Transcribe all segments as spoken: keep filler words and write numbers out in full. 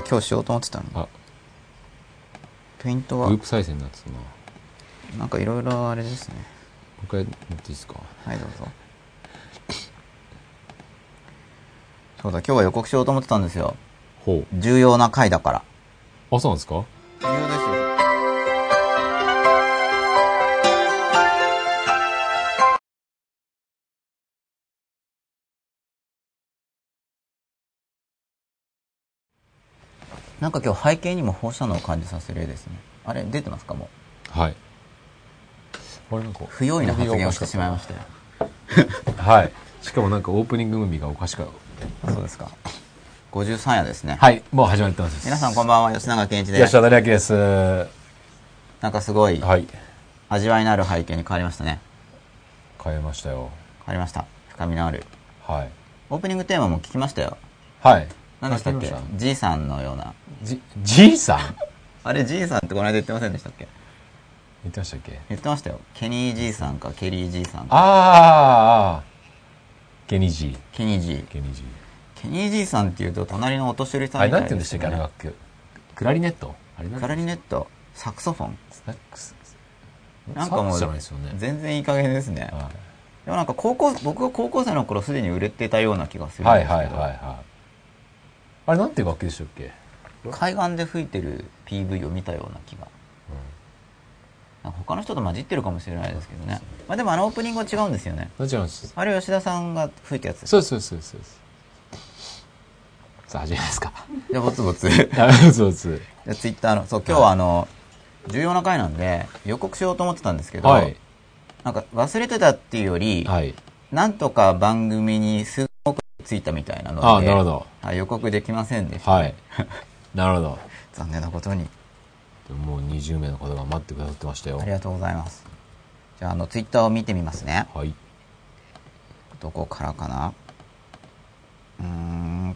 今日しようと思ってたの。あ、ペイントはループ再生になってたな。 なんかいろいろあれですね。もう一回やっていいですか？ はい、どうぞ。そうだ、今日は予告しようと思ってたんですよ。 ほう。 重要な回だから。 あ、そうなんですか？ 重要ですよ。なんか今日背景にも放射能を感じさせる絵ですね。あれ出てますか？もう。はい。あれなんか不用意な発言をしてしまいましたよ。 はい。しかもなんかオープニングムービーがおかしかった。 そうですか。ごじゅうさん夜ですね。 はい、もう始まってます。 皆さんこんばんは、吉永健一です。 吉田成明です。 なんかすごい、 はい、 味わいのある背景に変わりましたね。 変えましたよ。 変わりました。深みのある。 はい。 オープニングテーマも聞きましたよ。 はい。 何でしたっけ？じいさんのような。 じ、じいさんあれ、じいさんってこの間言ってませんでしたっけ？ 言ってましたっけ？ 言ってましたよ。ケニーじいさんか、ケリーじいさんか。 ああ、ケニーじい。 ケニーじい。 ケニーじい。 ケニーじいさんって言うと、隣のお年寄りさんみたいですね。 あれ、なんて言うんでしたっけ、あの楽器。クラリネットあれなんクラリネット、サクソフォン。 サックス。 なんかもう、全然いい加減ですね。はい、でもなんか高校、僕が高校生の頃すでに売れてたような気がするんですけど。はいはいはいはい。 あれなんていう楽器でしたっけ？ 海岸で吹いてる ピーブイ を見たような気が。うん、他の人と混じってるかもしれないですけどね。まあでもあのオープニングは違うんですよね。 違うんです。 あれ吉田さんが吹いたやつです。 そうそうそうそう。さあ始めますか。 じゃあぼつぼつ。 ぼつぼつ。 じゃあツイッターの、そう、今日はあの、重要な回なんで予告しようと思ってたんですけど、はい、なんか忘れてたっていうより、はい、なんとか番組にすごくついたみたいなので、 あ、なるほど。 はい、予告できませんでした、ね。 はい。なるほど。 残念なことに。 もうにじゅうめいの方が待ってくださってましたよ。 ありがとうございます。じゃあ、あの、ツイッターを見てみますね。 はい。 どこからかな？うーん。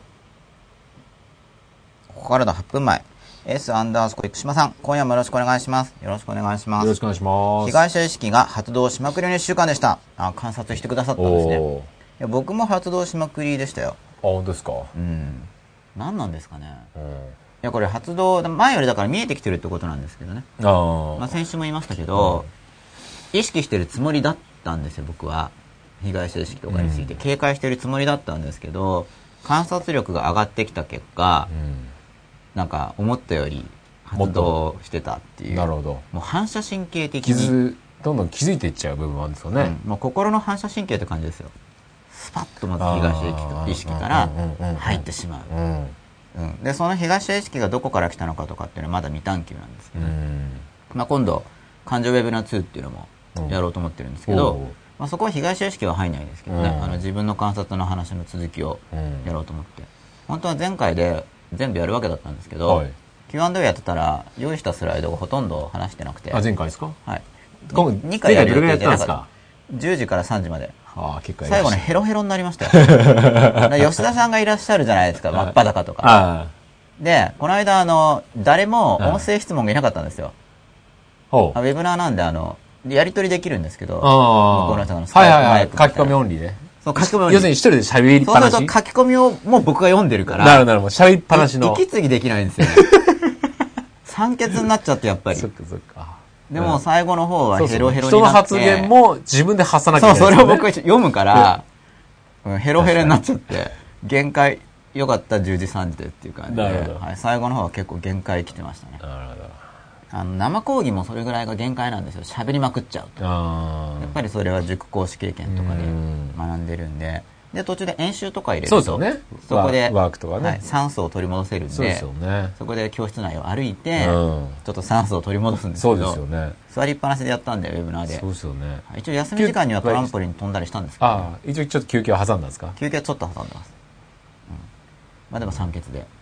ここからだ、はっぷんまえ。S アンダースコ生島さん、今夜もよろしくお願いします。よろしくお願いします。 よろしくお願いします。 被害者意識が発動しまくりのいっしゅうかんでした。あ、観察してくださったんですね。いや、僕も発動しまくりでしたよ。 あ、本当ですか？ うん。何なんですかね。うん、いや、これ発動、前よりだから見えてきてるってことなんですけどね。あ、まあ、先週も言いましたけど、うん、意識してるつもりだったんですよ、僕は。被害者意識とかについて、うん、警戒してるつもりだったんですけど、観察力が上がってきた結果、うん、なんか思ったより発動してたっていう。 なるほど。 もう反射神経的に。傷、どんどん気づいていっちゃう部分もあるんですよね。 うん、もう心の反射神経って感じですよ。スパッとまず被害者意識から入ってしまう。うん、で、その被害者意識がどこから来たのかとかっていうのはまだ未探求なんですけど、うん、まあ今度、感情ウェブナーツーっていうのもやろうと思ってるんですけど、うん、まあ、そこは被害者意識は入んないですけどね、うん、あの自分の観察の話の続きをやろうと思って。本当は前回で全部やるわけだったんですけど、はい、キューアンドエー やってたら用意したスライドがほとんど話してなくて。 あ、前回ですか？ はい。 にかいやる予定じゃなかった。 じゅうじからさんじまで。 ああ、結構最後ね、ヘロヘロになりましたよ。吉田さんがいらっしゃるじゃないですか、真っ裸とか。で、この間、あの、誰も音声質問がいなかったんですよ。ウェブナーなんで、あの、やり取りできるんですけど、向こうの人のスカイプマイクみたいな。 書き込みオンリーね。 そう、書き込みオンリー。 要するに一人で喋りっぱなし。 そうすると書き込みをもう僕が読んでるから。 なるほど、なるほど。喋りっぱなしの。 息継ぎできないんですよね。酸欠になっちゃってやっぱり。 そっかそっか。 でも最後の方はヘロヘロになって。 人の発言も自分で発さなきゃいけない。 そう、それを僕読むから、ヘロヘロになっちゃって、限界、よかったじゅうじさんじでっていう感じで、はい、最後の方は結構限界来てましたね。なるほど。あの生講義もそれぐらいが限界なんですよ。喋りまくっちゃうと。やっぱりそれは塾講師経験とかで学んでるんで、で途中で演習とか入れると、 そうですよね、 そこでワークとかね、 はい、酸素を取り戻せるんで、 そうですよね、 そこで教室内を歩いて、うん、ちょっと酸素を取り戻すんですけど、 そうですよね、 座りっぱなしでやったんで、ウェブナーで。 そうですよね。 一応休み時間にはトランポリン飛んだりしたんですけど、ね、 ああ、一応ちょっと休憩は挟んだんですか？ 休憩はちょっと挟んでます、うん、まあでも酸欠で、はい、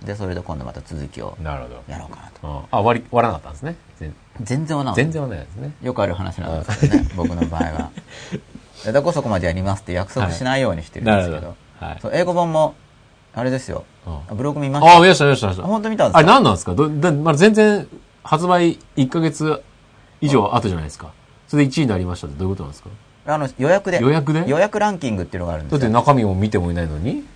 でそれで今度また続きをやろうかなと。 あ、終わり、終わらなかったんですね。 全然終わらない。 全然終わらないですね。 よくある話なんですけどね、僕の場合は。どこそこまでやりますって約束しないようにしてるんですけど、はい、そう英語本もあれですよ、ブログ見ました。 ああ、見ました見ました。 本当見たんですか？ あれ何なんですか？どだ、まあ、全然発売いっかげつ以上後じゃないですか。それでいちいになりましたってどういうことなんですか？ あの予約で予約で予約ランキングっていうのがあるんですよ。 だって中身も見てもいないのに。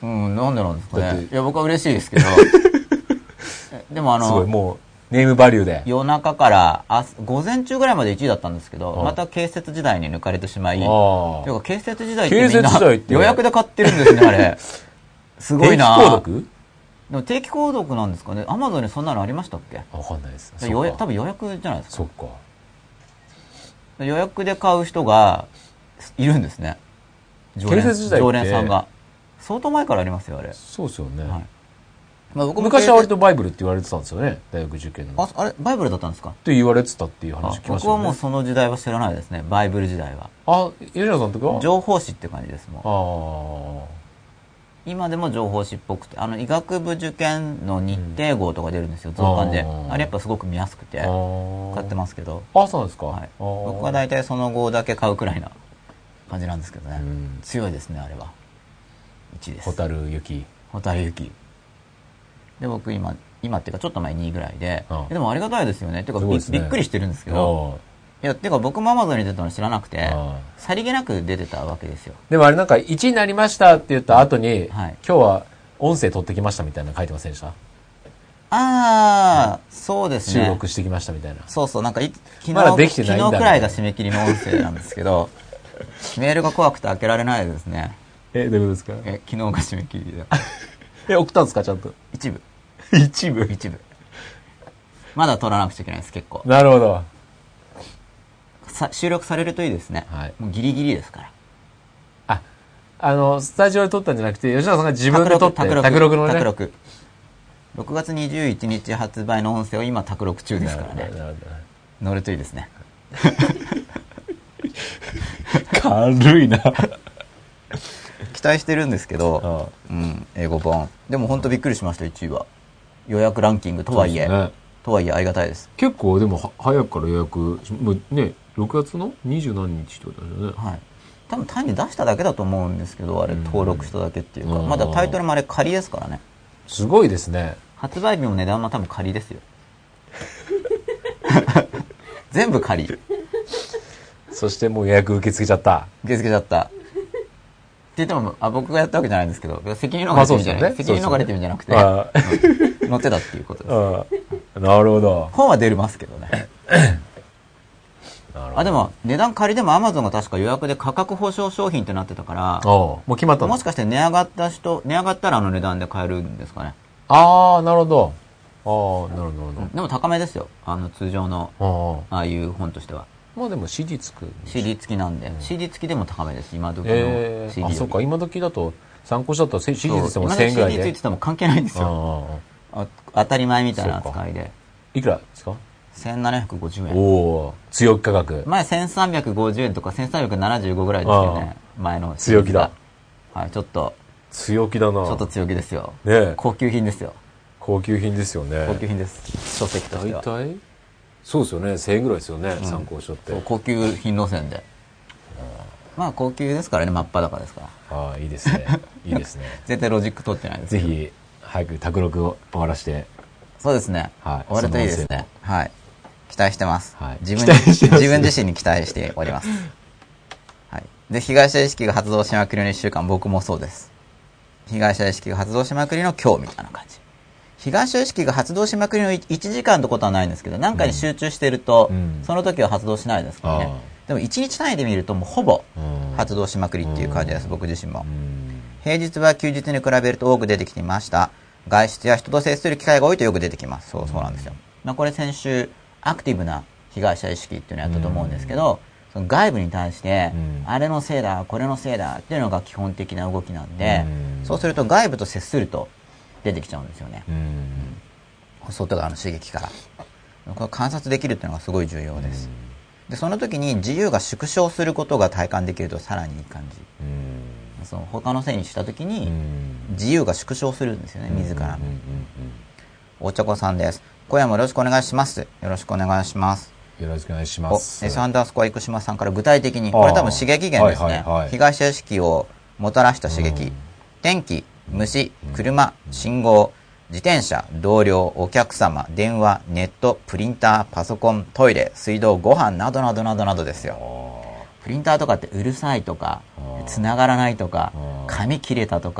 うん、なんでなんですかだってね。いや、僕は嬉しいですけど。でもあの、 すごい、もう、ネームバリューで。 夜中からあ、午前中ぐらいまでいちいだったんですけど、 うんまた建設時代に抜かれてしまい、 あていうか建設時代ってみんな建設時代って予約で買ってるんですね、あれ。すごいな。 定期購読でも定期購読なんですかね。アマゾンにそんなのありましたっけ？ わかんないです。 予約多分予約じゃないですか。 そっか。 予約で買う人がいるんですね。常連建設時代って常連さんが。相当前からありますよ、あれ。 そうですよね。 はい。まあ、僕も昔は割とバイブルって言われてたんですよね。大学受験の。 あ、あれ、バイブルだったんですか？ って言われてたっていう話聞きましたよね。 僕はもうその時代は知らないですね。バイブル時代は。 あ、吉野さんとかは情報誌って感じです、もう。 ああ。 今でも情報誌っぽくて、あの医学部受験の日程号とか出るんですよ、増刊で。あれやっぱすごく見やすくて買ってますけど。 あ、そうなんですか。 はい、僕は大体その号だけ買うくらいな感じなんですけどね。強いですね、あれは。いちいです。 蛍雪。 蛍雪。で、僕今、今っていうかちょっと前にいぐらいで、 ああでもありがたいですよね。っていうか び,、 ね、 びっくりしてるんですけど、いや、てか僕もアマゾンに出たの知らなくて、さりげなく出てたわけですよ。 でもあれなんかいちいになりましたって言った後に、はい、今日は音声取ってきましたみたいなの書いてませんでした？ ああ、そうですね。 収録してきましたみたいな。 そうそう、なんかい、昨日、 まだできてないんだ昨日くらいが締め切りの音声なんですけど、メールが怖くて開けられないですね。 え、どういうことですか？ え、昨日が締め切りで。 え、送ったんですかちゃんと？ 一部。 一部一部。まだ取らなくちゃいけないです、結構。 なるほど。 さ収録されるといいですね。はい。もうギリギリですから。 あ、あの、スタジオで撮ったんじゃなくて、吉野さんが自分で撮って、 卓録。 卓録のね。 卓録。ろくがつにじゅういちにち発売の音声を今卓録中ですからね。乗るといいですね。 軽いな。 期待してるんですけど、ああうん、英語本。でも本当びっくりしました、いちいは。予約ランキングとはいえ。ね、とはいえありがたいです。 結構でもは早くから予約、もうね、ろくがつのにじゅうなんにちってことですよね。 はい。多分単に出しただけだと思うんですけど、あれ登録しただけっていうか、まだタイトルもあれ仮ですからね。 すごいですね。 発売日も値段も多分仮ですよ。全部仮。 そしてもう予約受け付けちゃった。 受け付けちゃった。って言っても、あ、僕がやったわけじゃないんですけど、責任逃れてるんじゃない、ね、責任逃れてるんじゃなくて、うん、乗ってたっていうことです。 なるほど。 本は出ますけどね。あ、でも、値段仮でも Amazon が確か予約で価格保証商品ってなってたから、 もう決まったの？ もしかして値上がった人、値上がったらあの値段で買えるんですかね。 ああ、なるほど。ああ、なるほど、なるほど。 でも高めですよ。あの、通常の、ああいう本としては。 まあでも シーディー 付く。 シーディー 付きなんで、うん、シーディー 付きでも高めです。今時の シーディー、えー。 あ、そうか。今時だと、参考書だったら シーディー 付いてもせんえんぐらいで。 今時 シーディー 付いてても関係ないんですよ。あ当たり前みたいな扱いで。 いくらですか？ せんななひゃくごじゅうえん。 おお、強気価格。 前せんさんびゃくごじゅうえんとかせんさんびゃくななじゅうごぐらいですよね。前の。 強気だ。 はい、ちょっと。 強気だな。 ちょっと強気ですよ。 ね、 高級品ですよ。 高級品ですよね。 高級品です。書籍としては。 大体そうですよね。せんえんぐらいですよね、うん、参考書って。そう、 高級品路線で。まあ高級ですからね、真っ裸ですから。 ああ、いいですね。いいですね。 絶対ロジック取ってないです。 ぜひ、早く卓録を終わらして。 そうですね。はい。終わるといいですね。はい。期待してます。はい。自分自分自身に期待しております。はい。で、被害者意識が発動しまくりのいっしゅうかん、僕もそうです。被害者意識が発動しまくりの今日みたいな感じ。被害者意識が発動しまくりのいちじかんってことはないんですけど、何かに集中していると、うん、その時は発動しないですからね。でもいちにち単位で見るともうほぼ発動しまくりっていう感じです、僕自身も。平日は休日に比べると多く出てきていました。外出や人と接する機会が多いとよく出てきます。そうそうなんですよ。まあ、これ先週、アクティブな被害者意識っていうのをやったと思うんですけど、その外部に対して、あれのせいだ、これのせいだっていうのが基本的な動きなんで、そうすると外部と接すると出てきちゃうんですよね。外側の刺激から。これ観察できるっていうのがすごい重要です。で、その時に自由が縮小することが体感できるとさらにいい感じ。その他のせいにした時に自由が縮小するんですよね、自らの。お茶子さんです。今夜もよろしくお願いします。よろしくお願いします。 よろしくお願いします。 S アンダースコア生島さんから具体的に、これ多分刺激源ですね。はいはいはい、被害者意識をもたらした刺激。天気、虫、車、信号、自転車、同僚、お客様、電話、ネット、プリンター、パソコン、トイレ、水道、ご飯などなどなどなどですよ。プリンターとかってうるさいとか、繋がらないとか、紙切れたとか、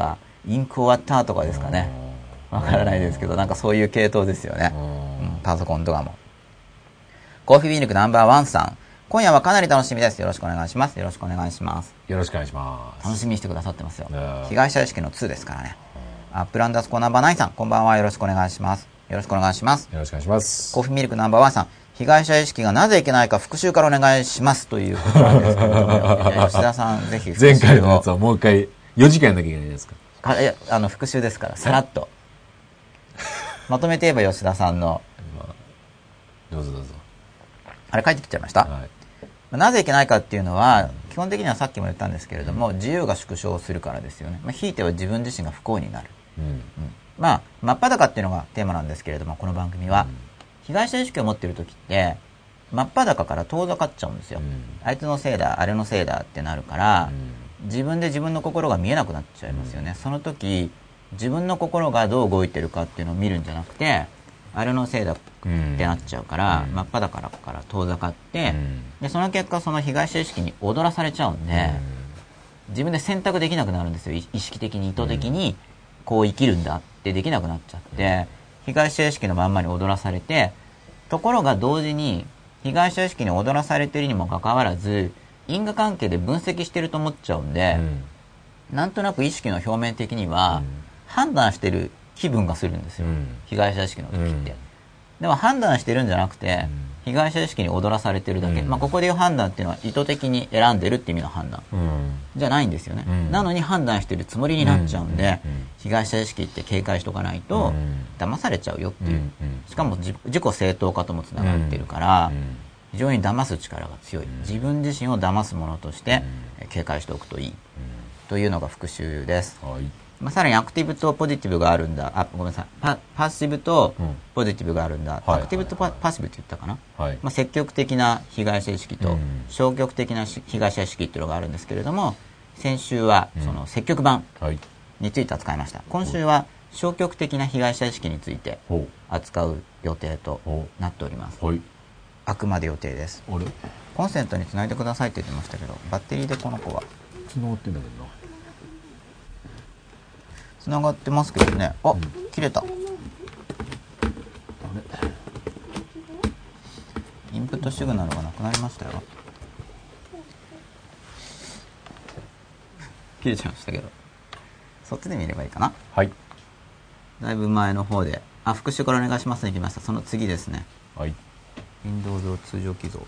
インク終わったとかですかね。わからないですけど、なんかそういう系統ですよね。うん、パソコンとかも。コーヒーミルクナンバーワンさん。今夜はかなり楽しみです。よろしくお願いします。よろしくお願いします。 よろしくお願いします。 楽しみにしてくださってますよ。被害者意識のツーですからね。アップランダースコーナンバーナインさん。こんばんは。よろしくお願いします。よろしくお願いします。 よろしくお願いします。 コーヒーミルクナンバーワンさん。被害者意識がなぜいけないか復習からお願いします。ということなんですけども、吉田さん、ぜひ復習を。 前回のやつはもう一回、よじかんやんなきゃいけないですか。 あ、いや、あの、復習ですから、さらっと。まとめて言えば吉田さんの。 まあ、どうぞどうぞ。 あれ書いてきちゃいました。はい、なぜいけないかっていうのは、基本的にはさっきも言ったんですけれども、自由が縮小するからですよね。まあ、ひいては自分自身が不幸になる。うんうん、まあ、真っ裸っていうのがテーマなんですけれども、この番組は。うん、被害者意識を持っている時って、真っ裸から遠ざかっちゃうんですよ。うん、あいつのせいだ、あれのせいだってなるから、うん、自分で自分の心が見えなくなっちゃいますよね。うん、その時、自分の心がどう動いてるかっていうのを見るんじゃなくて、あれのせいだってなっちゃうから、うん、真っ裸から遠ざかって、うん、でその結果その被害者意識に踊らされちゃうんで、うん、自分で選択できなくなるんですよ。意識的に意図的にこう生きるんだってできなくなっちゃって、被害者意識のまんまに踊らされて、ところが同時に被害者意識に踊らされているにもかかわらず因果関係で分析してると思っちゃうんで、うん、なんとなく意識の表面的には、うん、判断してる気分がするんですよ、うん、被害者意識の時って、うん、でも判断してるんじゃなくて、うん、被害者意識に踊らされてるだけ、うん、まあ、ここでいう判断っていうのは意図的に選んでるっていう意味の判断、うん、じゃないんですよね、うん、なのに判断してるつもりになっちゃうんで、うん、被害者意識って警戒しとかないと、うん、騙されちゃうよっていう、うん、しかも自己正当化ともつながってるから、うん、非常に騙す力が強い、自分自身を騙すものとして警戒しておくといい、というのが復習です、はい。まあ、さらにアクティブとポジティブがあるんだ。あ、ごめんなさい。パ、パッシブとポジティブがあるんだ。うん、アクティブとパ、パッシブって言ったかな、はい、まあ、積極的な被害者意識と消極的な被害者意識っていうのがあるんですけれども、先週はその積極版について扱いました。今週は消極的な被害者意識について扱う予定となっております。はい、あくまで予定です。コンセントにつないでくださいって言ってましたけど、バッテリーでこの子はつながってんだけどな。 つながってますけどね。あ、うん、切れた。あれ、インプットシグナルがなくなりましたよ。切れちゃいましたけど、そっちで見ればいいかな。 はい。 だいぶ前の方で、あ、復習からお願いしますに来ました。その次ですね。 はい。 Windows を通常起動。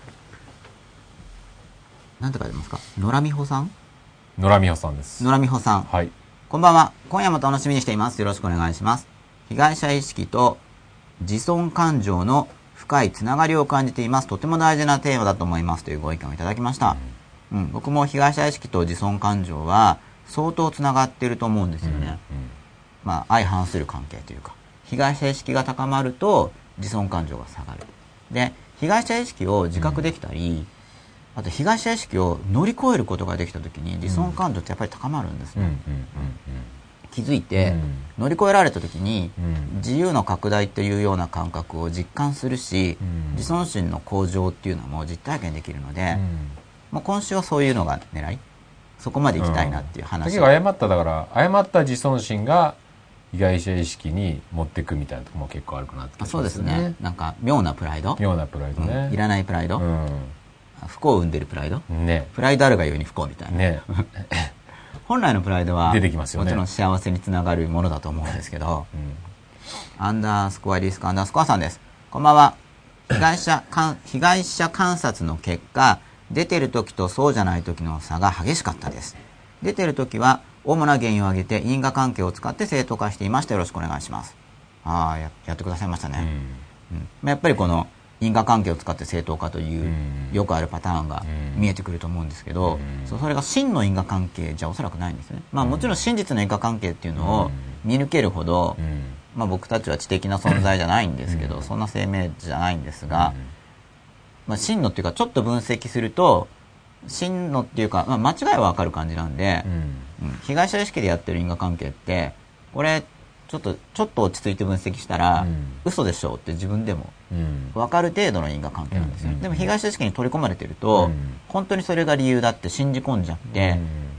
なんて書いてますか。野良美穂さん。 野良美穂さんです。 野良美穂さん。 はい。 こんばんは。今夜も楽しみにしています。よろしくお願いします。被害者意識と自尊感情の深いつながりを感じています。とても大事なテーマだと思います。というご意見をいただきました。うん、うん、僕も被害者意識と自尊感情は相当つながっていると思うんですよね。うんうん、まあ、相反する関係というか。被害者意識が高まると自尊感情が下がる。で、被害者意識を自覚できたり、うん、あと被害者意識を乗り越えることができたときに自尊感情ってやっぱり高まるんですね。気づいて、乗り越えられたときに、自由の拡大というような感覚を実感するし、自尊心の向上っていうのも実体験できるので、まあ、今週はそういうのが狙い、そこまで行きたいなっていう話。 結構誤っただから誤った自尊心が被害者意識に持っていくみたいなところも結構あるかなって気がしますね。 そうですね。なんか妙なプライド、 妙なプライドね、 うん、いらないプライド。うん、不幸を生んでるプライド、 ね、 プライドあるがゆえに不幸みたいな、ね、本来のプライドは出てきますよね。 もちろん幸せにつながるものだと思うんですけど、うん、アンダースコアリスクアンダースコアさんです。こんばんは。被害者被害者観察の結果、出てる時とそうじゃない時の差が激しかったです。出てる時は主な原因を挙げて因果関係を使って正当化していました。よろしくお願いします。ああ、 や, やってくださいましたね。うんうん、やっぱりこの因果関係を使って正当化というよくあるパターンが見えてくると思うんですけど、それが真の因果関係じゃおそらくないんですね。まあもちろん真実の因果関係っていうのを見抜けるほど、まあ僕たちは知的な存在じゃないんですけど、そんな生命じゃないんですが、まあ真のっていうかちょっと分析すると、真のっていうか、まあ、間違いはわかる感じなんで、うんうん、被害者意識でやってる因果関係って、これちょっとちょっと落ち着いて分析したら、うん、嘘でしょうって自分でも分かる程度の因果関係なんですよ、うん、でも被害者意識に取り込まれてると、うん、本当にそれが理由だって信じ込んじゃって、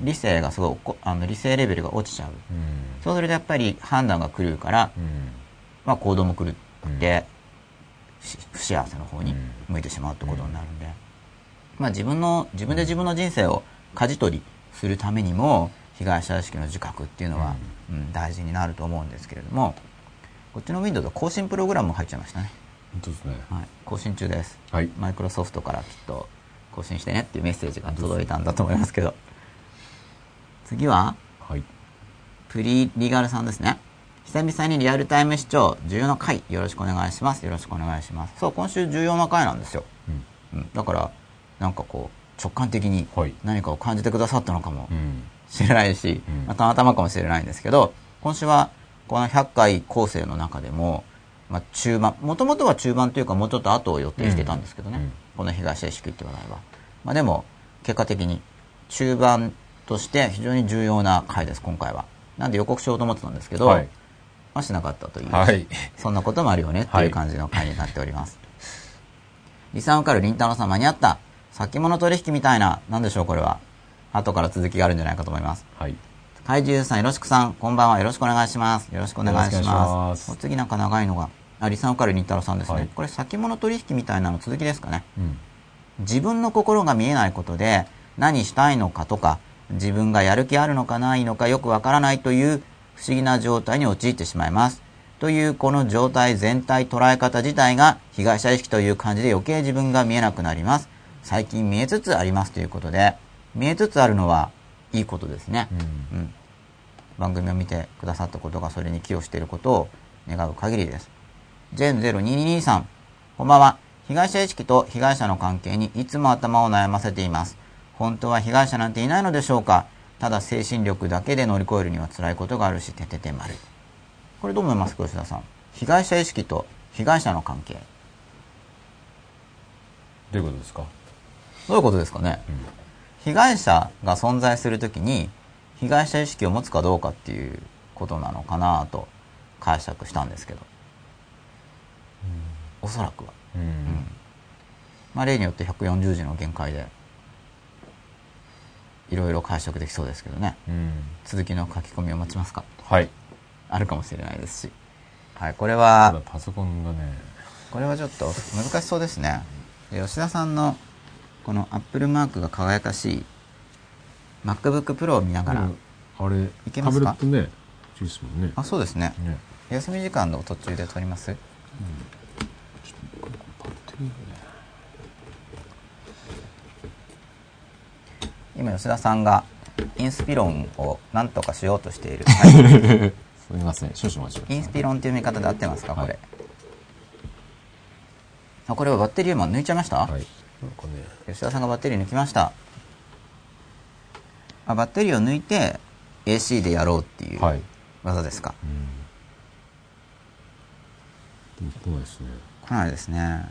理性がすごいこあの理性レベルが落ちちゃう、うん、そうするとやっぱり判断が狂うから、うんまあ、行動も狂って、うん、不幸せの方に向いてしまうってことになるんで、うんまあ、自分の自分で自分の人生を舵取りするためにも被害者意識の自覚っていうのは、うんうん、大事になると思うんですけれども、こっちの Windows は更新プログラムも入っちゃいましたね。 本当ですね、 はい、更新中です、 はい、 マイクロソフトからきっと更新してねっていうメッセージが届いたんだと思いますけど、次は、 はい、 プリリガルさんですね。久々にリアルタイム視聴重要な回よろしくお願いします。よろしくお願いします。そう、今週重要な回なんですよ、うんうん、だからなんかこう直感的に何かを感じてくださったのかもしれないし、うんまあ、たまたまかもしれないんですけど、今週はこのひゃっかい構成の中でも、まあ、中盤、もともとは中盤というかもうちょっと後を予定してたんですけどね、うんうん、この被害者意識って話題は、まあ、でも結果的に中盤として非常に重要な回です今回は。なんで予告しようと思ってたんですけど、はい、まあ、しなかったという、はい、そんなこともあるよねっていう感じの回になっております、はい、リサン受かるりんたろーさん間に合った。先物取引みたいな、なんでしょうこれは。後から続きがあるんじゃないかと思います。はい。怪獣さん、よろしくさん、こんばんは。よろしくお願いします。よろしくお願いします。お次なんか長いのが、あ、リサン受かるりんたろーさんですね。はい、これ先物取引みたいなの続きですかね。うん、自分の心が見えないことで何したいのかとか、自分がやる気あるのかないのかよくわからないという不思議な状態に陥ってしまいます。というこの状態全体捉え方自体が被害者意識という感じで余計自分が見えなくなります。最近見えつつありますということで、見えつつあるのはいいことですね、うんうん、番組を見てくださったことがそれに寄与していることを願う限りです。ジェンゼロにーにーにーさん、こんばんは。被害者意識と被害者の関係にいつも頭を悩ませています。本当は被害者なんていないのでしょうか。ただ精神力だけで乗り越えるには辛いことがあるし、ててて丸。これどう思いますか吉田さん。被害者意識と被害者の関係、 どういうことですか。 どういうことですかね、うん、被害者が存在するときに被害者意識を持つかどうかっていうことなのかなと解釈したんですけど、うん、おそらくは、うんうんまあ、例によってひゃくよんじゅうじの限界でいろいろ解釈できそうですけどね、うん、続きの書き込みを待ちますか。 はい、 あるかもしれないですし、はい、これはパソコンがね、 これはちょっと難しそうですね。吉田さんのこのアップルマークが輝かしい MacBook Pro を見ながら、うん、 あれいけますか。 タブレットね、いいですもんね。 あ、そうですね。ね、休み時間の途中で撮ります。うん、ちょっとバッテリーね。今吉田さんがインスピロンを何とかしようとしている。はい、 すみません。少々お待ちください。 インスピロンという見方で合ってますか、これ。はい、あ、これはバッテリー今抜いちゃいました。はい、なんかね、吉田さんがバッテリー抜きました。あ、バッテリーを抜いて エーシー でやろうっていう技ですか。はい、 うん、来ないですね。 来ないですね。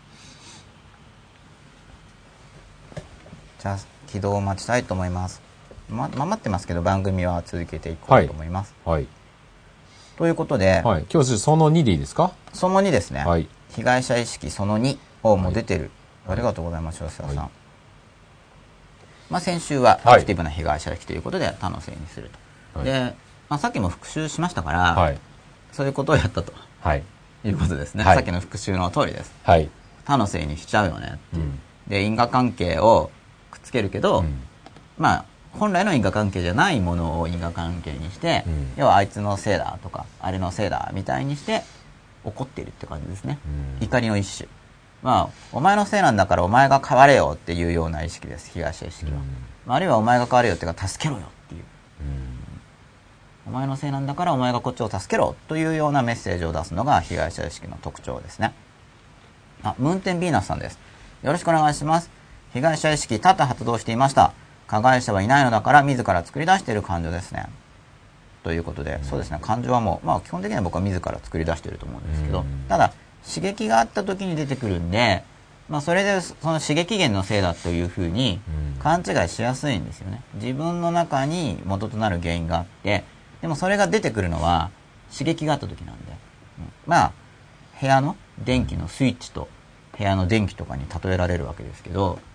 じゃあ起動を待ちたいと思います。ま、ま待ってますけど番組は続けていこうと思います。はいはい、ということで、 はい、今日そのにでいいですか。 そのにですね。はい、被害者意識そのにをもう出てる、はい、ありがとうございます、吉田さん。はい、まあ、先週はアクティブな被害者意識ということで他のせいにすると、はい、で、まあ、さっきも復習しましたから、はい、そういうことをやったと、はい、いうことですね、はい、さっきの復習の通りです、はい、他のせいにしちゃうよねっていう、うん、で因果関係をくっつけるけど、うん、まあ本来の因果関係じゃないものを因果関係にして、うん、要はあいつのせいだとかあれのせいだみたいにして怒っているって感じですね、うん、怒りの一種。まあ、お前のせいなんだからお前が変われよっていうような意識です、被害者意識は、うん、あるいはお前が変われよっていうか助けろよっていう、うん、お前のせいなんだからお前がこっちを助けろというようなメッセージを出すのが被害者意識の特徴ですね。あ、ムーンテンビーナスさんです。よろしくお願いします。被害者意識多々発動していました。加害者はいないのだから自ら作り出している感情ですね。ということで、うん、そうですね、感情はもう、まあ基本的には僕は自ら作り出していると思うんですけど、うん、ただ刺激があった時に出てくるんで、まあ、それでその刺激源のせいだというふうに勘違いしやすいんですよね。自分の中に元となる原因があって、でもそれが出てくるのは刺激があった時なんで、うん、まあ部屋の電気のスイッチと部屋の電気とかに例えられるわけですけど、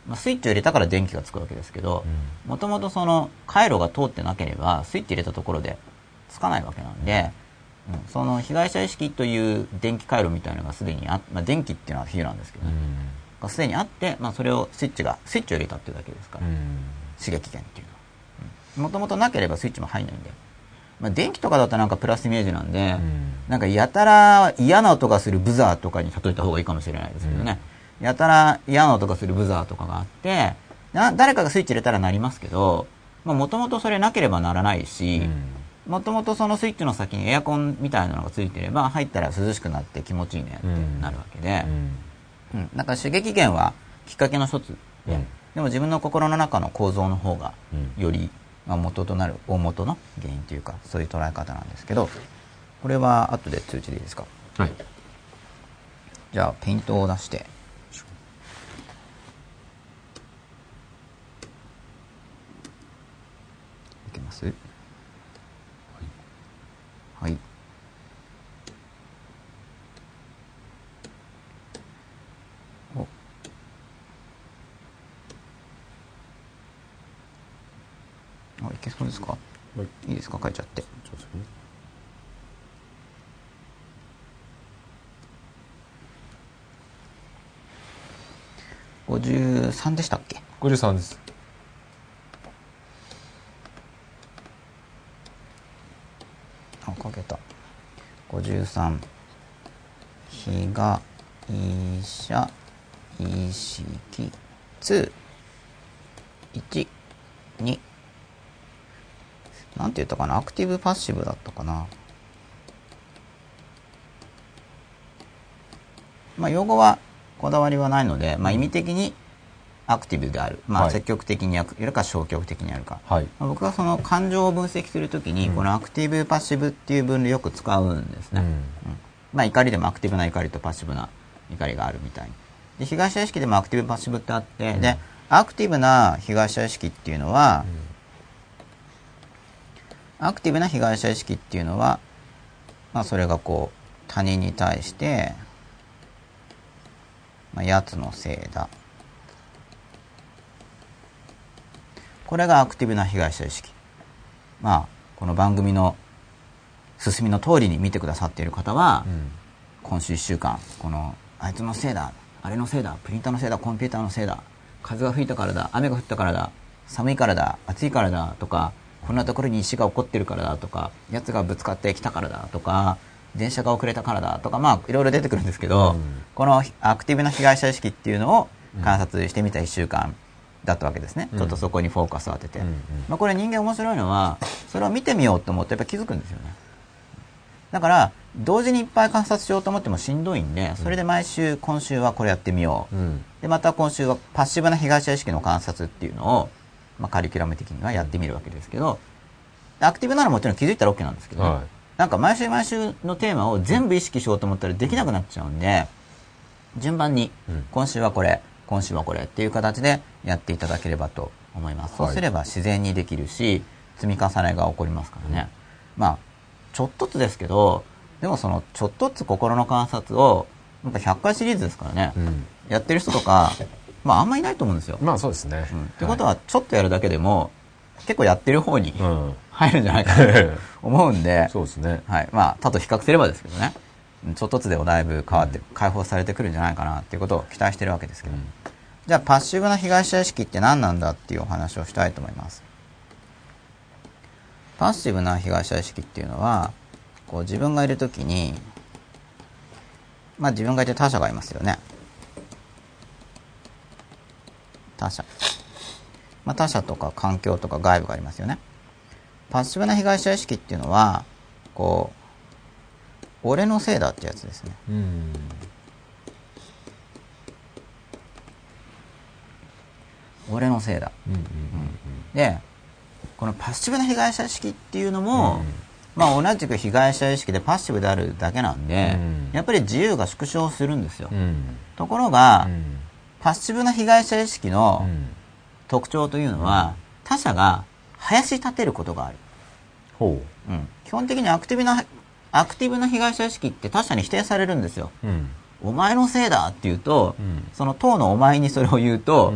まあ、スイッチを入れたから電気がつくわけですけど、もともとその回路が通ってなければスイッチ入れたところでつかないわけなんで、うん、その被害者意識という電気回路みたいなのがすでにあ、まあ、電気っていうのは比喩なんですけどね、がすでにあって、まあ、それをスイッチがスイッチを入れたっていうだけですから、刺激源っていうのはもともとなければスイッチも入んないんで、まあ、電気とかだとなんかプラスイメージなんで、なんかやたら嫌な音がするブザーとかに例えた方がいいかもしれないですけどね、やたら嫌な音がするブザーとかがあってな、誰かがスイッチ入れたらなりますけど、もともとそれなければならないし、もともとそのスイッチの先にエアコンみたいなのがついてれば入ったら涼しくなって気持ちいいねってなるわけで、うんうん、だから刺激源はきっかけの一つで、うん、でも自分の心の中の構造の方がより、まあ、元となる大元の原因というかそういう捉え方なんですけど、これは後で通知でいいですか？ はい。 じゃあペイントを出していけます？はい、はい。おあ、いけそうですか？はい、いいですか？書いちゃって。ごじゅうさんでしたっけ？ ごじゅうさんです。 あ、書けた。ごじゅうさん。被害者意識に、いち、に。なんて言ったかな、アクティブパッシブだったかな。まあ用語はこだわりはないので、まあ意味的にアクティブである。まあ積極的にやるか消極的にやるか。はい、まあ、僕はその感情を分析するときに、このアクティブパッシブっていう分類よく使うんですね。うんうん、まあ怒りでもアクティブな怒りとパッシブな怒りがあるみたいに。で、被害者意識でもアクティブパッシブってあって、うん、で、アクティブな被害者意識っていうのは、うん、アクティブな被害者意識っていうのは、まあそれがこう、他人に対して、まあ、奴のせいだ。これがアクティブな被害者意識。まあ、この番組の進みの通りに見てくださっている方は、うん、今週いっしゅうかん、この、あいつのせいだ、あれのせいだ、プリンターのせいだ、コンピューターのせいだ、風が吹いたからだ、雨が降ったからだ、寒いからだ、暑いからだとか、こんなところに石が起こってるからだとか、奴がぶつかってきたからだとか、電車が遅れたからだとか、まあいろいろ出てくるんですけど、うん、このアクティブな被害者意識っていうのを観察してみたいっしゅうかんだったわけですね、うん、ちょっとそこにフォーカスを当てて、うんうん、まあ、これ人間面白いのはそれを見てみようと思ってやっぱ気づくんですよね。だから同時にいっぱい観察しようと思ってもしんどいんで、それで毎週今週はこれやってみよう、うん、でまた今週はパッシブな被害者意識の観察っていうのを、まあ、カリキュラム的にはやってみるわけですけど、アクティブならもちろん気づいたら OK なんですけど、はい、なんか毎週毎週のテーマを全部意識しようと思ったらできなくなっちゃうんで、順番に今週はこれ、今週はこれっていう形でやっていただければと思います。そうすれば自然にできるし、積み重ねが起こりますからね。まあ、ちょっとずつですけど、でもそのちょっとずつ心の観察を、なんかひゃっかいシリーズですからね、うん、やってる人とか、まああんまりいないと思うんですよ。 まあそうですね。 うん、ってことは、ちょっとやるだけでも、結構やってる方に入るんじゃないかなと思うんで、 そうですね。 はい。まあ、他と比較すればですけどね、ちょっとずつでもだいぶ変わって、うん、解放されてくるんじゃないかなっていうことを期待してるわけですけど、うん、じゃあパッシブな被害者意識って何なんだっていうお話をしたいと思います。パッシブな被害者意識っていうのは、こう自分がいるときに、まあ自分がいて他者がいますよね。他者。まあ他者とか環境とか外部がありますよね。パッシブな被害者意識っていうのは、こう、俺のせいだってやつですね。うん、俺のせいだ。うんうんうんうん、で、このパッシブな被害者意識っていうのも、うん、まあ同じく被害者意識でパッシブであるだけなんで、うん、やっぱり自由が縮小するんですよ。うん、ところが、うん、パッシブな被害者意識の特徴というのは、うん、他者が林立てることがある。ほう、うん、基本的にアクティブなアクティブな被害者意識って他者に否定されるんですよ。うん、お前のせいだって言うと、うん、その当のお前にそれを言うと、うん、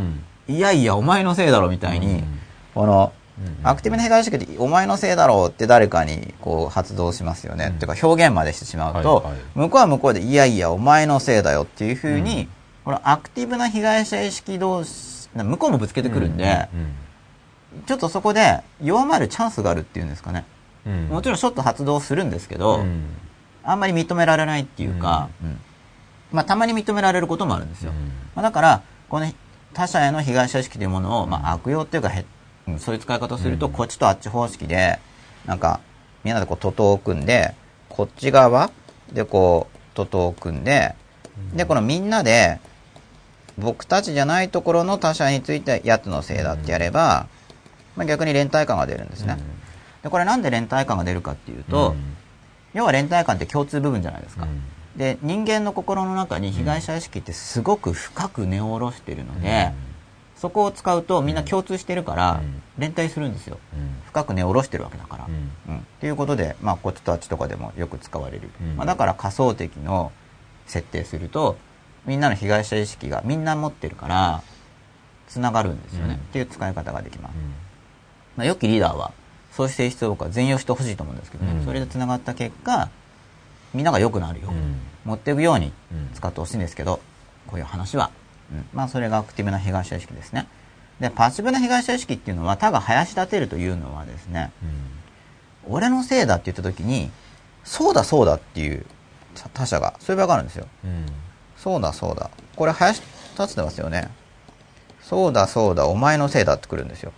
いやいやお前のせいだろみたいに、うん、このアクティブな被害意識ってお前のせいだろうって誰かにこう発動しますよね、うん、っていうか表現までしてしまうと、はいはい、向こうは向こうでいやいやお前のせいだよっていうふうに、うん、このアクティブな被害者意識同士向こうもぶつけてくるんで、うんうんうん、ちょっとそこで弱まるチャンスがあるっていうんですかね、うん、もちろんちょっと発動するんですけど、うん、あんまり認められないっていうか、うんうん、まあ、たまに認められることもあるんですよ、うん、まあ、だからこの他者への被害者意識というものを、まあ、悪用っていうかへそういう使い方をすると、うん、こっちとあっち方式でなんかみんなでこう徒党を組んでこっち側でこう徒党を組んで、うん、でこのみんなで僕たちじゃないところの他者についてやつのせいだってやれば、まあ、逆に連帯感が出るんですね、うん、でこれなんで連帯感が出るかっていうと、うん、要は連帯感って共通部分じゃないですか、うん、で人間の心の中に被害者意識ってすごく深く根を下ろしているので、うん、そこを使うとみんな共通してるから連帯するんですよ、うん、深く根を下ろしてるわけだから、うんうん、っていうことで、まあ、こっちとあっちとかでもよく使われる、うん、まあ、だから仮想敵の設定するとみんなの被害者意識がみんな持ってるからつながるんですよね、うん、っていう使い方ができます、うん、まあ、良きリーダーはそういう性質を僕は全容してほしいと思うんですけどね、うん、それでつながった結果みんなが良くなるよ、うん、持っていくように使ってほしいんですけど、こういう話は、うん、まあそれがアクティブな被害者意識ですね。でパッシブな被害者意識っていうのは他が囃し立てるというのはですね、うん、俺のせいだって言った時にそうだそうだっていう他者がそういう場合があるんですよ、うん、そうだそうだこれ囃し立ててますよね。そうだそうだお前のせいだってくるんですよ。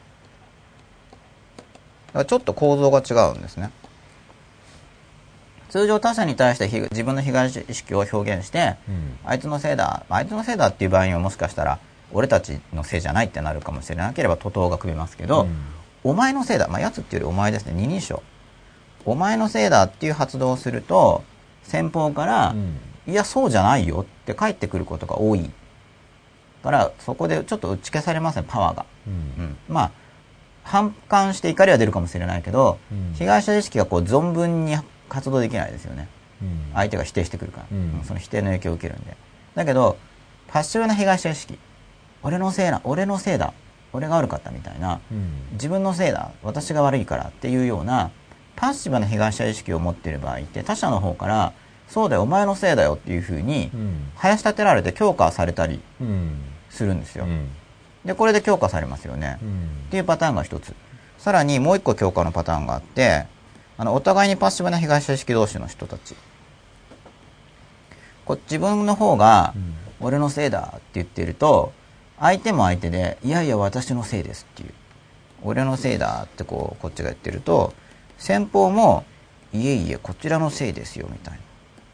だからちょっと構造が違うんですね。通常他者に対して自分の被害意識を表現して、うん、あいつのせいだあいつのせいだっていう場合にはもしかしたら俺たちのせいじゃないってなるかもしれなければ徒党が組めますけど、うん、お前のせいだ、まあ、やつっていうよりお前ですね、二人称お前のせいだっていう発動をすると先方から、うん、いやそうじゃないよって返ってくることが多いからそこでちょっと打ち消されますねパワーが、うんうん、まあ反感して怒りは出るかもしれないけど、うん、被害者意識がこう存分に活動できないですよね、うん、相手が否定してくるから、うん、その否定の影響を受けるんで。だけどパッシブな被害者意識俺のせいな俺のせいだ俺が悪かったみたいな、うん、自分のせいだ私が悪いからっていうようなパッシブな被害者意識を持っている場合って他者の方からそうだよお前のせいだよっていうふうに囃し立てられて強化されたりするんですよ、うん、でこれで強化されますよね、うん、っていうパターンが一つ。さらにもう一個強化のパターンがあってあのお互いにパッシブな被害者意識同士の人たちこ自分の方が俺のせいだって言ってると相手も相手でいやいや私のせいですっていう俺のせいだってこうこっちが言ってると先方もいえいえこちらのせいですよみたいな、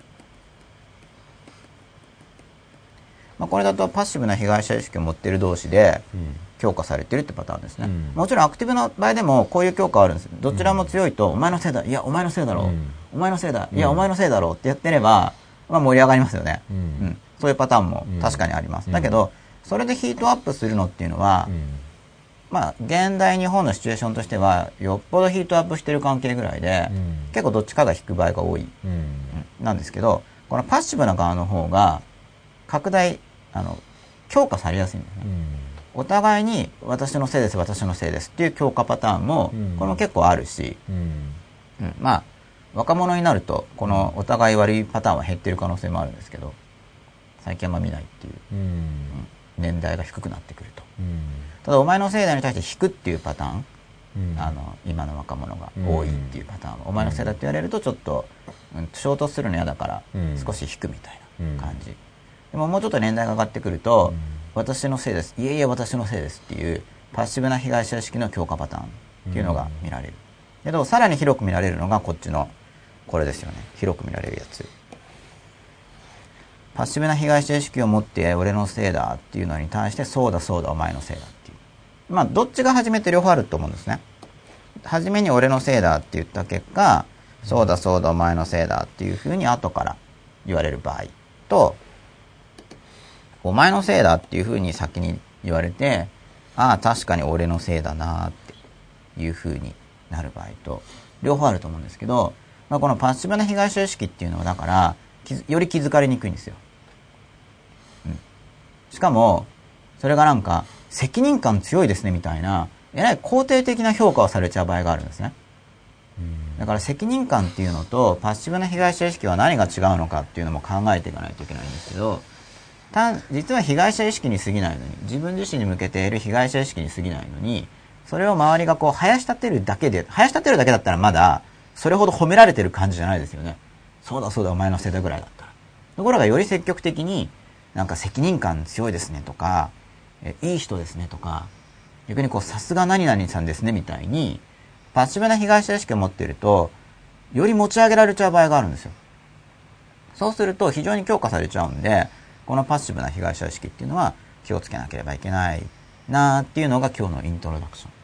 まあ、これだとパッシブな被害者意識を持ってる同士で強化されてるってパターンですね、うん、もちろんアクティブな場合でもこういう強化はあるんです。どちらも強いと、うん、お前のせいだいやお前のせいだろう、うん、お前のせいだいやお前のせいだろうってやってれば、まあ、盛り上がりますよね、うんうん、そういうパターンも確かにあります、だけどそれでヒートアップするのっていうのは、まあ現代日本のシチュエーションとしてはよっぽどヒートアップしてる関係ぐらいで、結構どっちかが引く場合が多い、なんですけどこのパッシブな側の方が拡大あの強化されやすいんですね、お互いに私のせいです私のせいですっていう強化パターンもこれも結構あるし、うんうん、まあ若者になるとこのお互い悪いパターンは減ってる可能性もあるんですけど最近あんま見ないっていう、うんうん、年代が低くなってくると、うん、ただお前のせいだに対して引くっていうパターン、うん、あの今の若者が多いっていうパターン、うん、お前のせいだって言われるとちょっと、うん、衝突するの嫌だから少し引くみたいな感じ、うん、でももうちょっと年代が上がってくると、うん私のせいですいえいえ私のせいですっていうパッシブな被害者意識の強化パターンっていうのが見られる、うん、けどさらに広く見られるのがこっちのこれですよね。広く見られるやつパッシブな被害者意識を持って俺のせいだっていうのに対してそうだそうだお前のせいだっていうまあどっちが初めて両方あると思うんですね。初めに俺のせいだって言った結果そうだそうだお前のせいだっていうふうに後から言われる場合とお前のせいだっていうふうに先に言われてああ確かに俺のせいだなっていうふうになる場合と両方あると思うんですけど、まあ、このパッシブな被害者意識っていうのはだからより気づかれにくいんですよ、うん、しかもそれがなんか責任感強いですねみたいな、えらい肯定的な評価をされちゃう場合があるんですね。だから責任感っていうのとパッシブな被害者意識は何が違うのかっていうのも考えていかないといけないんですけど、単実は被害者意識に過ぎないのに、自分自身に向けている被害者意識に過ぎないのに、それを周りがこう生やし立てるだけで、生やし立てるだけだったらまだそれほど褒められてる感じじゃないですよね。そうだそうだお前のせいだぐらいだったら。ところがより積極的になんか責任感強いですねとか、えいい人ですねとか、逆にこうさすが何々さんですねみたいにパッシブな被害者意識を持っていると、より持ち上げられちゃう場合があるんですよ。そうすると非常に強化されちゃうんで、このパッシブな被害者意識っていうのは気をつけなければいけないなーっていうのが今日のイントロダクション。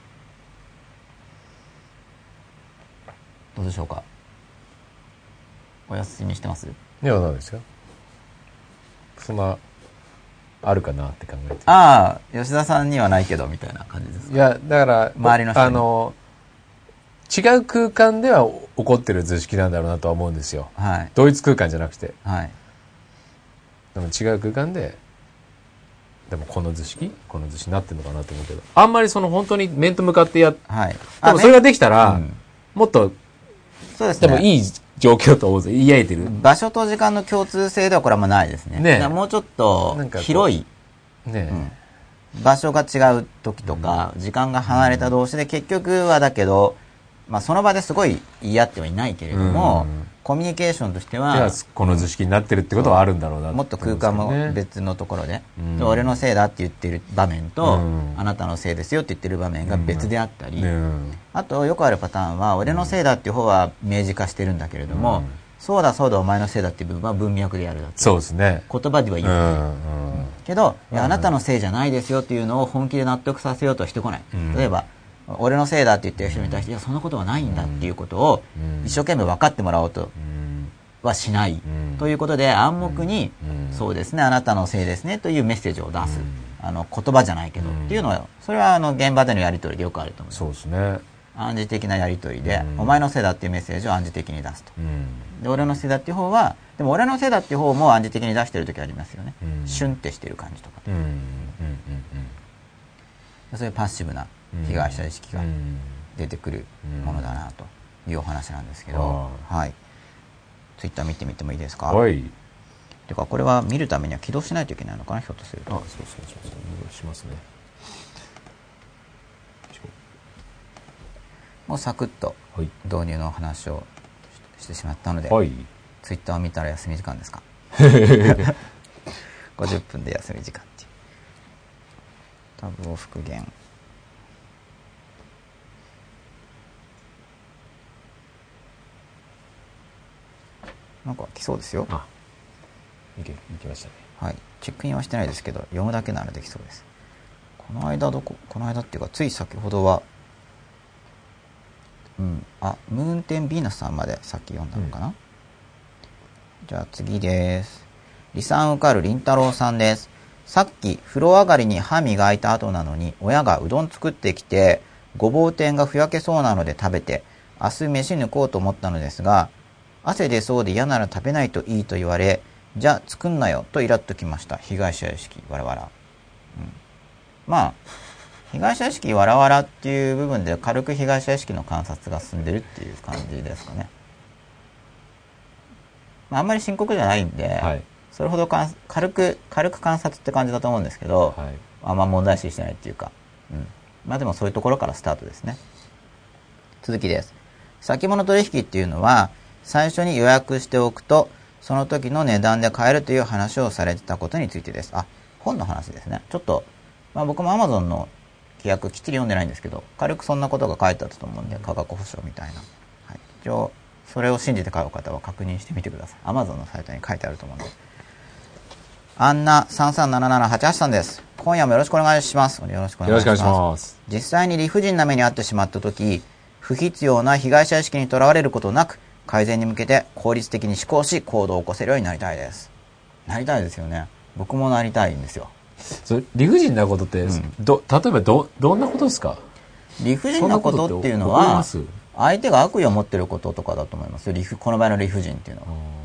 どうでしょうか。お休みしてます？ いや、なんですよ。そんな、あるかなって考えて。 ああ、吉田さんにはないけどみたいな感じですか。 いや、だから、 周りの人にあの、違う空間では起こってる図式なんだろうなとは思うんですよ。 はい。 同一空間じゃなくて。 はい。 でも違う空間で、でもこの図式この図式になってるのかなと思うけど。あんまりその本当に面と向かってやっ、 はい。 でもそれができたら、 うん、 もっと、 そうですね。 でもいい状況と思う言い合えてる。 場所と時間の共通性ではこれはもうないですね。 ね。 だからもうちょっと広い。 ね、 うん、場所が違う時とか、うん、時間が離れた同士で結局はだけど、まあその場ですごい言い合ってはいないけれども、うん、コミュニケーションとしてはこの図式になってるってことはあるんだろうな、 もっと空間も別のところで、うん、俺のせいだって言ってる場面と、うん、あなたのせいですよって言ってる場面が別であったり、うん、あとよくあるパターンは俺のせいだっていう方は明示化してるんだけれども、うん、そうだそうだお前のせいだっていう部分は文脈でやるだけ。 そうですね。 言葉では言う、うんうん、けど、いやあなたのせいじゃないですよっていうのを本気で納得させようとはしてこない。例えば俺のせいだって言ってる人に対して、いやそんなことはないんだっていうことを一生懸命分かってもらおうとはしない、うん、ということで暗黙に、うん、そうですねあなたのせいですねというメッセージを出す、うん、あの言葉じゃないけど、うん、っていうのはそれはあの現場でのやり取りでよくあると思います。 そうですね。 暗示的なやり取りで、うん、お前のせいだっていうメッセージを暗示的に出すと、うん、で俺のせいだっていう方はでも俺のせいだっていう方も暗示的に出してる時ありますよね、うん、シュンってしてる感じとかで、うんうんうんうん、そういうパッシブな被害者意識が出てくるものだなというお話なんですけど、うん、はい。ツイッター見てみてもいいですか？ はい。 てかこれは見るためには起動しないといけないのかな、ひょっとすると。 あ、そうそうそうそう。しますね。 もうサクッと導入の話をしてしまったので、 はい、 ツイッターを見たら休み時間ですか？ごじゅっぷんで休み時間っていう。タブを復元。なんか来そうですよ。 あ、いけ、いきましたね。 はい。チェックインはしてないですけど、読むだけならできそうです。この間どこ、この間っていうか、つい先ほどは、うん、あ、ムーンテンビーナスさんまでさっき読んだのかな、うん、じゃあ次です。リサン受かるりんたろうさんです。さっき風呂上がりに歯磨いた後なのに、親がうどん作ってきて、ごぼう天がふやけそうなので食べて、明日飯抜こうと思ったのですが、汗出そうで嫌なら食べないといいと言われ、じゃあ作んなよとイラッときました。被害者意識わらわら、うん、まあ被害者意識わらわらっていう部分で軽く被害者意識の観察が進んでるっていう感じですかね。まあ、あんまり深刻じゃないんで、はい、それほどかん軽く軽く観察って感じだと思うんですけど、はい、あんま問題視してないっていうか、うん、まあでもそういうところからスタートですね。続きです。先物取引っていうのは最初に予約しておくとその時の値段で買えるという話をされてたことについてです。あ、本の話ですね。ちょっと、まあ、僕も Amazon の規約きっちり読んでないんですけど、軽くそんなことが書いてあったと思うんで、価格保証みたいな、はい、一応それを信じて買う方は確認してみてください。 Amazon のサイトに書いてあると思うので。アンナさんさんななななはちはちさんです。今夜もよろしくお願いします。よろしくお願いします。ます。実際に理不尽な目に遭ってしまった時、不必要な被害者意識にとらわれることなく改善に向けて効率的に思考し行動を起こせるようになりたいです。なりたいですよね。僕もなりたいんですよ。 それ理不尽なことって、うん、ど例えばどどんなことですか？ 理不尽なことっていうのは相手が悪意を持っていることとかだと思いますよ。理不この場合の理不尽っていうのは、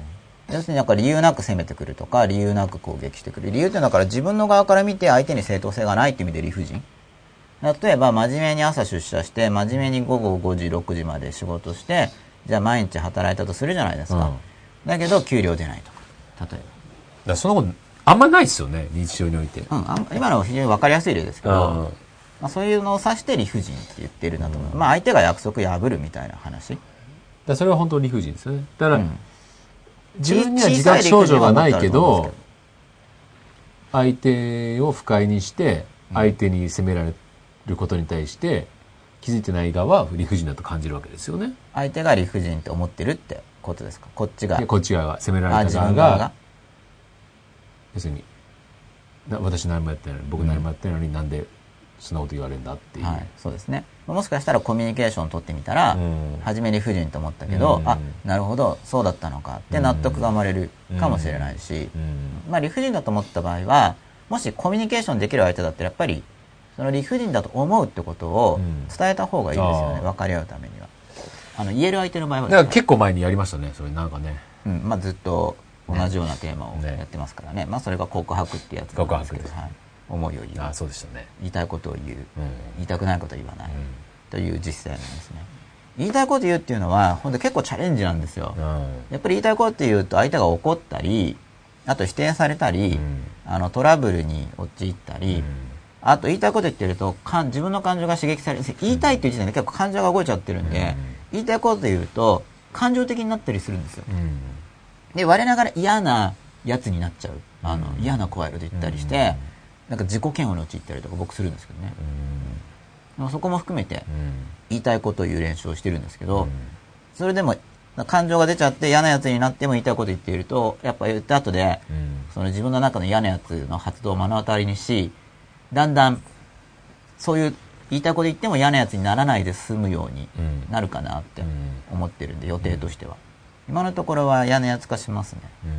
要するになんか理由なく攻めてくるとか理由なく攻撃してくる理由っていうのはだから自分の側から見て相手に正当性がないっていう意味で理不尽。例えば真面目に朝出社して真面目に午後ごじろくじまで仕事してじゃあ毎日働いたとするじゃないですか、うん、だけど給料出ないとか例えばだからそのことあんまないですよね日常において、 うん、あ今のは非常に分かりやすい例ですけど、うんまあ、そういうのを指して理不尽って言ってるんだと思う、うん、まあ相手が約束破るみたいな話だそれは本当に理不尽ですよねだから、うん、自分には自覚症状がないけど相手を不快にして相手に責められることに対して気づいてない側は理不尽だと感じるわけですよね相手が理不尽って思ってるってことですかこっちがこっち側が責められた側がが要するに私何もやってないのに僕何もやってないのになんでそんなこと言われるんだっていう、 はい、そうですねもしかしたらコミュニケーションを取ってみたら、うん、初め理不尽と思ったけど、うん、あなるほどそうだったのかって納得が生まれるかもしれないし、うん、まあ、理不尽だと思った場合はもしコミュニケーションできる相手だったらやっぱりその理不尽だと思うってことを伝えた方がいいですよね、うん、分かり合うためにはあの言える相手の場合は、 ね、だから結構前にやりましたねそれなんかね、 うんまあ、ずっと同じようなテーマをやってますからね、ねまあ、それが告白ってやつなんですけど、はい、思いを言うあそうでしたね言いたいことを言う、うん、言いたくないことを言わない、うん、という実際なんですね言いたいこと言うっていうのは本当結構チャレンジなんですよ、うん、やっぱり言いたいこと言うと相手が怒ったりあと否定されたり、うん、あのトラブルに陥ったり、うん、あと言いたいこと言ってるとか自分の感情が刺激される言いたいっていう時点で結構感情が動いちゃってるんで、うん、言いたいこと言うと感情的になったりするんですよ、で我ながら嫌なやつになっちゃうあの、嫌な声色で言ったりして、なんか自己嫌悪に陥ったりとか僕するんですけどね、うん、そこも含めて言いたいことを言う練習をしてるんですけど、うん、それでも感情が出ちゃって嫌なやつになっても言いたいこと言っているとやっぱ言った後で、うん、その自分の中の嫌なやつの発動を目の当たりにしだんだんそういう言いたいこと言っても嫌なやつにならないで済むようになるかなって思ってるんで、予定としては今のところは嫌なやつ化しますね、うん、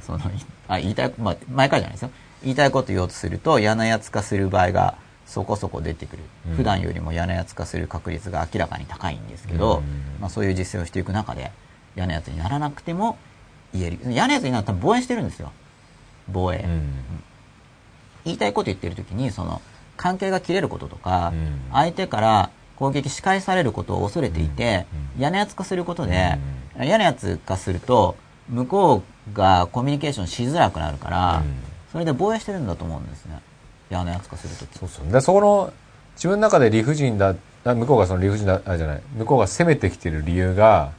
そのあ言いたい、まあ、毎回じゃないですよ言いたいこと言おうとすると嫌なやつ化する場合がそこそこ出てくる、うん、普段よりも嫌なやつ化する確率が明らかに高いんですけど、うんまあ、そういう実践をしていく中で嫌なやつにならなくても言える嫌なやつになったら防衛してるんですよ防衛、うんうん、言いたいこと言ってる時にその関係が切れることとか、うん、相手から攻撃仕返されることを恐れていて、うん、嫌なやつ化することで、うん、嫌なやつ化すると向こうがコミュニケーションしづらくなるから、うんそれで防衛してるんだと思うんですね嫌なやつ化するときそうそうでそこの自分の中で理不尽だ向こうがその理不尽だあじゃない向こうが攻めてきてる理由が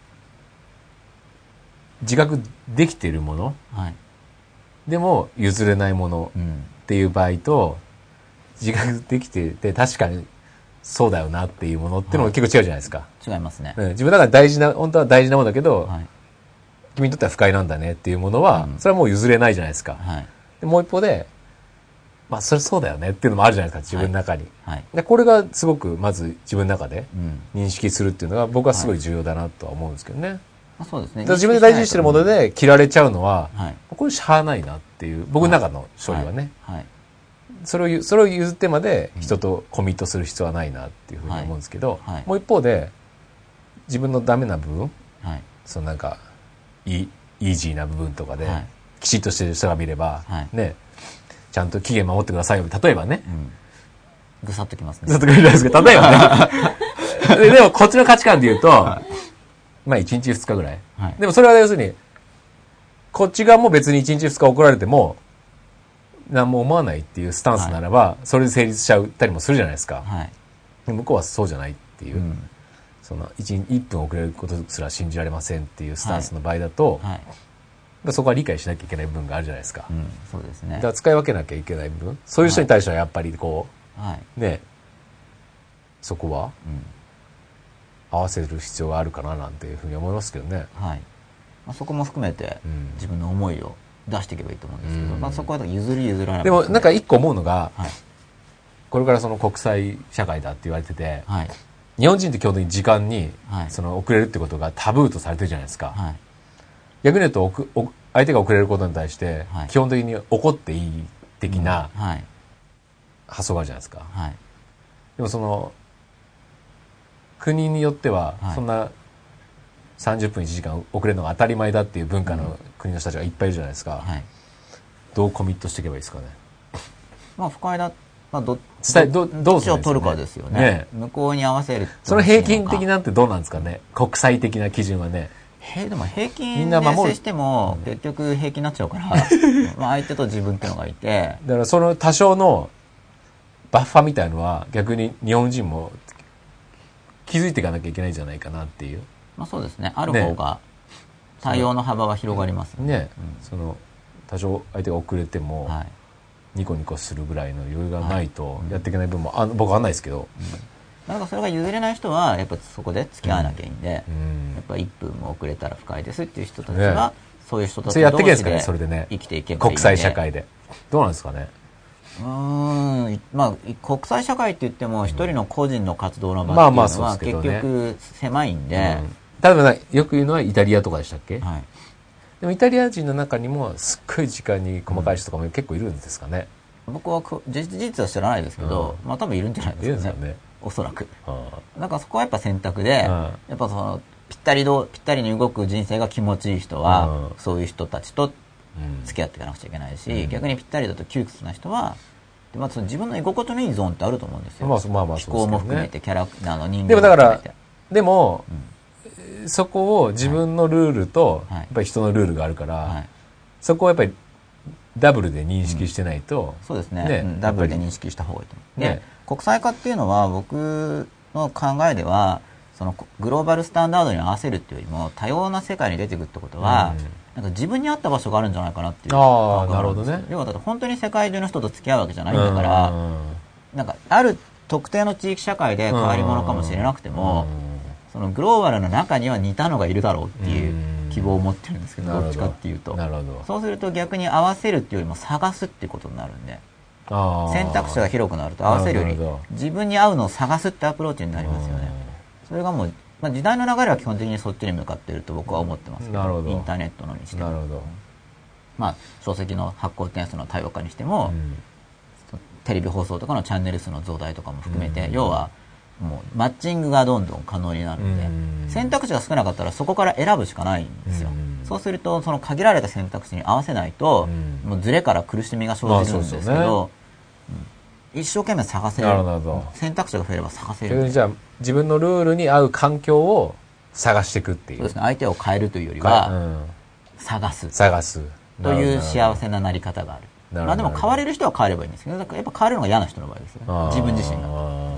自覚できているもの、はい、でも譲れないものっていう場合と、うん、自覚できてて確かにそうだよなっていうものっていうのも結構違うじゃないですか、はい、違いますね、 うん、自分の中で大事な本当は大事なものだけど、はい、君にとっては不快なんだねっていうものは、うん、それはもう譲れないじゃないですか、はいでもう一方で、まあそれそうだよねっていうのもあるじゃないですか、自分の中に。はいはい、でこれがすごくまず自分の中で認識するっていうのが僕はすごい重要だなとは思うんですけどね。はい、 あそうですね。 自分で大事にしてるもので切られちゃうのは、はい、これしゃあないなっていう、僕の中の処理はね。はいはい、それを、それを譲ってまで人とコミットする必要はないなっていうふうに思うんですけど、はいはい、もう一方で、自分のダメな部分、はい、そのなんか、イイージーな部分とかで、はいきちっとしてる人が見れば、はい、ね、ちゃんと期限守ってくださいよ。例えばね。うん、 ぐさっときますね。 ぐさっとくるじゃないですか。例えばねで。でも、こっちの価値観で言うと、はい、まあ、いちにちふつかぐらい、はい。でも、それは要するに、こっち側も別にいちにちふつか怒られても、何も思わないっていうスタンスならば、はい、それで成立しちゃったりもするじゃないですか。はい、で向こうはそうじゃないっていう、うん、そのいち、いっぷん遅れることすら信じられませんっていうスタンスの場合だと、はいはいそこは理解しなきゃいけない部分があるじゃないですか。うん、そうですね。だから使い分けなきゃいけない部分、そういう人に対してはやっぱりこう、はい、ね、そこは、うん、合わせる必要があるかななんていうふうに思いますけどね。はい。まあ、そこも含めて、うん、自分の思いを出していけばいいと思うんですけど、うん、まあそこは譲り譲らない。 でもなんか一個思うのが、はい、これからその国際社会だって言われてて、はい、日本人って基本的に時間に、はい、その遅れるってことがタブーとされてるじゃないですか。はい逆に言うと相手が遅れることに対して基本的に怒っていい的な発想があるじゃないですか、はい、でもその国によってはそんなさんじゅっぷんいちじかん遅れるのが当たり前だっていう文化の国の人たちがいっぱいいるじゃないですか、 はい、 どうコミットしていけばいいですかね。 まあ不快だ、まあ、ど伝えどどっちを取るかですよね。ね、向こうに合わせる。 その平均的なんてどうなんですかね、国際的な基準はね。 へでも平均で接しても結局平均になっちゃうからまあ相手と自分っていうのがいて、 だからその多少のバッファみたいのは逆に日本人も気づいていかなきゃいけないんじゃないかなっていう。 まあそうですね、ある方が対応の幅は広がりますよね。 ね、うん、その多少相手が遅れても、はい、ニコニコするぐらいの余裕がないとやっていけない部分も、あ僕はあんないですけど、うん、 なんかそれが譲れない人はやっぱそこで付き合わなきゃいいんで、うん、やっぱいっぷんも遅れたら不快ですっていう人たちは、ね、そういう人たち同士で生きていけばいいんで、 国際社会でどうなんですかね。 うーん、まあ国際社会って言っても一人の個人の活動の場っていうのは結局狭いんで、 うん、例えばよく言うのはイタリアとかでしたっけ、はい、でもイタリア人の中にもすっごい時間に細かい人とかも結構いるんですかね。 うん、僕は事実は知らないですけど、うん、まあ多分いるんじゃないですかね、ね、おそらく。だからそこはやっぱ選択で、うん、やっぱそのぴったりどぴったりに動く人生が気持ちいい人は、うん、そういう人たちと付き合っていかなくちゃいけないし、うん、逆にぴったりだと窮屈な人はで、まあ、その自分の居心地のいいゾーンってあると思うんですよ。まあまあまあそうですけどね、思考も含めてキャラクターの人間も含めて。でもだからでも、うん、そこを自分のルールと、はい、やっぱり人のルールがあるから、はい、そこをやっぱりダブルで認識してないと、 うん、そうですね、ね、うん、ダブルで認識した方がいいと思う。で、ね、国際化っていうのは僕の考えではそのグローバルスタンダードに合わせるっていうよりも多様な世界に出ていくってことは、うん、なんか自分に合った場所があるんじゃないかなっていう。 ああ、なるほどね。 要はだって本当に世界中の人と付き合うわけじゃないんだから、うん、なんかある特定の地域社会で変わり者かもしれなくても、うん、そのグローバルの中には似たのがいるだろうっていう希望を持ってるんですけど、どっちかっていうと。なるほど。そうすると逆に合わせるっていうよりも探すっていうことになるんで、選択肢が広くなると合わせるより自分に合うのを探すってアプローチになりますよね。それがもう、まあ、時代の流れは基本的にそっちに向かっていると僕は思ってますけど、インターネットのにしても、なるほど、まあ、書籍の発行点数の多様化にしても、うん、テレビ放送とかのチャンネル数の増大とかも含めて、うん、要はもうマッチングがどんどん可能になるので、うん、選択肢が少なかったらそこから選ぶしかないんですよ、うん、そうするとその限られた選択肢に合わせないと、うん、もうズレから苦しみが生じるんですけど、一生懸命探せる。選択肢が増えれば探せる。 じゃあ自分のルールに合う環境を探していくっていう。 そうですね。相手を変えるというよりは、うん、探す。 探す。 という幸せななり方がある。まあでも変われる人は変わればいいんですけど、やっぱ変わるのが嫌な人の場合ですよね。自分自身が。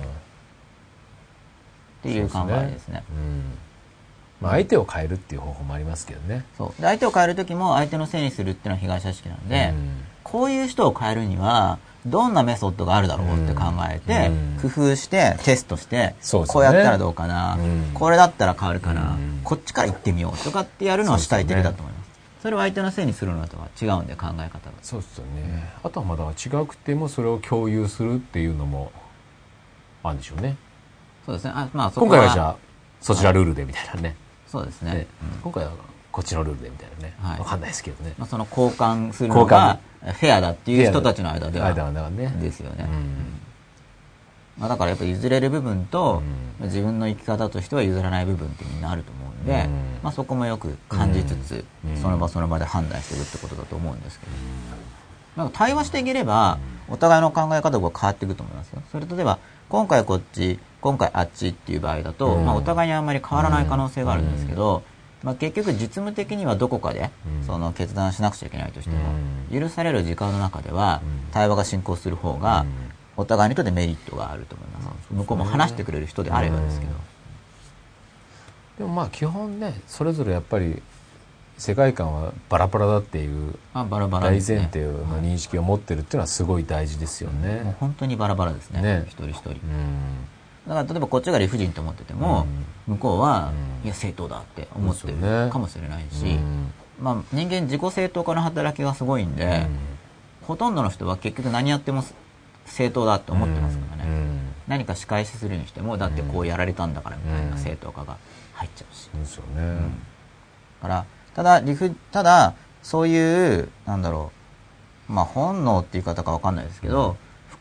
っていう考えですね。うん、 まあ相手を変えるっていう方法もありますけどね。 そう。で相手を変えるときも相手のせいにするっていうのは被害者意識なので、うん、こういう人を変えるには、どんなメソッドがあるだろうって考えて、うん、工夫してテストして、ね、こうやったらどうかな、うん、これだったら変わるかな、うん、こっちから行ってみようとかってやるのは主体的だと思います。それを相手のせいにするのとは違うんで、考え方が。 そうですよね。あとはまだ違くてもそれを共有するっていうのもあるんでしょうね。 そうですね。あ、まあそこは今回はじゃあそちらルールでみたいなね。 そうですね。ね、 うん、今回はこっちのルールでみたいなね。はい、わかんないですけどね。 まあ、その交換するのがフェアだっていう人たちの間ではですよね。うん、まあ、だからやっぱり譲れる部分と、うん、自分の生き方としては譲らない部分ってみんなあると思うんで、うん、まあ、そこもよく感じつつ、うん、その場その場で判断してるってことだと思うんですけど、なんか対話していければお互いの考え方が変わっていくと思いますよ。それ例えば今回こっち今回あっちっていう場合だと、まあ、お互いにあんまり変わらない可能性があるんですけど、まあ、結局実務的にはどこかでその決断しなくちゃいけないとしても、許される時間の中では対話が進行する方がお互いにとってメリットがあると思います。向こうも話してくれる人であればですけど、 でもまあ基本ね、それぞれやっぱり世界観はバラバラだっていう大前提の認識を持ってるっていうのはすごい大事ですよね。 もう本当にバラバラですね、ね、一人一人。だから例えばこっちが理不尽と思ってても、うん、向こうは、うん、いや正当だって思ってるかもしれないし、うん、まあ、人間自己正当化の働きがすごいんで、うん、ほとんどの人は結局何やっても正当だって思ってますからね、うん、何か仕返しするにしてもだってこうやられたんだからみたいな正当化が入っちゃうし、 うん、ですよね、うん、 だからただ理不ただそういうなんだろう、まあ本能っていう言い方か分かんないですけど、不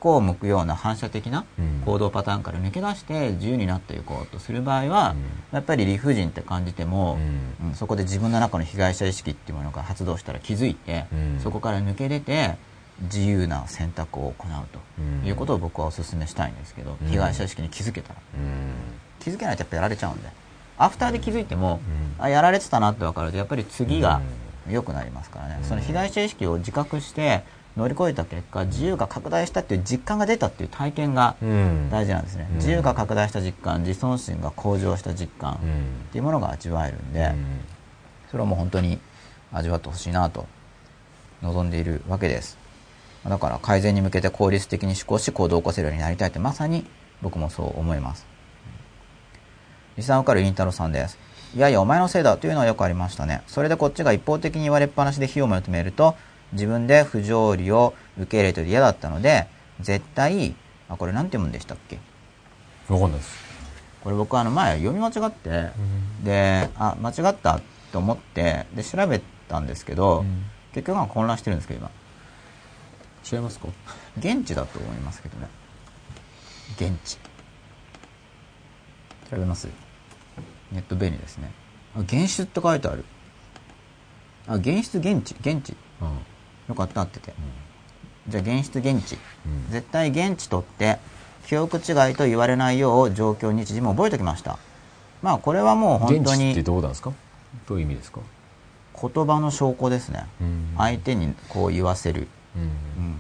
こう向くような反射的な行動パターンから抜け出して自由になっていこうとする場合は、やっぱり理不尽って感じても、うん、そこで自分の中の被害者意識っていうものが発動したら気づいて、そこから抜け出て自由な選択を行うということを僕はお勧めしたいんですけど、被害者意識に気づけたら、気づけないとやっぱやられちゃうんで、アフターで気づいても、あ、やられてたなって分かるとやっぱり次が良くなりますからね。その被害者意識を自覚して乗り越えた結果、自由が拡大したっていう実感が出たっていう体験が大事なんですね、うん、自由が拡大した実感、自尊心が向上した実感っていうものが味わえるんで、それはもう本当に味わってほしいなと望んでいるわけです。だから改善に向けて効率的に思考し行動を起こせるようになりたいって、まさに僕もそう思います。リサン受かるりんたろーさんです。いやいやお前のせいだというのはよくありましたね。それでこっちが一方的に言われっぱなしで非を求めると、自分で不条理を受け入れて嫌だったので、絶対、あ、これなんて読むんでしたっけ？ わかんないです。 これ僕あの前読み間違って、うん、で、あ、間違ったと思って、で、調べたんですけど、うん、結局は混乱してるんですけど、 今。違いますか？ 現地だと思いますけどね。現地。調べます？ネット便利ですね。あ、現出って書いてある。あ、現出現地、現地。うん、よかったってて、うん、じゃあ現出現地、うん、絶対現地とって記憶違いと言われないよう状況日時も覚えておきました。まあこれはもう本当に現地ってどうなんですか？どういう意味ですか？ 言葉の証拠ですね、うん、相手にこう言わせる、うんうん、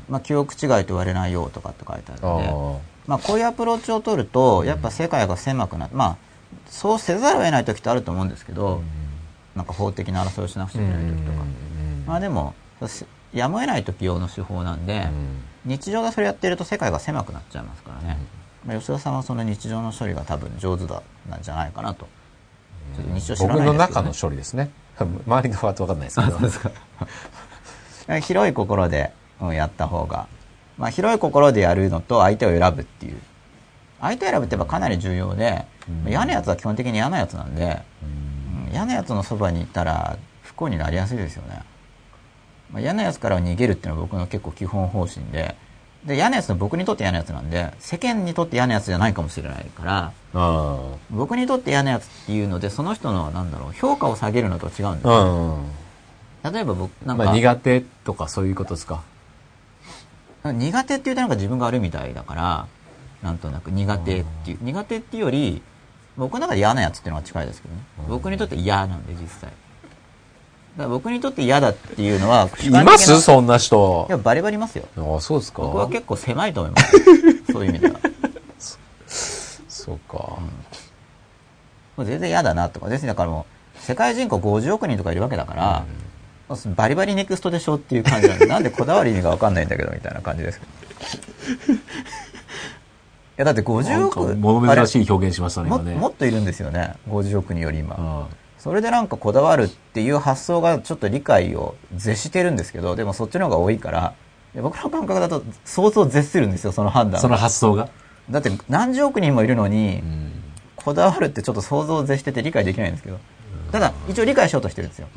まあ、記憶違いと言われないようとかって書いてあるので、まあ、こういうアプローチを取るとやっぱ世界が狭くなって、まあそうせざるを得ない時ってあると思うんですけど、うん、なんか法的な争いをしなくちゃいけない時とか、うん、まあでもやむを得ない時用の手法なんで、うん、日常がそれやってると世界が狭くなっちゃいますからね、うん、まあ、吉田さんはその日常の処理が多分上手だなんじゃないかなと、ちょっと日常知らないですけど、ね、 僕の中の処理ですね。周りのは分かんないですけど。そうですか。広い心で、うん、やった方が、まあ、広い心でやるのと相手を選ぶっていう、相手を選ぶってやっぱかなり重要で、うん、嫌なやつは基本的に嫌なやつなんで、うん、嫌なやつのそばにいたら不幸になりやすいですよね。まあ、嫌なやつからは逃げるっていうのは僕の結構基本方針で、で嫌なやつの僕にとって嫌なやつなんで、世間にとって嫌なやつじゃないかもしれないから、あ、僕にとって嫌なやつっていうのでその人のなんだろう評価を下げるのとは違うんですよ。例えば僕なんか、 まあ、苦手とかそういうことですか？ 苦手って言うとなんか自分が悪いみたいだから、なんとなく苦手っていう苦手っていうより僕の中で嫌なやつっていうのが近いですけどね。僕にとって嫌なんで実際。だから僕にとって嫌だっていうのは、 いますそんな人。 いやバリバリいますよ。 ああ、そうですか。 僕は結構狭いと思います。そういう意味では。 そうか。うん、もう全然嫌だなとか、ですだからもう世界人口ごじゅうおくにんとかいるわけだから、うん、バリバリネクストでしょっていう感じなんで、なんでこだわる意味が分かんないんだけどみたいな感じですけど。いやだってごじゅうおく、 物珍しい表現しましたね、 今ね。も, もっといるんですよね。ごじゅうおくにんより今。うん、それでなんかこだわるっていう発想がちょっと理解を絶してるんですけど、でもそっちの方が多いから、僕の感覚だと相当絶するんですよ、その判断。 その発想が。 だって何十億人もいるのに、うん、こだわるってちょっと想像を絶してて理解できないんですけど、ただ一応理解しようとしてるんですよ。うん、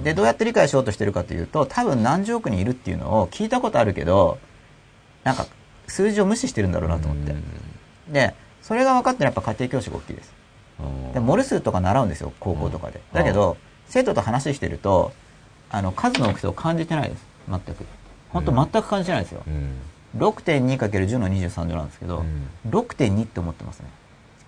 で、どうやって理解しようとしてるかというと、多分何十億人いるっていうのを聞いたことあるけど、なんか数字を無視してるんだろうなと思って。うん、で、それが分かってるのはやっぱ家庭教師が大きいです。でモル数とか習うんですよ、高校とかで。だけど生徒と話してるとあの数の大きさを感じてないです。全く本当全く感じてないですよ。うん、ろくてんにかけるじゅう のにじゅうさん乗なんですけど、うん、ろくてんに って思ってますね。うん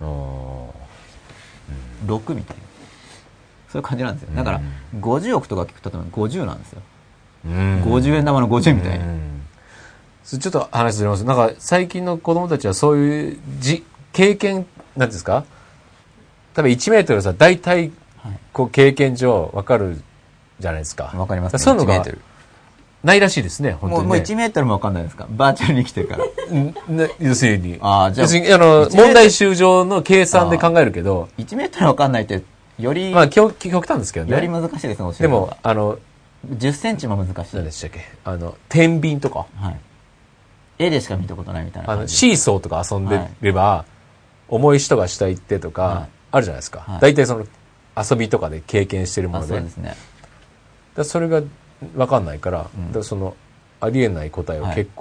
、ろくみたいなそういう感じなんですよ。だからごじゅうおくとか聞くとごじゅうなんですよ。うん、ごじゅうえん玉のごじゅうみたいな。うん、 ちょっと話ずれます。なんか最近の子供たちはそういうじ経験なんですか、多分いちメートルさ、大体こう経験上分かるじゃないですか。 分かりますね。 そういうのがないらしいですね、本当に、ね。 もう、もういちメートルも分かんないですか、バーチャルに生きてるから。 要するに。 ああ、じゃあ。 要するに、あの、問題集上の計算で考えるけど。 いちメートル分かんないって、より。 まあ、極端ですけどね。 より難しいですね、 でも、あの、 じゅっセンチも難しい。 何でしたっけ、あの、天秤とか。 はい。絵でしか見たことないみたいな感じ。あの、シーソーとか遊んでれば、はい、重い人が下行ってとか、はい、あるじゃないですか。はい、大体その遊びとかで経験してるもので。 そうですね。 だそれが分かんないから、うん、だそのありえない答えを結構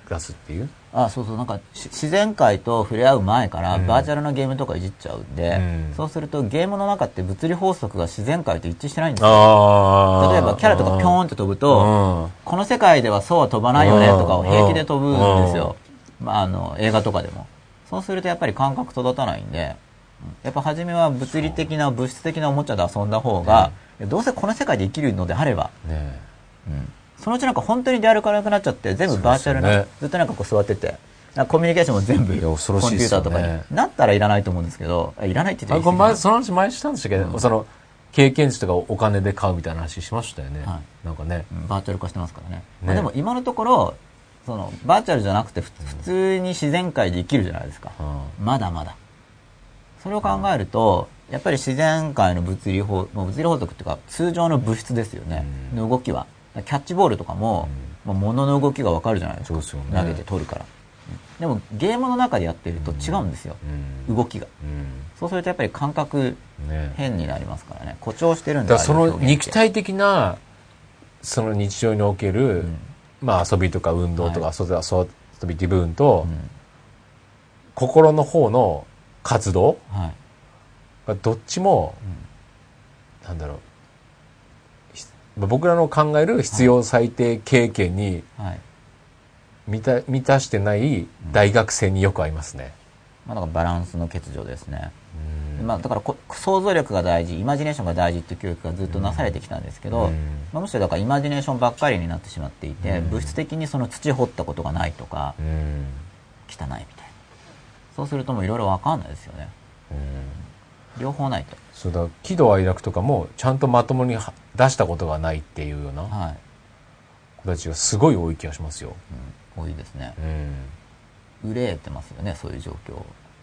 出すっていう。 あ、そうそう、なんか自然界と触れ合う前からバーチャルなゲームとかいじっちゃうんで、うん、そうするとゲームの中って物理法則が自然界と一致してないんですよ。例えばキャラとかピョーンって飛ぶと、この世界ではそうは飛ばないよねとかを平気で飛ぶんですよ。まあ、あの映画とかでも。そうするとやっぱり感覚育たないんで、やっぱ初めは物理的な物質的なおもちゃで遊んだ方が、ね、どうせこの世界で生きるのであれば、ね、うん、そのうちなんか本当にリアルからなくなっちゃって全部バーチャルな、ね、ずっとなんかこう座っててコミュニケーションも全部コンピューターとかになったらいらないと思うんですけど、いらないって言っていいですか？ その話前したんでしたけど、うん、その経験値とかお金で買うみたいな話しましたよね、はい、なんかね、 うん、バーチャル化してますからね、ね、まあ、でも今のところそのバーチャルじゃなくて普通に自然界で生きるじゃないですか、うん、まだまだそれを考えると、うん、やっぱり自然界の物理法物理法則っていうか通常の物質ですよね、うん、の動きはキャッチボールとかも、うん、まあ、物の動きが分かるじゃないですか。そうですよね、投げて取るから、うん、でもゲームの中でやってると違うんですよ、うん、動きが、うん、そうするとやっぱり感覚変になりますからね、誇張してるんで。 だからその肉体的なその日常における、うん、まあ遊びとか運動とか、はい、遊びっていう部分と、うん、心の方の活動がどっちも、うん、なんだろう、僕らの考える必要最低経験に満た、満たしてない大学生によく合いますね、 うん、まあ、だからバランスの欠如ですね。まあ、だからこ想像力が大事、イマジネーションが大事っていう教育がずっとなされてきたんですけど、まあ、むしろだからイマジネーションばっかりになってしまっていて、物質的にその土掘ったことがないとか、汚いみたいな、そうするともういろいろ分かんないですよね、両方ないと。 そうだ、喜怒哀楽とかもちゃんとまともに出したことがないっていうような子たちがすごい多い気がしますよ、 うん、多いですね、うん、憂えてますよね、そういう状況、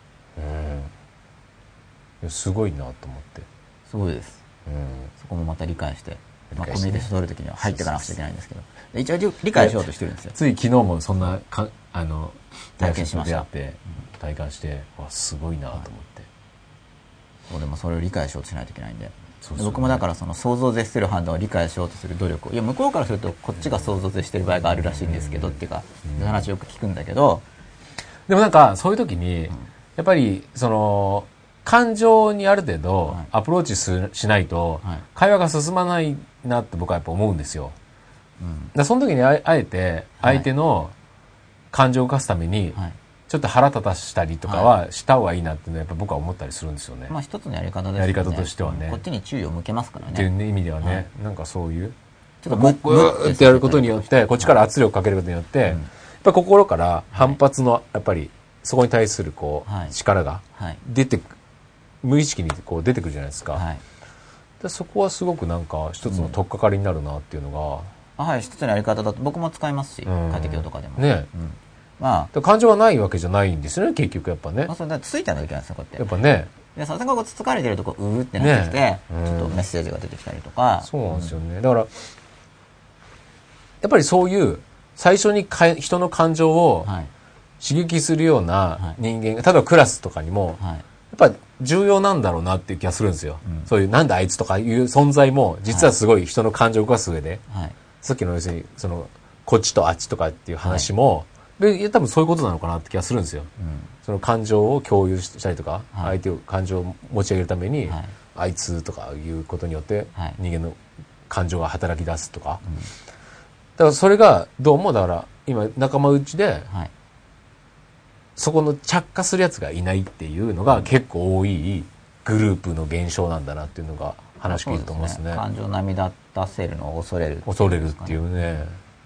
うん、すごいなと思って。 すごいです、うん、そこもまた理解して、まあ、コミュニケーション取るときには入っていかなくちゃいけないんですけど、一応理解しようとしてるんですよ。 つい昨日もそんなかあの体験しました。 体感して、わ、すごいなと思って、はい、 そう、でもそれを理解しようとしないといけないんで、そうそう、ね、僕もだからその想像を絶する判断を理解しようとする努力を、いや向こうからするとこっちが想像を絶してる場合があるらしいんですけど、うん、っていうか、うん、話よく聞くんだけど、 でもなんかそういう時に、うん、やっぱりその感情にある程度アプローチ す, しないと会話が進まないなって僕はやっぱ思うんですよ、うん、だその時に あ, あえて相手の感情を動かすために、はい、ちょっと腹立たしたりとかはした方がいいなっていうのはやっぱ僕は思ったりするんですよね。 まあ一つのやり方ですね。 やり方としてはね、 こっちに注意を向けますからね。 っていう意味ではね、はい、なんかそういうちょっとグーってやることによってこっちから圧力かけることによって、はい、やっぱ心から反発のやっぱりそこに対するこう、はい、力が出て、無意識にこう出てくるじゃないですか、はい、でそこはすごくなんか一つの取っかかりになるなっていうのが、 うん、はい、一つのやり方だと僕も使いますし、快適とかでもね、うん、まあ、感情がないわけじゃないんですよね、結局やっぱね。 まあ、それだってついたのいけないですよ、こうやって。 やっぱね。 で、さすがこうつつかれてるとこう、うーってなってきて、ね、うん、ちょっとメッセージが出てきたりとか。 そうなんですよね。うん、だから、やっぱりそういう、最初にか人の感情を刺激するような人間が、はい、例えばクラスとかにも、はい、やっぱ重要なんだろうなっていう気がするんですよ。うん、そういう、なんだあいつとかいう存在も、実はすごい人の感情を動かす上で、はい、さっきの要するに、その、こっちとあっちとかっていう話も、はい、で多分そういうことなのかなって気がするんですよ、うん、その感情を共有したりとか、はい、相手を感情を持ち上げるために、はい、あいつとかいうことによって人間の感情が働き出すとか、うん、だからそれがどうもだから今仲間内で、はい、そこの着火するやつがいないっていうのが結構多いグループの現象なんだなっていうのが話聞いると思うんですね。 ですね、感情を波立たせるのを恐れる、 恐れるっていうね、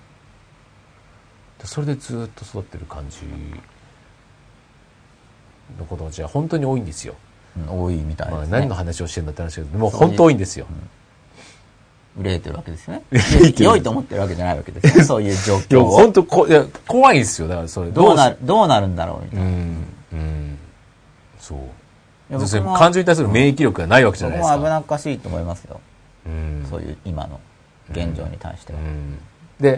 それでずっと育ってる感じの子たちは本当に多いんですよ、 うん、多いみたいですね、 まあ、何の話をしてるんだって話だけどもう本当多いんですよ、 うん、憂えてるわけですよね良いと思ってるわけじゃないわけですよそういう状況を本当こいや怖いんですよ。だからそれどうなるどうなるんだろうみたいな、うん、 うん、そう感情に対する免疫力がないわけじゃないですか。 僕も危なっかしいと思いますよ、うん、そういう今の現状に対しては、うんうん、 で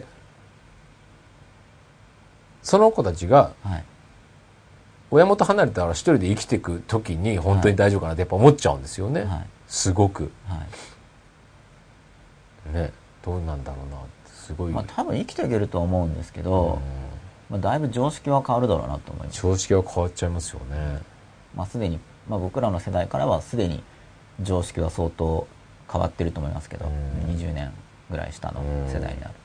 その子たちが親元離れたら一人で生きていく時に本当に大丈夫かなってやっぱ思っちゃうんですよね、はい、すごく、はい、ね、どうなんだろうなってすごい、 まあ、多分生きていけると思うんですけど、 まあ、だいぶ常識は変わるだろうなと思います。 常識は変わっちゃいますよね。 まあ、すでに、まあ、僕らの世代からはすでに常識は相当変わってると思いますけど、にじゅうねんぐらい下の世代になる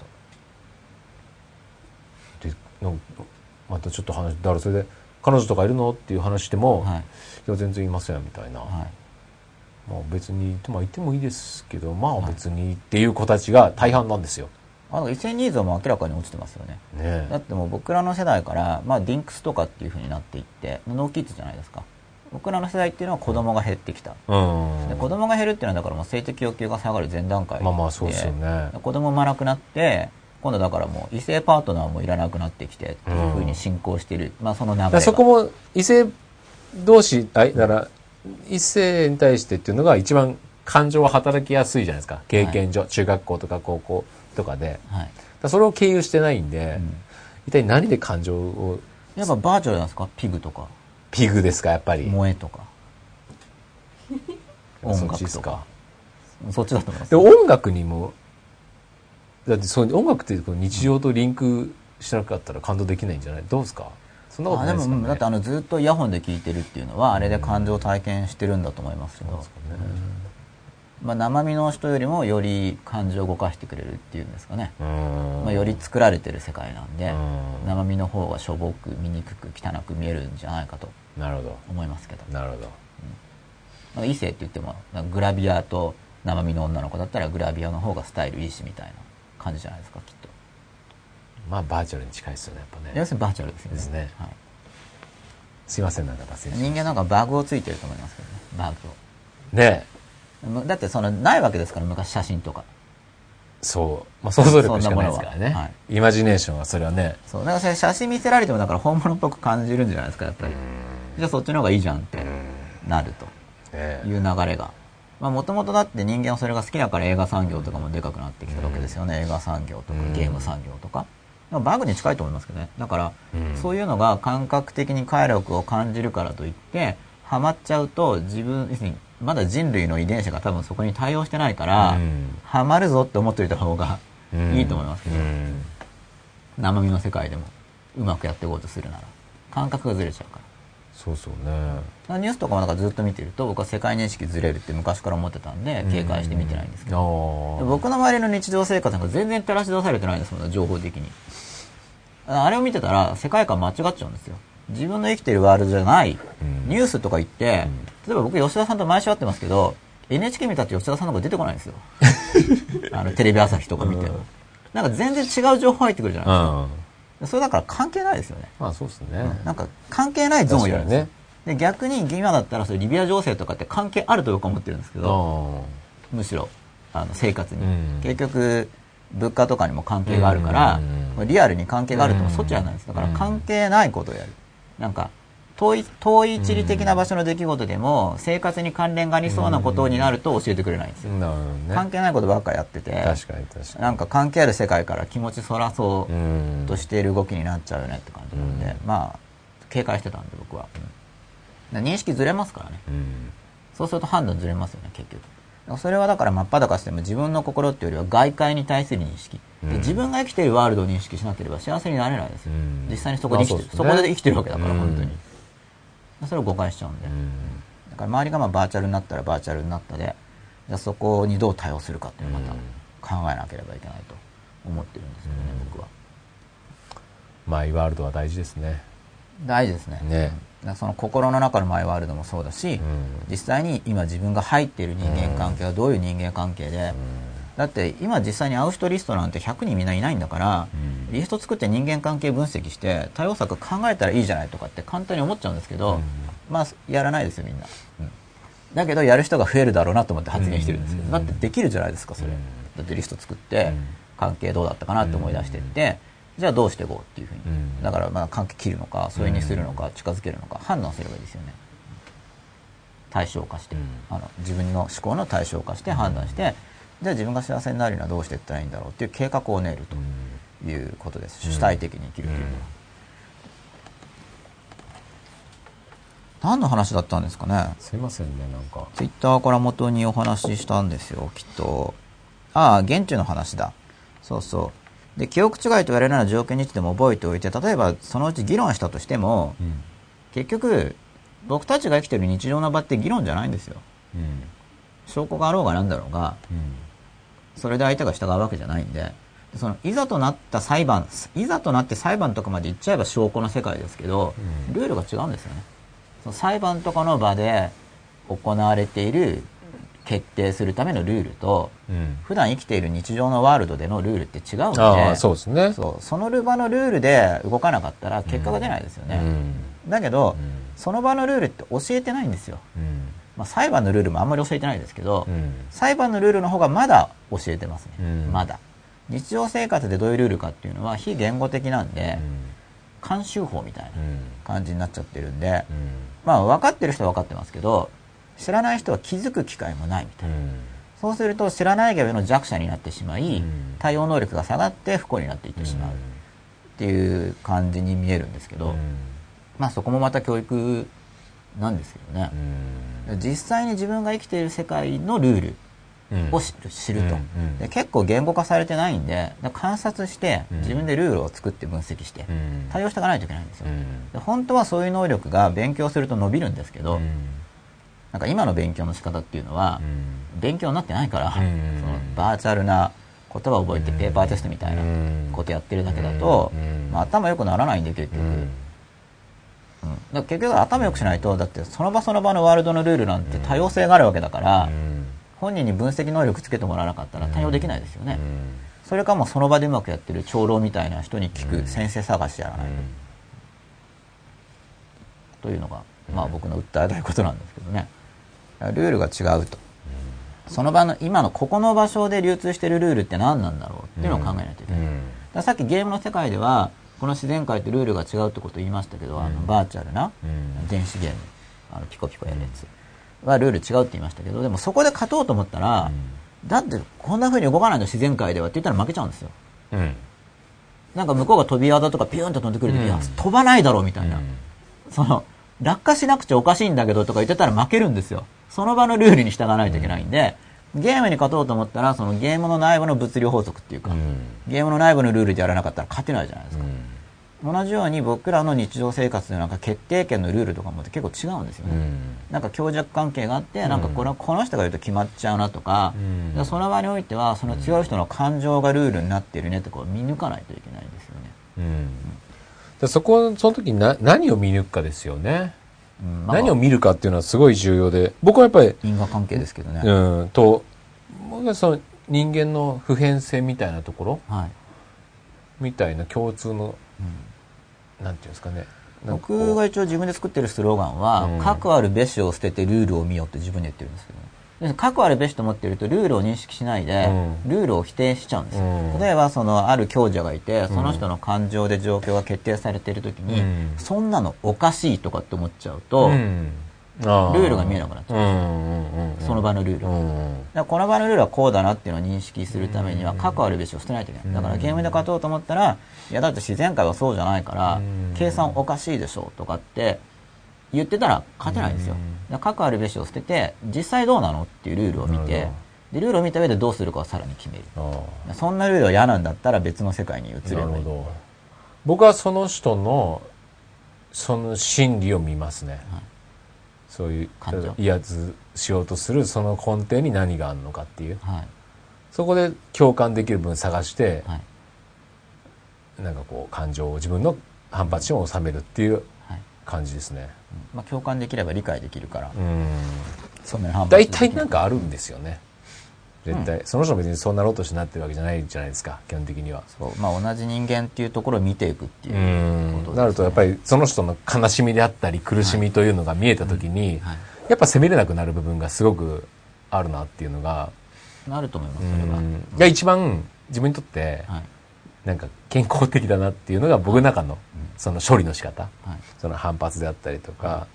と。でなんかまたちょっと話だからそれで彼女とかいるのっていう話しても、はい、いや全然いませんみたいな、はい、まあ別に、まあ、いてもいいですけどまあ別にっていう子たちが大半なんですよ。 あの異性ニーズも明らかに落ちてますよね。ねだってもう僕らの世代から、まあ、ディンクスとかっていう風になっていってノーキッズじゃないですか。僕らの世代っていうのは子供が減ってきた、うん、で子供が減るっていうのはだからもう性的欲求が下がる前段階で、 まあまあそうですよね。 子供もなくなって今度だからもう異性パートナーもいらなくなってきてっていう風に進行している、うん、まあその流れがそこも異性同士だから異性に対してっていうのが一番感情は働きやすいじゃないですか経験上、はい、中学校とか高校とかで、はい、だそれを経由してないんで、うん、一体何で感情をやっぱバーチャルなんですか。ピグとかピグですかやっぱり萌えとか音楽とかそっちだと思います。 で音楽にもだってそう音楽って日常とリンクしなかったら感動できないんじゃないどうですか。そんなことないですかね。 あでもだってあのずっとイヤホンで聴いてるっていうのはあれで感情を体験してるんだと思いますけど、うんまあ、生身の人よりもより感情を動かしてくれるっていうんですかね。まあ、より作られてる世界なんで生身の方がしょぼく見にくく汚く見えるんじゃないかと思いますけど。 なるほど、 うん、異性って言ってもグラビアと生身の女の子だったらグラビアの方がスタイルいいしみたいな感じじゃないですかきっと。 まあバーチャルに近いですよねやっぱね。 要するにバーチャルですよね。 ですね、はい、すいませんなんか脱線しました。 人間なんかバグをついてると思いますけどねバグをねえだってそのないわけですから昔写真とかそう、まあ、想像力しかないですからね、はい、イマジネーションはそれはねそうだから写真見せられてもだから本物っぽく感じるんじゃないですかやっぱり。じゃあそっちの方がいいじゃんってなるという流れがもともとだって人間はそれが好きだから映画産業とかもでかくなってきたわけですよね。映画産業とかゲーム産業とかバグに近いと思いますけどね。だからそういうのが感覚的に快楽を感じるからといってハマっちゃうと自分要するにまだ人類の遺伝子が多分そこに対応してないから、うん、ハマるぞって思っておいた方がいいと思いますけど、うん、生身の世界でもうまくやっていこうとするなら感覚がずれちゃうから。 そうそうね。 ニュースとかもなんかずっと見てると僕は世界認識ずれるって昔から思ってたんで警戒して見てないんですけど、うん、僕の周りの日常生活なんか全然照らし出されてないんですもん情報的に。あれを見てたら世界観間違っちゃうんですよ。自分の生きているワールドじゃない、うん、ニュースとか言って、うん、例えば僕吉田さんと毎週会ってますけど エヌエイチケー 見たって吉田さんの方が出てこないんですよあのテレビ朝日とか見ても、うん、なんか全然違う情報入ってくるじゃないですか、うん、それだから関係ないですよね。 まあそうですね、 うん、なんか関係ないゾーンをやるんですよ、ね、で逆に今だったらそれリビア情勢とかって関係あると僕は思ってるんですけどむしろあの生活に、うん、結局物価とかにも関係があるから、うん、リアルに関係があるともそっちはないです。だから関係ないことをやる。なんか遠い、遠い地理的な場所の出来事でも生活に関連がありそうなことになると教えてくれないんですよ、うんね、関係ないことばっかりやってて確かに確かになんか関係ある世界から気持ちそらそうとしている動きになっちゃうよねって感じなので、うん、まあ警戒してたんで僕は、うん、認識ずれますからね、うん、そうすると判断ずれますよね結局。それはだから真っ裸しても自分の心っていうよりは外界に対する認識、うん、で自分が生きているワールドを認識しなければ幸せになれないですよ、うん、実際にそこで生きてる、まあ そ, ね、そこで生きてるわけだから、うん、本当にそれを誤解しちゃうんで、うん、だから周りがまあバーチャルになったらバーチャルになったでじゃあそこにどう対応するかっていうのをまた考えなければいけないと思ってるんですけどね、うん、僕は。 マイワールドは大事ですね。 大事ですね。ね、その心の中のマイワールドもそうだし、うん、実際に今自分が入っている人間関係はどういう人間関係で、うん、だって今実際に会う人リストなんてひゃくにんみんないないんだから、うん、リスト作って人間関係分析して対応策考えたらいいじゃないとかって簡単に思っちゃうんですけど、うん、まあやらないですよみんな、うん、だけどやる人が増えるだろうなと思って発言してるんですけど、だってできるじゃないですかそれ、だってリスト作って関係どうだったかなって思い出してって、じゃあどうしていこうっていうふうに、うん、だからまあ関係切るのか疎遠にするのか近づけるのか判断すればいいですよね。対象化して、うん、あの自分の思考の対象化して判断して、うん、じゃあ自分が幸せになるにはどうしていったらいいんだろうっていう計画を練るということです、うん、主体的に生きるというのは、うん、何の話だったんですかね。 すいませんねなんかツイッターから元にお話ししたんですよきっと。ああ現地の話だ。そうそうで記憶違いと言われるような条件についても覚えておいて、例えばそのうち議論したとしても、うん、結局僕たちが生きている日常の場って議論じゃないんですよ、うん、証拠があろうがなんだろうが、うん、それで相手が従うわけじゃないんで、そのいざとなった裁判いざとなって裁判とかまで行っちゃえば証拠の世界ですけど、うん、ルールが違うんですよね。その裁判とかの場で行われている決定するためのルールと、うん、普段生きている日常のワールドでのルールって違うので、 あ、そうですね、 そう、その場のルールで動かなかったら結果が出ないですよね、うん、だけど、うん、その場のルールって教えてないんですよ、うん、まあ、裁判のルールもあんまり教えてないですけど、うん、裁判のルールの方がまだ教えてますね、うん、まだ日常生活でどういうルールかっていうのは非言語的なんで、うん、慣習法みたいな感じになっちゃってるんで、うん、まあ分かってる人は分かってますけど知らない人は気づく機会もないみたいな、うん、そうすると知らないがゆえの弱者になってしまい、うん、対応能力が下がって不幸になっていってしまうっていう感じに見えるんですけど、うん、まあそこもまた教育なんですけどね、うん、実際に自分が生きている世界のルールを知る、知ると、うんうん、で結構言語化されてないんで観察して自分でルールを作って分析して対応していかないといけないんですよ、うん、で本当はそういう能力が勉強すると伸びるんですけど、うん、なんか今の勉強の仕方っていうのは、うん、勉強になってないから、うん、そのバーチャルな言葉を覚えてペーパーテストみたいなことやってるだけだと、まあ、頭良くならないんで結局、うんうん、だから結局頭良くしないとだってその場その場のワールドのルールなんて多様性があるわけだから、うん本人に分析能力つけてもらわなかったら対応できないですよね、うん、それかもうその場でうまくやってる長老みたいな人に聞く、うん、先生探しやらないと、うん、というのが、まあ、僕の訴えたいことなんですけどね。ルールが違うと、その場の今のここの場所で流通しているルールって何なんだろうっていうのを考えないといけない、だからさっきゲームの世界ではこの自然界ってルールが違うってことを言いましたけど、あのバーチャルな電子ゲームあのピコピコやるやつはルール違うって言いましたけど、でもそこで勝とうと思ったら、うん、だってこんな風に動かないの自然界ではって言ったら負けちゃうんですよ、うん、なんか向こうが飛び技とかピューンと飛んでくるとき、うん、いや飛ばないだろうみたいな、うん、その落下しなくちゃおかしいんだけどとか言ってたら負けるんですよ。その場のルールに従わないといけないんで、うん、ゲームに勝とうと思ったらそのゲームの内部の物理法則っていうか、うん、ゲームの内部のルールでやらなかったら勝てないじゃないですか、うん、同じように僕らの日常生活のなんか決定権のルールとかも結構違うんですよね、うん、なんか強弱関係があって、うん、なんかこの、この人が言うと決まっちゃうなとか、うん、その場においてはその強い人の感情がルールになってるねってこう見抜かないといけないんですよね、うんうん、でそこその時にな何を見抜くかですよね、うんまあ、何を見るかっていうのはすごい重要で、僕はやっぱり因果関係ですけどね、 うん、と僕はその人間の普遍性みたいなところ、はい、みたいな共通の、うん、なんていうんですかね、 僕が一応自分で作ってるスローガンは、うん、核あるべしを捨ててルールを見よって自分で言ってるんですけど、ね、核あるべしと思ってるとルールを認識しないで、うん、ルールを否定しちゃうんですよ、うん、例えばそのある強者がいてその人の感情で状況が決定されている時に、うん、そんなのおかしいとかって思っちゃうと、うん、ルールが見えなくなっちゃうんですよ、その場のルール、うん、だからこの場のルールはこうだなっていうのを認識するためには核あるべしを捨てないといけない。だからゲームで勝とうと思ったら、いやだって自然界はそうじゃないから計算おかしいでしょとかって言ってたら勝てないんですよ。だから核あるべしを捨てて実際どうなのっていうルールを見て、でルールを見た上でどうするかをさらに決める。そんなルールは嫌なんだったら別の世界に移ればいい。なるほど。 僕はその人のその心理を見ますね、はい、そういう威圧しようとするその根底に何があるのかっていう、はい、そこで共感できる分探して、はい、なんかこう感情を自分の反発心を収めるっていう感じですね、はい、 うん、まあ、共感できれば理解できるから、うん、 そんなに反発大体なんかあるんですよね絶対、うん、その人も別にそうなろうとしてなってるわけじゃないじゃないですか基本的には。 そう、まあ、同じ人間っていうところを見ていくっていうことですね。 なるとやっぱりその人の悲しみであったり苦しみというのが見えた時に、はいうんはい、やっぱ責めれなくなる部分がすごくあるなっていうのがなると思います。それはが一番自分にとってなんか健康的だなっていうのが僕の中のその処理の仕方、はい、その反発であったりとか、はい、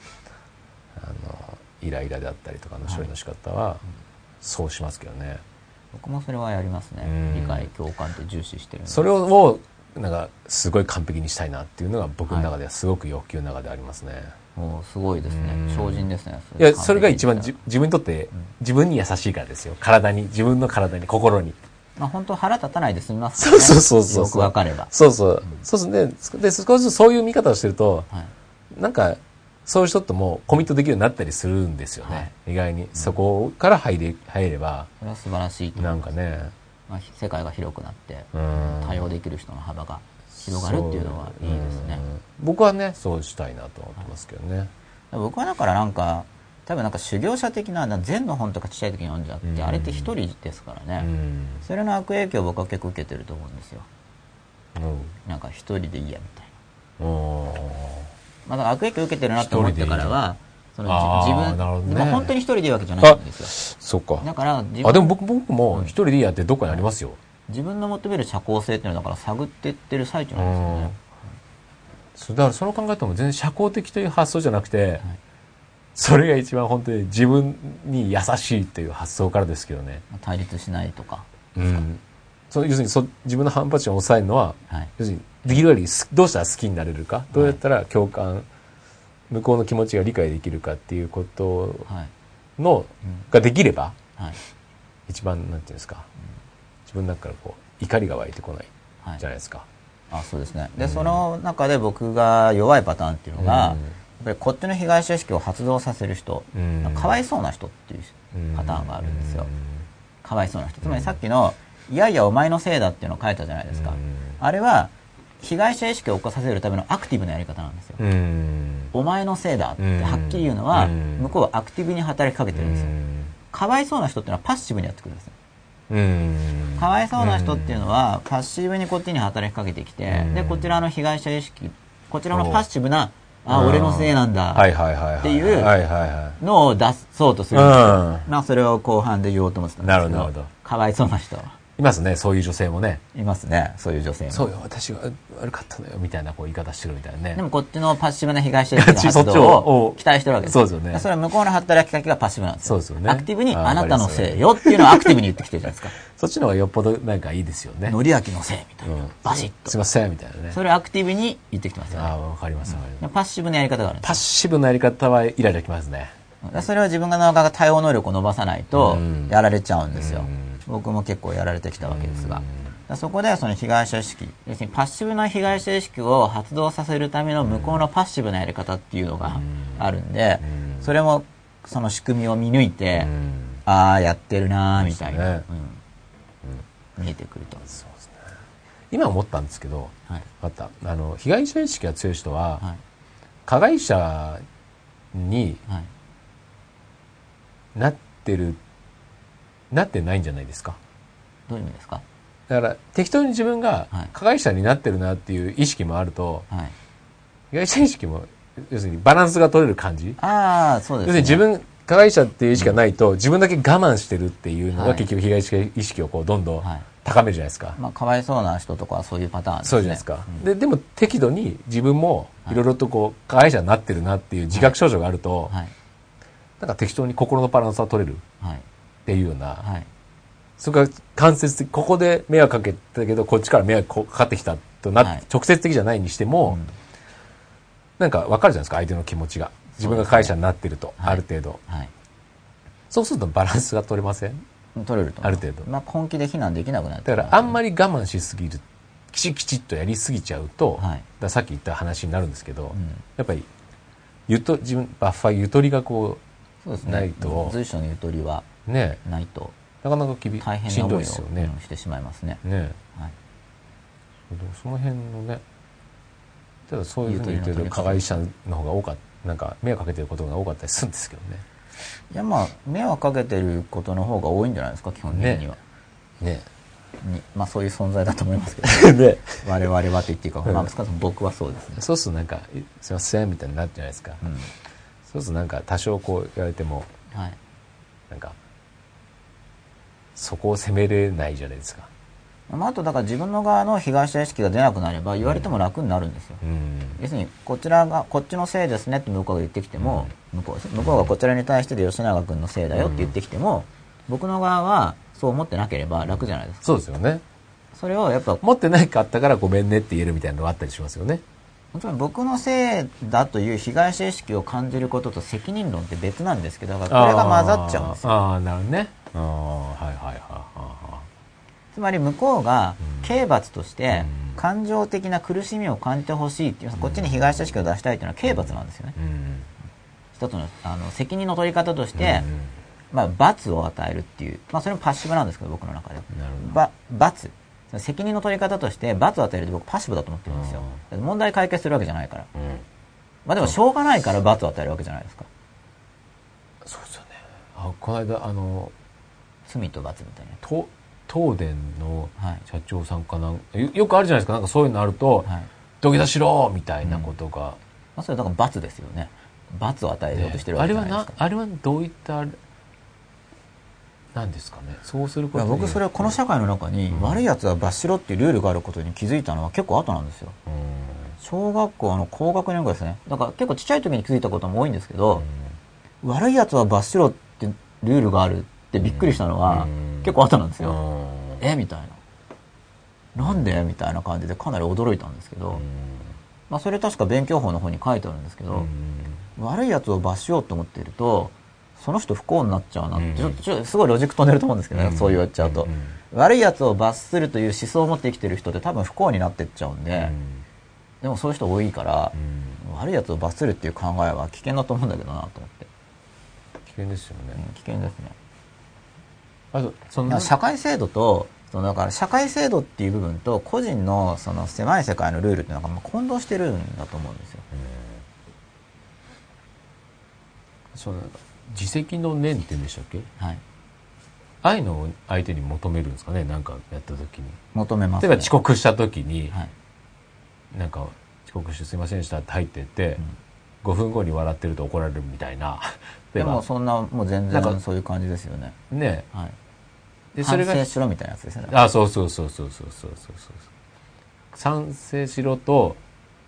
あのイライラであったりとかの処理の仕方は、はい、そうしますけどね。 僕もそれはやりますね。理解共感って重視してるんで。 それをなんかすごい完璧にしたいなっていうのが僕の中ではすごく欲求の中でありますね。はい、 もうすごいですね。精進ですね。 いやそれが一番じ自分にとって自分に優しいからですよ。体に自分の体に心に。 まあ本当腹立たないで済みますね。 そうそうそうそう。 よくわかれば。 そうそう。うん、そうそうね。で、少しずつそういう見方をしてると、はい、なんか、そういう人ともコミットできるようになったりするんですよね。はい、意外に。そこから入れ、入れば。 それは素晴らしいと思います。 なんかね。 まあ、世界が広くなって、多用できる人の幅が広がるっていうのはいいですね。 僕はね、そうしたいなと思ってますけどね。はい、 僕はだからなんか、多分なんか修行者的な禅の本とかちっちゃい時に読んじゃって、あれって一人ですからね。それの悪影響を僕は結構受けてると思うんですよ。なんか一人でいいやみたいな。まあ、悪影響を受けてるなと思ってからは、その自分、ね、でも本当に一人でいいわけじゃないんですよ。 そうか。 だから自分、あ、でも僕、僕も一人でいいやってどっかにありますよ。 自分の求める社交性っていうのはだから探っていってる最中なんですよね。 そうだからその考えとも全然社交的という発想じゃなくて、はい、それが一番本当に自分に優しいという発想からですけどね。 対立しないとか。 うん。そ要するにそ自分の反発心を抑えるのは、はい、要するにできる限りどうしたら好きになれるか、どうやったら共感、はい、向こうの気持ちが理解できるかっていうことの、はい、ができれば、はい、一番なんていうんですか、うん、自分の中からこう怒りが湧いてこないじゃないですか。 はい、あ、そうですね。で、うん、その中で僕が弱いパターンっていうのが、うん、やっぱりこっちの被害者意識を発動させる人、うん、かわいそうな人っていうパターンがあるんですよ。うん、かわいそうな人。つまりさっきの、いやいやお前のせいだっていうのを書いたじゃないですか。うん、あれは被害者意識を起こさせるためのアクティブなやり方なんですよ。うん、お前のせいだってはっきり言うのは、向こうはアクティブに働きかけてるんですよ。かわいそうな人っていうのはパッシブにやってくるんですよ。うんかわいそうな人っていうのはパッシブにこっちに働きかけてきて、でこちらの被害者意識、こちらのパッシブな、あ、俺のせいなんだっていうのを出そうとするんですよ。まあそれを後半で言おうと思ってたんですけど、なるほど、かわいそうな人いますね、そういう女性もね。 いますね、そういう女性も。 そうよ、私が悪かったのよみたいなこう言い方してるみたいなね。 でもこっちのパッシブな被害者意識の活動を期待してるわけです。 そうですよね。 それは向こうの働きかけがパッシブなんですよ。 そうですよね。 アクティブにあなたのせいよっていうのをアクティブに言ってきてるじゃないですか。 そっちの方がよっぽどなんかいいですよね。 のりあきのせいみたいな、うん、バシッとすいませんみたいなね。 それをアクティブに言ってきてますよね。 ああ、わかります、うん、 パッシブなやり方があるんです。 パッシブなやり方はイライラきますね。 それは自分がなかなか対応能力を伸ばさないとやられちゃうんですよ。僕も結構やられてきたわけですが、そこでその被害者意識、要するにパッシブな被害者意識を発動させるための向こうのパッシブなやり方っていうのがあるんで、それもその仕組みを見抜いて、ああやってるなーみたいな、うん、見えてくると。そうですね。 今思ったんですけど、はい、またあの被害者意識が強い人は、はい、加害者になってる、なってないんじゃないですか。 どういう意味ですか。 だから適当に自分が加害者になってるなっていう意識もあると、はい、被害者意識も要するにバランスが取れる感じ。 ああ、そうですね。 要するに自分加害者っていう意識がないと、うん、自分だけ我慢してるっていうのが結局被害者意識をこうどんどん高めるじゃないですか。はい、 まあかわいそうな人とかはそういうパターンですね。 そうじゃないですか。うん、ででも適度に自分もいろいろとこう加害者になってるなっていう自覚症状があると、はいはい、なんか適当に心のバランスが取れるっていうような。はい、それから間接的、ここで迷惑かけたけどこっちから迷惑かかってきたとなって、はい、直接的じゃないにしても、うん、なんか分かるじゃないですか、相手の気持ちが。自分が加害者になってると、ある程度、はいはい、そうするとバランスが取れません？ 取れるとある程度、 まあ、本気で非難できなくなって、 だからあんまり我慢しすぎる、きちきちっとやりすぎちゃうと、はい、ださっき言った話になるんですけど、うん、やっぱりゆと自分バッファーゆとりがこう、そうですね、ないと、 随所のゆとりはないと、ね、 なかなか厳しい、大変な思いをしんどいですよね、 うん、してしまいますね。 ね、はい、その辺のね、ただそういうふうに言ってると加害者の方が多かった、なんか迷惑かけてることが多かったりするんですけどね。 いや、まあ迷惑かけてることの方が多いんじゃないですか、基本的には。 ね。ねにまあそういう存在だと思いますけど、ね、我々はと言っていいか、まあ、少なくとも僕はそうですね。 そうするとなんかすいませんみたいになるじゃないですか。うん、そうするとなんか多少こう言われても、はい、なんかそこを責めれないじゃないですか。 あとだから自分の側の被害者意識が出なくなれば言われても楽になるんですよ。うん、要するにこちらがこっちのせいですねって向こうが言ってきても、うん、向こう向こうがこちらに対してで吉永君のせいだよって言ってきても、うん、僕の側はそう思ってなければ楽じゃないですか。 そうですよね。 それをやっぱ持ってないかったからごめんねって言えるみたいなのがあったりしますよね。 もちろん僕のせいだという被害者意識を感じることと責任論って別なんですけど、だからこれが混ざっちゃうんですよ。 ああ、なるほどね。ああ、はいはいはいはい。 つまり向こうが刑罰として感情的な苦しみを感じてほしいっていう、こっちに被害者意識を出したいっていうのは刑罰なんですよね。一つの、あの責任の取り方として、まあ、罰を与えるっていう、まあ、それもパッシブなんですけど、僕の中でば罰責任の取り方として罰を与えるって僕パッシブだと思ってるんですよ。問題解決するわけじゃないから、うん、まあでもしょうがないから罰を与えるわけじゃないですか。 そうですよね。あ、この間あの罪と罰みたいなと東電の社長さんかな、はい、よくあるじゃないですか。なんかそういうのあると、はい、土下座しろみたいなことが、うん、まあ、それはだから罰ですよね。罰を与えようとしてるわけじゃないですか、 ね、あれはな、あれはどういったなんですかね。そうすることに僕それはこの社会の中に、うん、悪いやつは罰しろっていうルールがあることに気づいたのは結構後なんですよ、うん、小学校の高学年ぐらいですね。だから結構ちっちゃい時に気づいたことも多いんですけど、うん、悪いやつは罰しろってルールがあるってびっくりしたのは、うん、結構後なんですよ、うん、えみたいな、なんでみたいな感じでかなり驚いたんですけど、うん、まあ、それ確か勉強法の方に書いてあるんですけど、うん、悪いやつを罰しようと思っているとその人不幸になっちゃうなって、うん、ちょっとちょっとすごいロジック飛んでると思うんですけどね、うん、そう言っちゃうと、うん、悪いやつを罰するという思想を持って生きてる人って多分不幸になってっちゃうんで、うん、でもそういう人多いから、うん、悪いやつを罰するっていう考えは危険だと思うんだけどなと思って。 危険ですよね、 うん、危険ですね。 あとその社会制度とそのだから社会制度っていう部分と個人のその狭い世界のルールっていうのがまあ混同してるんだと思うんですよ、 うん、その自責の念って言うんでしたっけ、 はい、 愛の相手に求めるんですかね。なんかやった時に求めます、ね、 例えば遅刻した時に、 はい、 なんか遅刻してすいませんでしたって入ってって、うん、ごふんごに笑ってると怒られるみたいなでもそんなもう全然そういう感じですよね。 ね、 はい、 でそれが反省しろみたいなやつですね。 あ、そうそうそうそうそうそうそうそう賛成しろと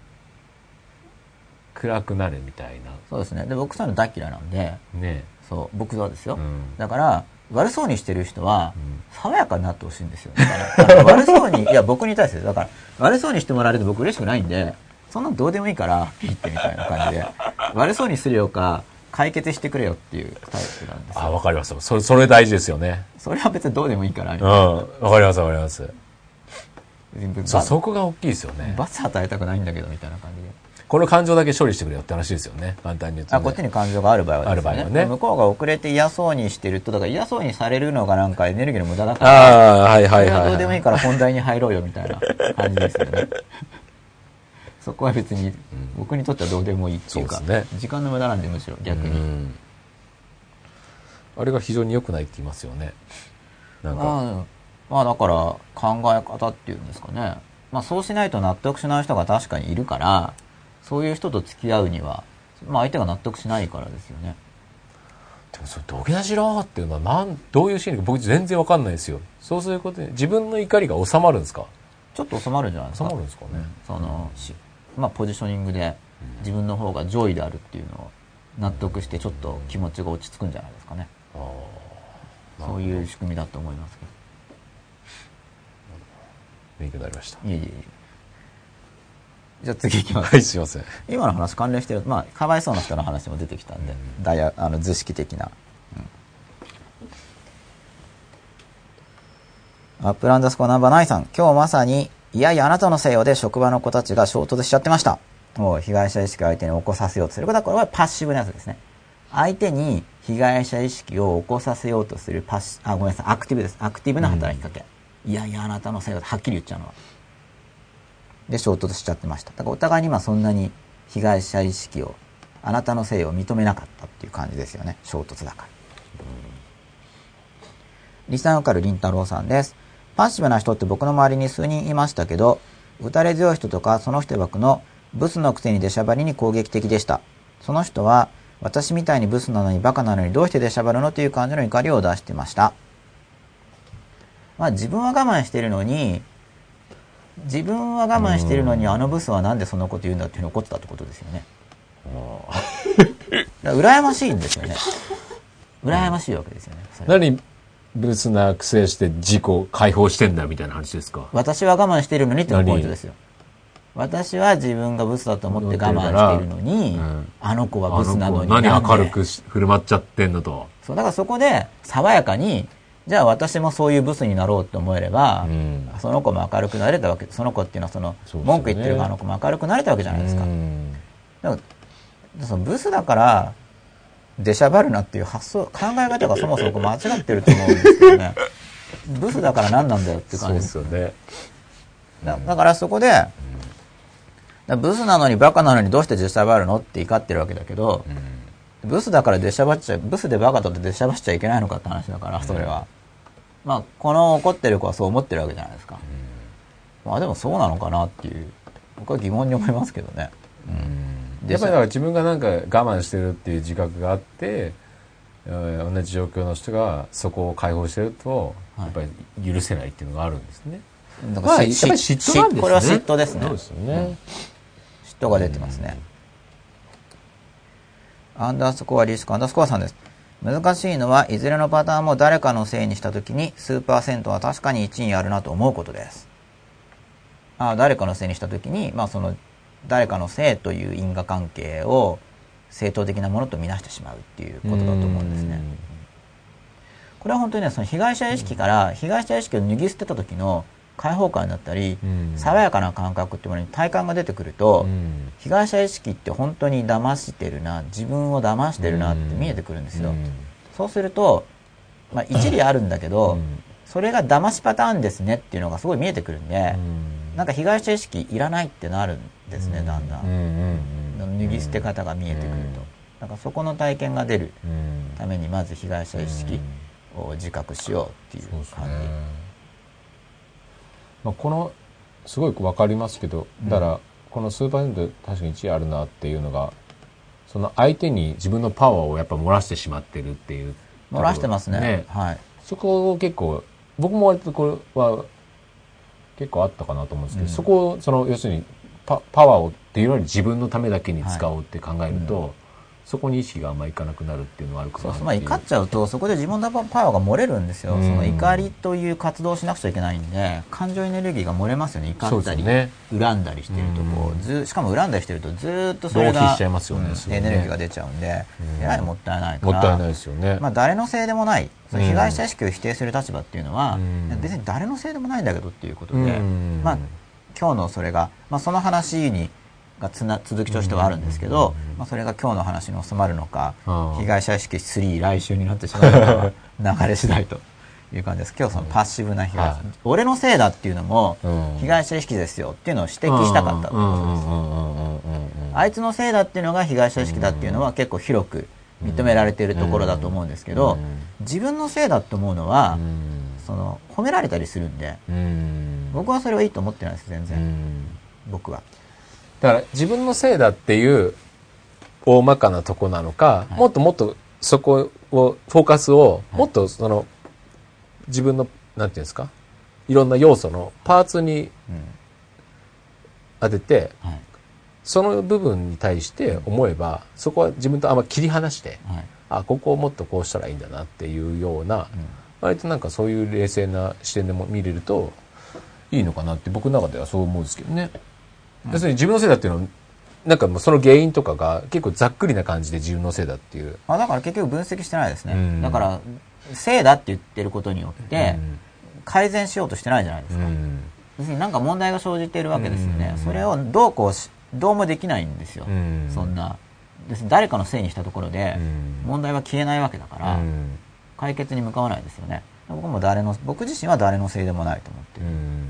暗くなれみたいな。 そうですね。で僕そういうの大嫌いなんで、 ね、 そう僕はですよ、うん、だから悪そうにしてる人は爽やかになってほしいんですよ、ね、だから悪そうにいや僕に対してだから悪そうにしてもらえると僕嬉しくないんで、そんなのどうでもいいからピッてみたいな感じで悪そうにするよか解決してくれよっていうタイプなんですよ。 あ、わかります。それそれ大事ですよね。 それは別にどうでもいいからみたいな。うん、わかりますわかります。そそこが大きいですよね。 罰与えたくないんだけどみたいな感じで。 この感情だけ処理してくれよって話ですよね。簡単に言うと、ね、 あ、こっちに感情がある場合はですね。ある場合はね。向こうが遅れて嫌そうにしてると、だから嫌そうにされるのがなんかエネルギーの無駄だから。 ああ、はいはいはい、はい。それはどうでもいいから本題に入ろうよみたいな感じですよね。そこは別に僕にとってはどうでもいいっていうか、うん、そうですね、時間の無駄なんでむしろ逆に。うん、 あれが非常に良くないって言いますよね。なんか。 まあ、まあだから考え方っていうんですかね。まあそうしないと納得しない人が確かにいるから、そういう人と付き合うには、まあ、相手が納得しないからですよね。 でもそれ土下座しろっていうのはなんどういう心理か僕全然わかんないですよ。そうすることで自分の怒りが収まるんですか。 ちょっと収まるんじゃないですか。 収まるんですかね。うん、 そのまあ、ポジショニングで自分の方が上位であるっていうのを納得してちょっと気持ちが落ち着くんじゃないですかね。うん、そういう仕組みだと思いますけど。 勉強になりました。 いえいえいえ。じゃあ次いきます。 はい、すいません。 今の話関連してる、まあ、かわいそうな人の話も出てきたんで、うん、ダイヤ、あの、図式的な。うん、アップランダスコナンバーナインさん、今日まさに、いやいやあなたのせいよで職場の子たちが衝突しちゃってました。もう被害者意識を相手に起こさせようとする。これはこれはパッシブなやつですね。相手に被害者意識を起こさせようとするパッシ、あ、ごめんなさい、アクティブです。アクティブな働きかけ。うん、いやいやあなたのせいよではっきり言っちゃうのは。で衝突しちゃってました。だからお互いに今そんなに被害者意識をあなたのせいを認めなかったっていう感じですよね。衝突だから。リサンウカルリンタロウさんです。パッシブな人って僕の周りに数人いましたけど、打たれ強い人とかその人枠のブスのくせに出しゃばりに攻撃的でした。その人は私みたいにブスなのにバカなのにどうして出しゃばるのという感じの怒りを出してました。まあ自分は我慢してるのに自分は我慢してるのにあのブスはなんでそんなこと言うんだっていうのを怒ってたってことですよね。だから羨ましいんですよね。羨ましいわけですよね。 何ブスな癖して自己解放してんだみたいな話ですか。 私は我慢してるのにっていうポイントですよ。私は自分がブスだと思って我慢してるのに、うん、あの子はブスなのに何明るく振る舞っちゃってんのと。 そうだからそこで爽やかにじゃあ私もそういうブスになろうと思えれば、うん、その子も明るくなれたわけ、その子っていうのはその文句言ってる側の子も明るくなれたわけじゃないですか。うん、だからそのブスだから出しゃばるなっていう発想、考え方がそもそも間違ってると思うんですけどね。ブスだから何なんだよっていう感じですよね。だ, だからそこで、うん、ブスなのにバカなのにどうして出しゃばるのって怒ってるわけだけど、うん、ブスだから出しゃばっちゃブスでバカとって出しゃばっちゃいけないのかって話だから、それは、うん、まあこの怒ってる子はそう思ってるわけじゃないですか、うん、まあでもそうなのかなっていう僕は疑問に思いますけどね、 うん、やっぱりだから自分がなんか我慢してるっていう自覚があって、同じ状況の人がそこを解放してるとやっぱり許せないっていうのがあるんですね。 だから、まあ、やっぱり嫉妬なんですね。これは嫉妬ですね。 そうですよね、うん、 嫉妬が出てますね。アンダースコアリスクアンダースコアさんです。難しいのはいずれのパターンも誰かのせいにしたときに数パーセントは確かにいちにあるなと思うことです。あ誰かのせいにしたときに、まあ、その誰かのせいという因果関係を正当的なものとみなしてしまうっていうことだと思うんですね。これは本当にね、その被害者意識から被害者意識を脱ぎ捨てた時の解放感だったり、爽やかな感覚っていうものに体感が出てくると、被害者意識って本当に騙してるな、自分を騙してるなって見えてくるんですよ。そうすると、まあ、一理あるんだけど、それが騙しパターンですねっていうのがすごい見えてくるんで、なんか被害者意識いらないってなるんですね、だんだん。脱ぎ捨て方が見えてくると。だからそこの体験が出るためにまず被害者意識を自覚しようっていう感じ。 まあ、このすごい分かりますけど、だからこの数パーセント確かにいちあるなっていうのが、その相手に自分のパワーをやっぱ漏らしてしまってるっていう、 漏らしてますね、ね、はい、 そこを結構僕も割とこれは結構あったかなと思うんですけど、うん、そこをその要するに パ, パワーをっていうより自分のためだけに使おうって考えると、はい、うん、そこに意識があんまいかなくなるっていうのはあるかなっていう。そうそう、まあ、 怒っちゃうとそこで自分のパワーが漏れるんですよ、うん、その怒りという活動をしなくちゃいけないんで感情エネルギーが漏れますよね。怒ったり、ね、恨んだりしてるとこうずしかも恨んだりしてるとずっとそれが浪費しちゃいますよね、 うん、エネルギーが出ちゃうんで、うん、やはりもったいないから。 もったいないですよね。 まあ、誰のせいでもない、その被害者意識を否定する立場っていうのは、うん、別に誰のせいでもないんだけどっていうことで、うん、まあ今日のそれが、まあ、その話にがつな続きとしてはあるんですけど、まあ、それが今日の話に収まるのか、被害者意識スリー来週になってしまうのかは流れ次第という感じです。今日そのパッシブな被害者、はい、俺のせいだっていうのも被害者意識ですよっていうのを指摘したかったということです。あいつのせいだっていうのが被害者意識だっていうのは結構広く認められているところだと思うんですけど、自分のせいだと思うのはその褒められたりするんで、僕はそれはいいと思ってないです全然。僕はだから自分のせいだっていう大まかなとこなのか、はい、もっともっとそこをフォーカスをもっとその自分のなんていうんですか、いろんな要素のパーツに当てて、はい、その部分に対して思えば、そこは自分とあんま切り離して、はい、あここをもっとこうしたらいいんだなっていうような、うん、割となんかそういう冷静な視点でも見れるといいのかなって僕の中ではそう思うんですけどね。要するに自分のせいだっていうのはなんかもうその原因とかが結構ざっくりな感じで自分のせいだっていう。 あだから結局分析してないですね、うん、だからせいだって言ってることによって改善しようとしてないじゃないですか、うん、要するに何か問題が生じているわけですよね、うん、それをどうこうしどうもできないんですよ、うん、そんなです誰かのせいにしたところで問題は消えないわけだから、うん、解決に向かわないですよね。僕も誰の僕自身は誰のせいでもないと思ってる、うん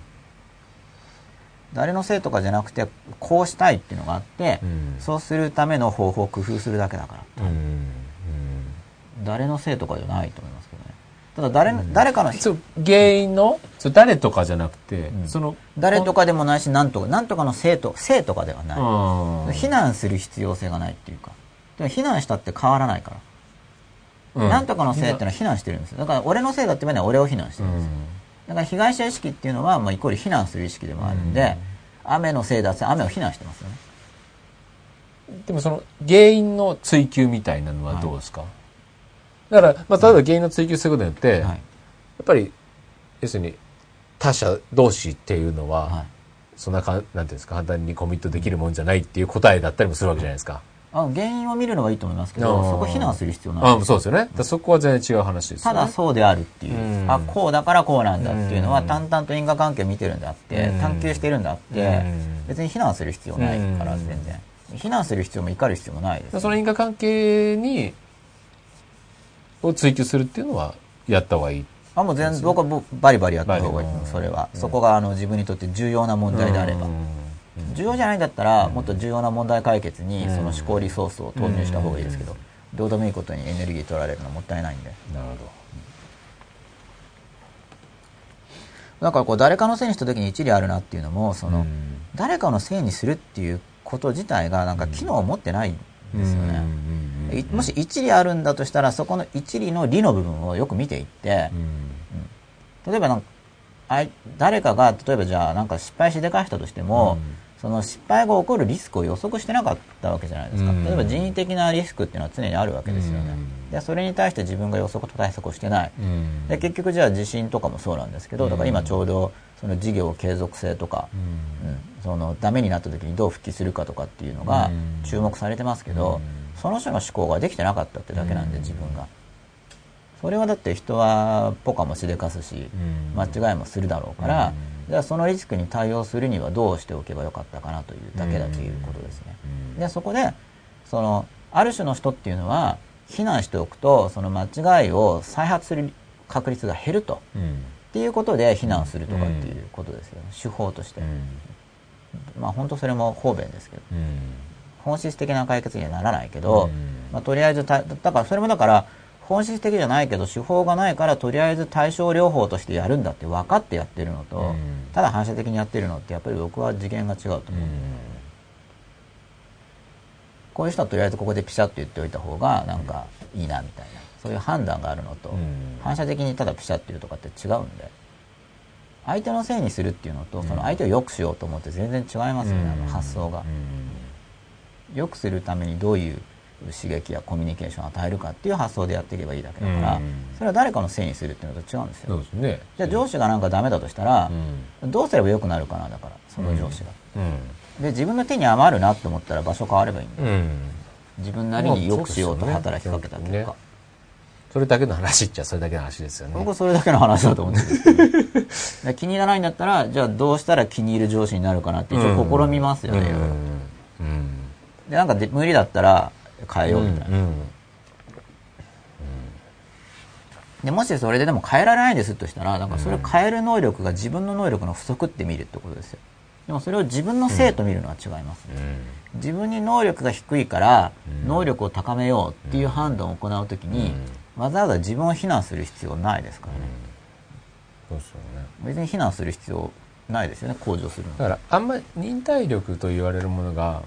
誰のせいとかじゃなくてこうしたいっていうのがあって、うん、そうするための方法を工夫するだけだから、うんうん、誰のせいとかじゃないと思いますけどね。ただ 誰,、うん、誰かのそう原因のそう誰とかじゃなくて、うん、その誰とかでもないし何とか何とかのせいとせいとかではない。非難する必要性がないっていうか、でも非難したって変わらないから、うん、何とかのせいっていうのは非難してるんですよ。だから俺のせいだって言うのは俺を非難してるんですよ、うんだから被害者意識っていうのは、まあ、イコール非難する意識でもあるんで、うん、雨のせいだって雨を非難してますよね。 でもその原因の追求みたいなのはどうですか、はい、だから、まあ、例えば原因の追求することによって、はい、やっぱり要するに他者同士っていうのは、はい、そんなかなんていうんですか簡単にコミットできるもんじゃないっていう答えだったりもするわけじゃないですか。 あ原因を見るのはいいと思いますけど、そこ非難する必要ない。 あそうですよね。だそこは全然違う話ですよね。 ただそうであるっていう、うん、あこうだからこうなんだっていうのは淡々と因果関係を見てるんだって、うん、探求してるんだって、うん、別に非難する必要ないから全然、うん、非難する必要も怒る必要もないです、ね、 その因果関係にを追求するっていうのはやった方がいい。 あもう全然僕はバリバリやった方がいい。それは、うん、そこがあの自分にとって重要な問題であれば、うん重要じゃないんだったら、もっと重要な問題解決にその思考リソースを投入した方がいいですけど、どうでもいいことにエネルギー取られるのはもったいないんで。 なるほど。 だからこう誰かのせいにした時に一理あるなっていうのも、その誰かのせいにするっていうこと自体がなんか機能を持ってないんですよね。もし一理あるんだとしたら、そこの一理の理の部分をよく見ていって、うん、例えばなんかあい誰かが例えばじゃあなんか失敗しでかしたとしても、うんその失敗が起こるリスクを予測してなかったわけじゃないですか。例えば人為的なリスクっていうのは常にあるわけですよね。でそれに対して自分が予測と対策をしてない。で結局じゃあ地震とかもそうなんですけど、だから今ちょうどその事業継続性とか、うん、そのダメになった時にどう復帰するかとかっていうのが注目されてますけど、その人の思考ができてなかったってだけなんで自分が。それはだって人はポカもしでかすし間違いもするだろうから、じゃあそのリスクに対応するにはどうしておけばよかったかなというだけだということですね。でそこでそのある種の人っていうのは非難しておくとその間違いを再発する確率が減ると、うん、っていうことで非難するとかっていうことですよね、手法として、うん、まあ本当それも方便ですけど、うん、本質的な解決にはならないけど、うんまあ、とりあえずただからそれもだから本質的じゃないけど手法がないからとりあえず対症療法としてやるんだって分かってやってるのと、うん、ただ反射的にやってるのってやっぱり僕は次元が違うと思う、うん、こういう人はとりあえずここでピシャッと言っておいた方がなんかいいなみたいなそういう判断があるのと、うん、反射的にただピシャッと言うとかって違うんで相手のせいにするっていうのとその相手を良くしようと思って全然違いますよね、あの発想が、良くするためにどういう刺激やコミュニケーションを与えるかっていう発想でやっていけばいいだけだから、うん、それは誰かのせいにするっていうのと違うんですよ。 そうですね。 じゃあ上司がなんかダメだとしたら、うん、どうすれば良くなるかなだからその上司が、うん、で自分の手に余るなと思ったら場所変わればいいんだよ、うん、自分なりに良くしようと働きかけた結果、ね、 それだけの話っちゃそれだけの話ですよね。 僕はそれだけの話だと思うんですけど気に入らないんだったらじゃあどうしたら気に入る上司になるかなって一応試みますよね、うんうんうん、でなんかで無理だったら変えようみたいな、うんうん、でもしそれででも変えられないですとしたらなんかそれを変える能力が自分の能力の不足って見るってことですよ。でもそれを自分のせいと見るのは違います、うん、自分に能力が低いから能力を高めようっていう判断を行うときに、うん、わざわざ自分を非難する必要ないですからね、 うん、そうですよね。 別に非難する必要ないですよね、向上するの。 だからあんまり忍耐力と言われるものが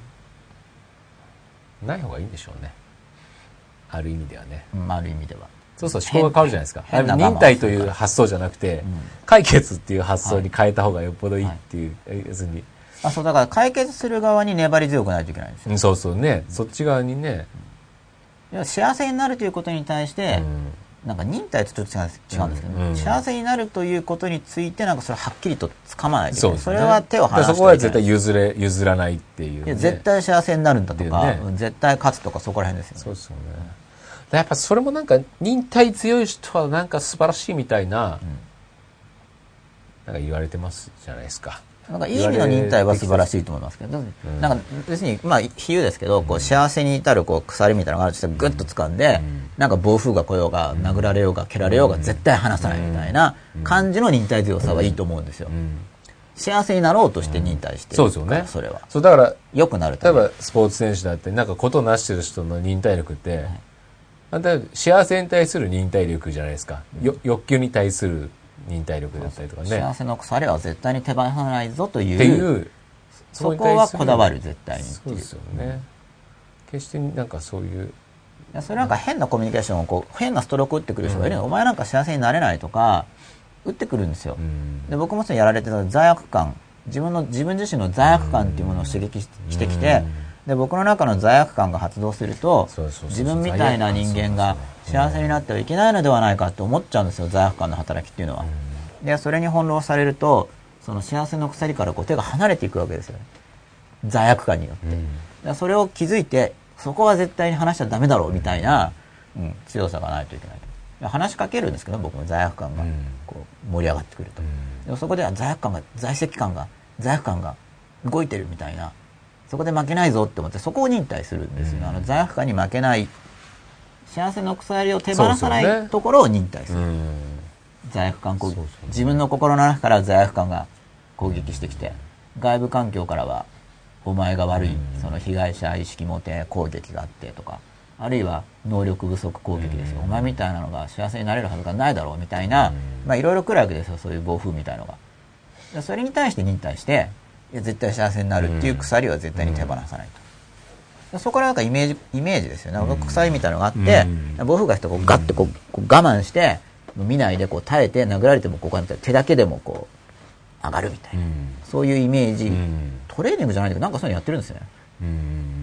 ない方がいいんでしょうね、ある意味ではね、 うん、ある意味ではそうそう思考が変わるじゃないですか。忍耐という発想じゃなくて、うん、解決っていう発想に変えた方がよっぽどいいっていう、はい、要するにあそうだから解決する側に粘り強くないといけないんですよ、 うん、そうそうね、うん、そっち側にね、 うん、幸せになるということに対して、うん、なんか忍耐とちょっと違うんですけど、うんうん、幸せになるということについてなんかそれははっきりとつかまないといけない。 そ,、ね、それは手を離してはいけない。 そこは絶対譲れ譲らないっていう、ね、 いや絶対幸せになるんだとか、ね、絶対勝つとかそこら辺ですよね。 そうですよね、うん、やっぱそれもなんか忍耐強い人はなんか素晴らしいみたいな、うん、なんか言われてますじゃないですか。 なんかいい意味の忍耐は素晴らしいと思いますけど、うん、なんか別にまあ比喩ですけど、こう幸せに至るこう鎖みたいなのがあるとしたらグッと掴んで、うん、なんか暴風が来ようが殴られようが蹴られようが絶対離さないみたいな感じの忍耐強さはいいと思うんですよ。うんうん、幸せになろうとして忍耐してる、うん、そうですよね。それはそうだから良くなるために例えばスポーツ選手だってなんかことなしてる人の忍耐力って、はい、例えば幸せに対する忍耐力じゃないですか、よ欲求に対する忍耐力だったりとかね。 幸せの鎖は絶対に手放さないぞというっていうそこはこだわる絶対にっていう。 そうですよね。決してなんかそういういやそれなんか変なコミュニケーションをこう変なストローク打ってくる人がいるの、うん、お前なんか幸せになれないとか打ってくるんですよ、うん、で僕もそれやられてた罪悪感自分の自分自身の罪悪感っていうものを刺激してきて、うん、で僕の中の罪悪感が発動すると自分みたいな人間が幸せになってはいけないのではないかって思っちゃうんですよ、罪悪感の働きっていうのは、うん、でそれに翻弄されるとその幸せの鎖からこう手が離れていくわけですよね、罪悪感によって、うん、でそれを気づいてそこは絶対に話しちゃダメだろうみたいな、うん、強さがないといけないと。話しかけるんですけど僕も罪悪感がこう盛り上がってくると、うん、でもそこでは罪悪感が在籍感が罪悪感が動いてるみたいな、そこで負けないぞって思ってそこを忍耐するんですよ、うん、あの罪悪感に負けない、幸せの鎖を手放さないところを忍耐する、うん、罪悪感攻撃、そうそう、ね、自分の心の中から罪悪感が攻撃してきて、外部環境からはお前が悪い、うん、その被害者意識持て攻撃があってとか、あるいは能力不足攻撃ですよ、うん、お前みたいなのが幸せになれるはずがないだろうみたいな、うん、まあいろいろ来るわけですよ、そういう暴風みたいのが。それに対して忍耐して、いや絶対幸せになるっていう鎖は絶対に手放さないと、うん、そこからなんかイメージイメージですよね、うん、鎖みたいなのがあって、うん、暴風が来てこうガッてこう、こう我慢して見ないでこう耐えて、殴られてもこう手だけでもこう上がるみたいな、うん、そういうイメージ、うん、トレーニングじゃないけどなんかそういうのやってるんですよね、うん、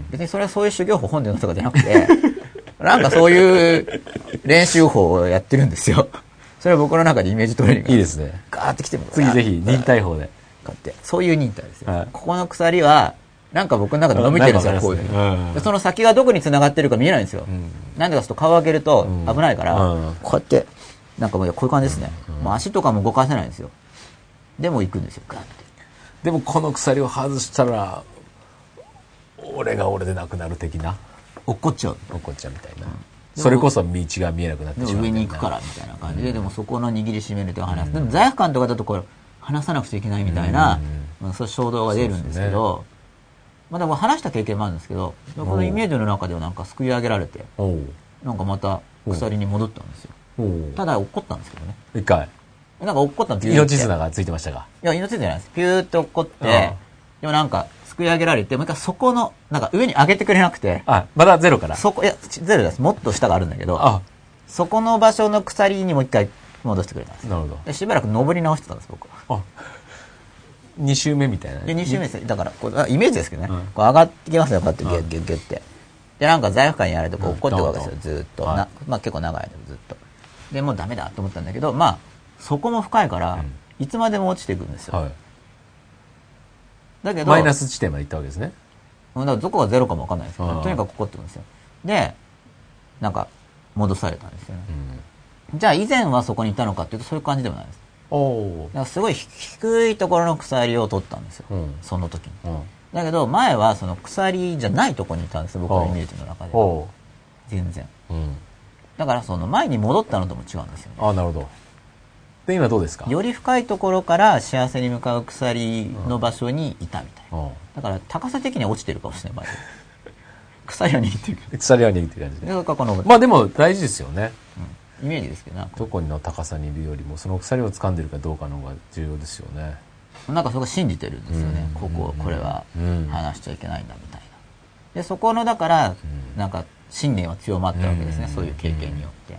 別にそれはそういう修行法本でのとかじゃなくてなんかそういう練習法をやってるんですよ。それは僕の中でイメージトレーニングいいですね。 ガーってきても次ぜひ忍耐法でってそういう忍耐ですよ、はい、ここの鎖はなんか僕の中で伸びてるんですよ、こういうふうに、でその先がどこに繋がってるか見えないんですよ、うん、なんでかというと顔を上げると危ないから、うん、こうやってなんかもうこういう感じですね、うんうん、もう足とかも動かせないんですよ。でも行くんですよガーって。 でもこの鎖を外したら俺が俺でなくなる的な、 落っこっちゃう落っこっちゃうみたいな、うん、それこそ道が見えなくなってしまうみたいな、 上に行くからみたいな感じで、うん、でもそこの握りしめるという話、うん、でも罪悪感とかだとこれ話さなくちゃいけないみたいな、うんまあ、そういう衝動が出るんですけど、ね、まあ、でも話した経験もあるんですけど、このイメージの中ではなんかすくい上げられて、なんかまた鎖に戻ったんですよ。ただ落っこったんですけどね。 一回。 なんか落っこったんですよ。 命綱がついてましたか？ いや、命綱じゃないです。ピューって落っこって、でもなんかすくい上げられて、もう一回そこの、なんか上に上げてくれなくて。 あ、まだゼロから？ そこ、いや、ゼロです。もっと下があるんだけど、あそこの場所の鎖にもう一回戻してくれたんです。 なるほど。 でしばらく登り直してたんです、僕は。あに周目みたいな。 で、に周目です。だから、こうイメージですけどね。うん、こう上がってきますよ、こうやってギュッギュッギュッって。で、なんか罪悪感やられてこう怒ってくるわけですよ、ずーっと。なまあ結構長い間ずっと。で、もうダメだと思ったんだけど、まあ、そこも深いから、うん、いつまでも落ちていくんですよ。はい、だけど、 マイナス地点まで行ったわけですね。 だからどこがゼロかもわかんないですけど、とにかく怒ってくるんですよ。で、なんか、戻されたんですよね。うん、じゃあ以前はそこにいたのかっていうと、そういう感じでもないです。おだからすごい低いところの鎖を取ったんですよ、うん、その時に、うん、だけど前はその鎖じゃないところにいたんですよ、僕のイメージの中では。全然、うん、だからその前に戻ったのとも違うんですよね。 ああ、なるほど。で今どうですか？ より深いところから幸せに向かう鎖の場所にいたみたいな、うん、だから高さ的には落ちてるかもしれない。鎖を握ってる鎖を握ってる感じで、 でまあでも大事ですよね、 うん、イメージですけど、 どこの高さにいるよりもその鎖を掴んでるかどうかの方が重要ですよね。 なんかそこが信じてるんですよね、うん、こここれは話しちゃいけないんだみたいな。でそこのだからなんか信念は強まったわけですね、うん、そういう経験によって、うん、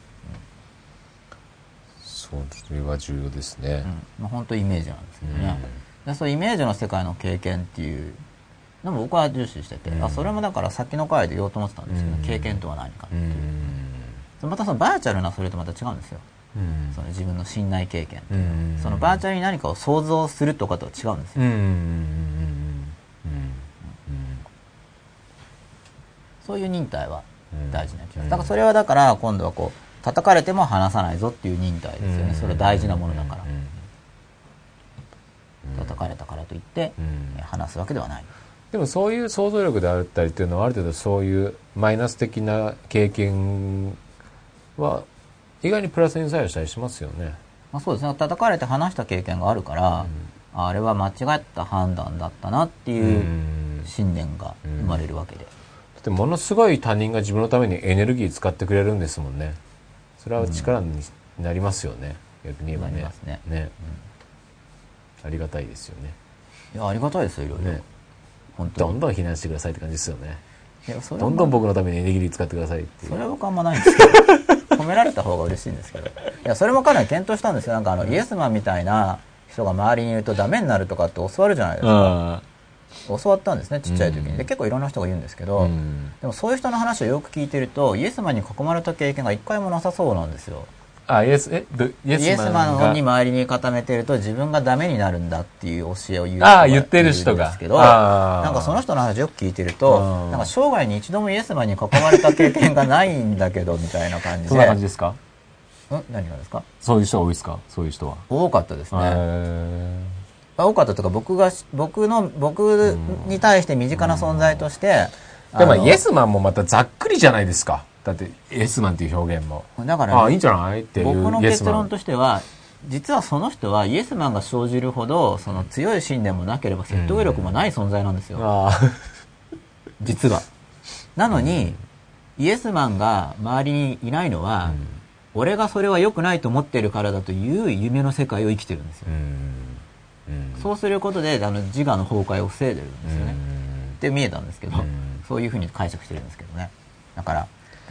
そう、それは重要ですね、 うんまあ、本当イメージなんですけどね、うん、でそういうイメージの世界の経験っていうでも僕は重視してて、うん、あそれもだから先の回で言おうと思ってたんですけど、うん、経験とは何かっていう、うん、またそのバーチャルなそれとまた違うんですよ、うん、その自分の信頼経験っていうのは、うん、そのバーチャルに何かを想像するとかとは違うんですよ、うんうんうん、そういう忍耐は大事な気がする。だからそれはだから今度はこう叩かれても離さないぞっていう忍耐ですよね、それは大事なものだから、叩かれたからといって話すわけではない。 でもそういう想像力であったりっていうのはある程度そういうマイナス的な経験は意外にプラスに作用したりしますよね。 まあ、そうですね。叩かれて話した経験があるから、うん、あれは間違った判断だったなっていう信念が生まれるわけで、うんうん、だってものすごい他人が自分のためにエネルギー使ってくれるんですもんね。それは力になりますよね、うん、逆に言えばね。なりますね、ね、うん、ありがたいですよね。いやありがたいですよ、いろいろ、ね、本当にどんどん避難してくださいって感じですよね。いやそれどんどん僕のためにエネルギー使ってくださいっていう。それは僕あんまないんですけど褒められた方が嬉しいんですけど、いやそれもかなり検討したんですよ。なんかあの、うん、イエスマンみたいな人が周りにいるとダメになるとかって教わるじゃないですか。教わったんですね、ちっちゃい時に、うん、で結構いろんな人が言うんですけど、うん、でもそういう人の話をよく聞いてるとイエスマンに囲まれた経験が一回もなさそうなんですよ。 あ、イエス、え、 イエスマンに周りに固めてると自分がダメになるんだっていう教えを言う人がいるんですけど、 なんかその人の話よく聞いてると、なんか生涯に一度もイエスマンに囲まれた経験がないんだけど、みたいな感じで。 そんな感じですか？ ん何がですか？ そういう人は多いですか？そういう人は。 多かったですね。多かったというか、僕が、僕の、僕に対して身近な存在として、 でもイエスマンもまたざっくりじゃないですか。だってイエスマンっていう表現も。 だから、ね、 ああ、いいんじゃないっていう。 僕の結論としては、実はその人はイエスマンが生じるほど、その強い信念もなければ説得力もない存在なんですよ。 あ実は。なのに、イエスマンが周りにいないのは、うん、俺がそれは良くないと思っているからだという夢の世界を生きてるんですよ。うんうん、そうすることであの自我の崩壊を防いでるんですよね。って見えたんですけど、そういうふうに解釈してるんですけどね。だから、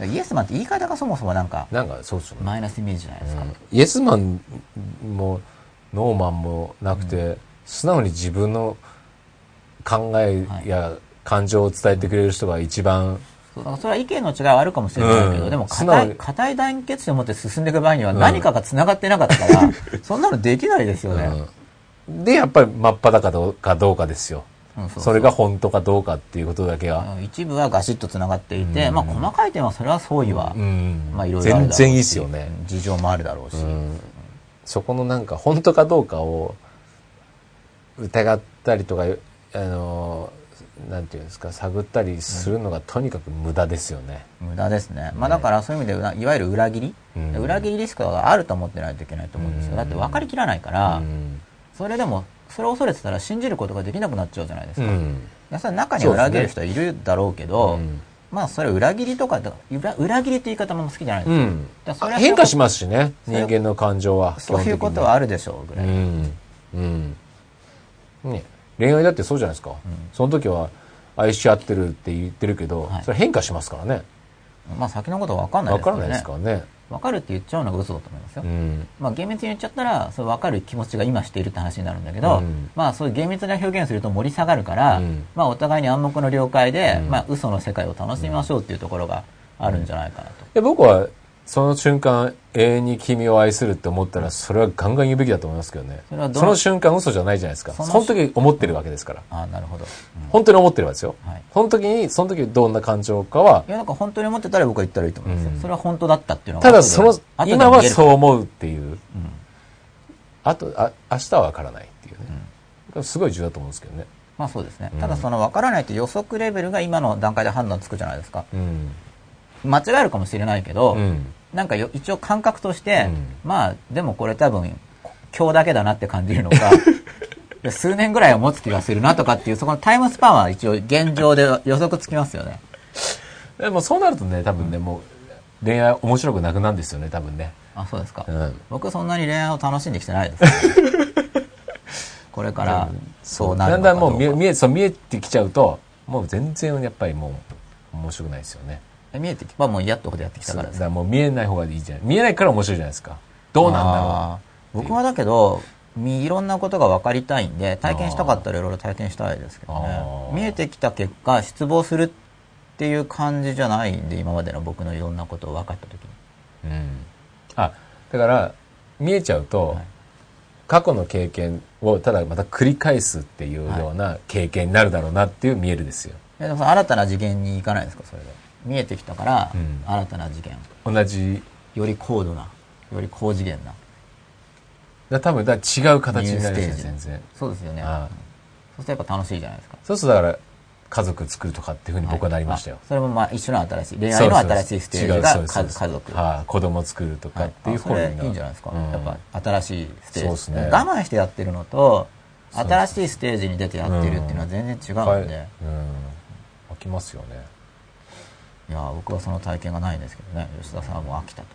イエスマンって言い方がそもそもなんか、 なんかそうそう、 マイナスイメージじゃないですか。うん、 イエスマンもノーマンもなくて、うん、素直に自分の考えや感情を伝えてくれる人が一番、 そうだからそれは意見の違いはあるかもしれないけど、うん、でも固い、固い団結心を持って進んでいく場合には何かが繋がってなかったから、うん、そんなのできないですよね。 うん、で、やっぱり真っ裸かどうかですよ。うん、そうそうそれが本当かどうかっていうことだけは。 一部はガシッと繋がっていて、うん、まあ細かい点はそれは相違は、うん、まあいろいろあるだろうし。 全然いいですよね。 事情もあるだろうし。うん、 そこのなんか本当かどうかを疑ったりとか、あの、なんていうんですか、探ったりするのがとにかく無駄ですよね。 無駄ですね。まあだからそういう意味でいわゆる裏切り、うん、裏切りリスクがあると思ってないといけないと思うんですよ。だって分かりきらないから、うん、それでもそれを恐れてたら信じることができなくなっちゃうじゃないですか。うん、それ中には裏切る人はいるだろうけど、ね、まあそれ裏切りとか裏、裏切りって言い方も好きじゃないですか。うん、だそれ変化しますしね、人間の感情は。 そういうことはあるでしょうぐらい。うんうんね、恋愛だってそうじゃないですか。うん、その時は愛し合ってるって言ってるけど、はい、それ変化しますからね。 まあ先のことは分かんないですからね。 分からないですからね。 分かるって言っちゃうのが嘘だと思いますよ。うん、まあ厳密に言っちゃったら、それ分かる気持ちが今しているって話になるんだけど、うん、まあそういう厳密な表現すると盛り下がるから、うん、まあお互いに暗黙の了解で、うん、まあ嘘の世界を楽しみましょうっていうところがあるんじゃないかなと。 で僕はその瞬間永遠に君を愛するって思ったらそれはガンガン言うべきだと思いますけどね。それはどのその瞬間嘘じゃないじゃないですか。その、その時思ってるわけですから。 ああ、なるほど、 うん。本当に思ってるわけですよ。はい、その時にその時どんな感情かは。 いやなんか本当に思ってたら僕は言ったらいいと思いますよ。うん、それは本当だったっていうのが。ただその今はそう思うっていう。うん、あとあ明日はわからないっていうね、うん。すごい重要だと思うんですけどね。 まあそうですね。ただそのわからないって予測レベルが今の段階で判断つくじゃないですか。うん、間違えるかもしれないけど。うんなんかよ一応感覚として、うん、まあでもこれ多分今日だけだなって感じるのか数年ぐらいは持つ気がするなとかっていうそこのタイムスパンは一応現状で予測つきますよね。 でもそうなるとね多分ね、うん、もう恋愛面白くなくなるんですよね多分ね。 あそうですか、うん、僕そんなに恋愛を楽しんできてないです、ね、これからそうなるのかどうか。 だんだんもう見え見えそう見えてきちゃうともう全然やっぱりもう面白くないですよね。 見えてきばもうやっとこでやってきたからです。 だからもう見えない方がいいじゃん。見えないから面白いじゃないですか。どうなんだろう。僕はだけどいろんなことが分かりたいんで体験したかったらいろいろ体験したいですけどね。見えてきた結果失望するっていう感じじゃないんで今までの僕のいろんなことを分かった時に。 うん。あだから見えちゃうと、はい、過去の経験をただまた繰り返すっていうような経験になるだろうなっていう見えるですよ。 いやでも新たな次元に行かないですかそれで。見えてきたから、うん、新たな次元同じより高度なより高次元なだ多分だ違う形になるんですよ全然。 そうですよね。ああそうするとやっぱ楽しいじゃないですか。 そうするとだから家族作るとかっていうふうに僕はなりましたよ、 はい、それもまあ一緒の新しい恋愛の新しいステージが家族、 はあ、子供作るとかっていう方に、はい、それいいんじゃないですか、うん、やっぱ新しいステージそうですね。我慢してやってるのと新しいステージに出てやってるっていうのは全然違うんで、うん、 うん、飽きますよね。 いや僕はその体験がないんですけどね。吉田さんはもう飽きたと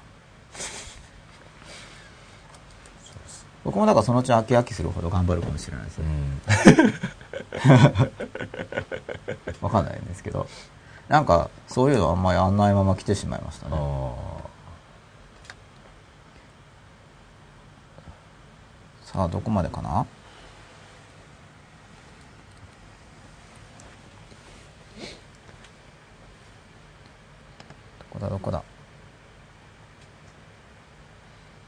僕もだからそのうち飽き飽きするほど頑張るかもしれないですよ、うん、分かんないんですけどなんかそういうのはあんまりやんないまま来てしまいましたね。さあどこまでかな。どこだどこだ。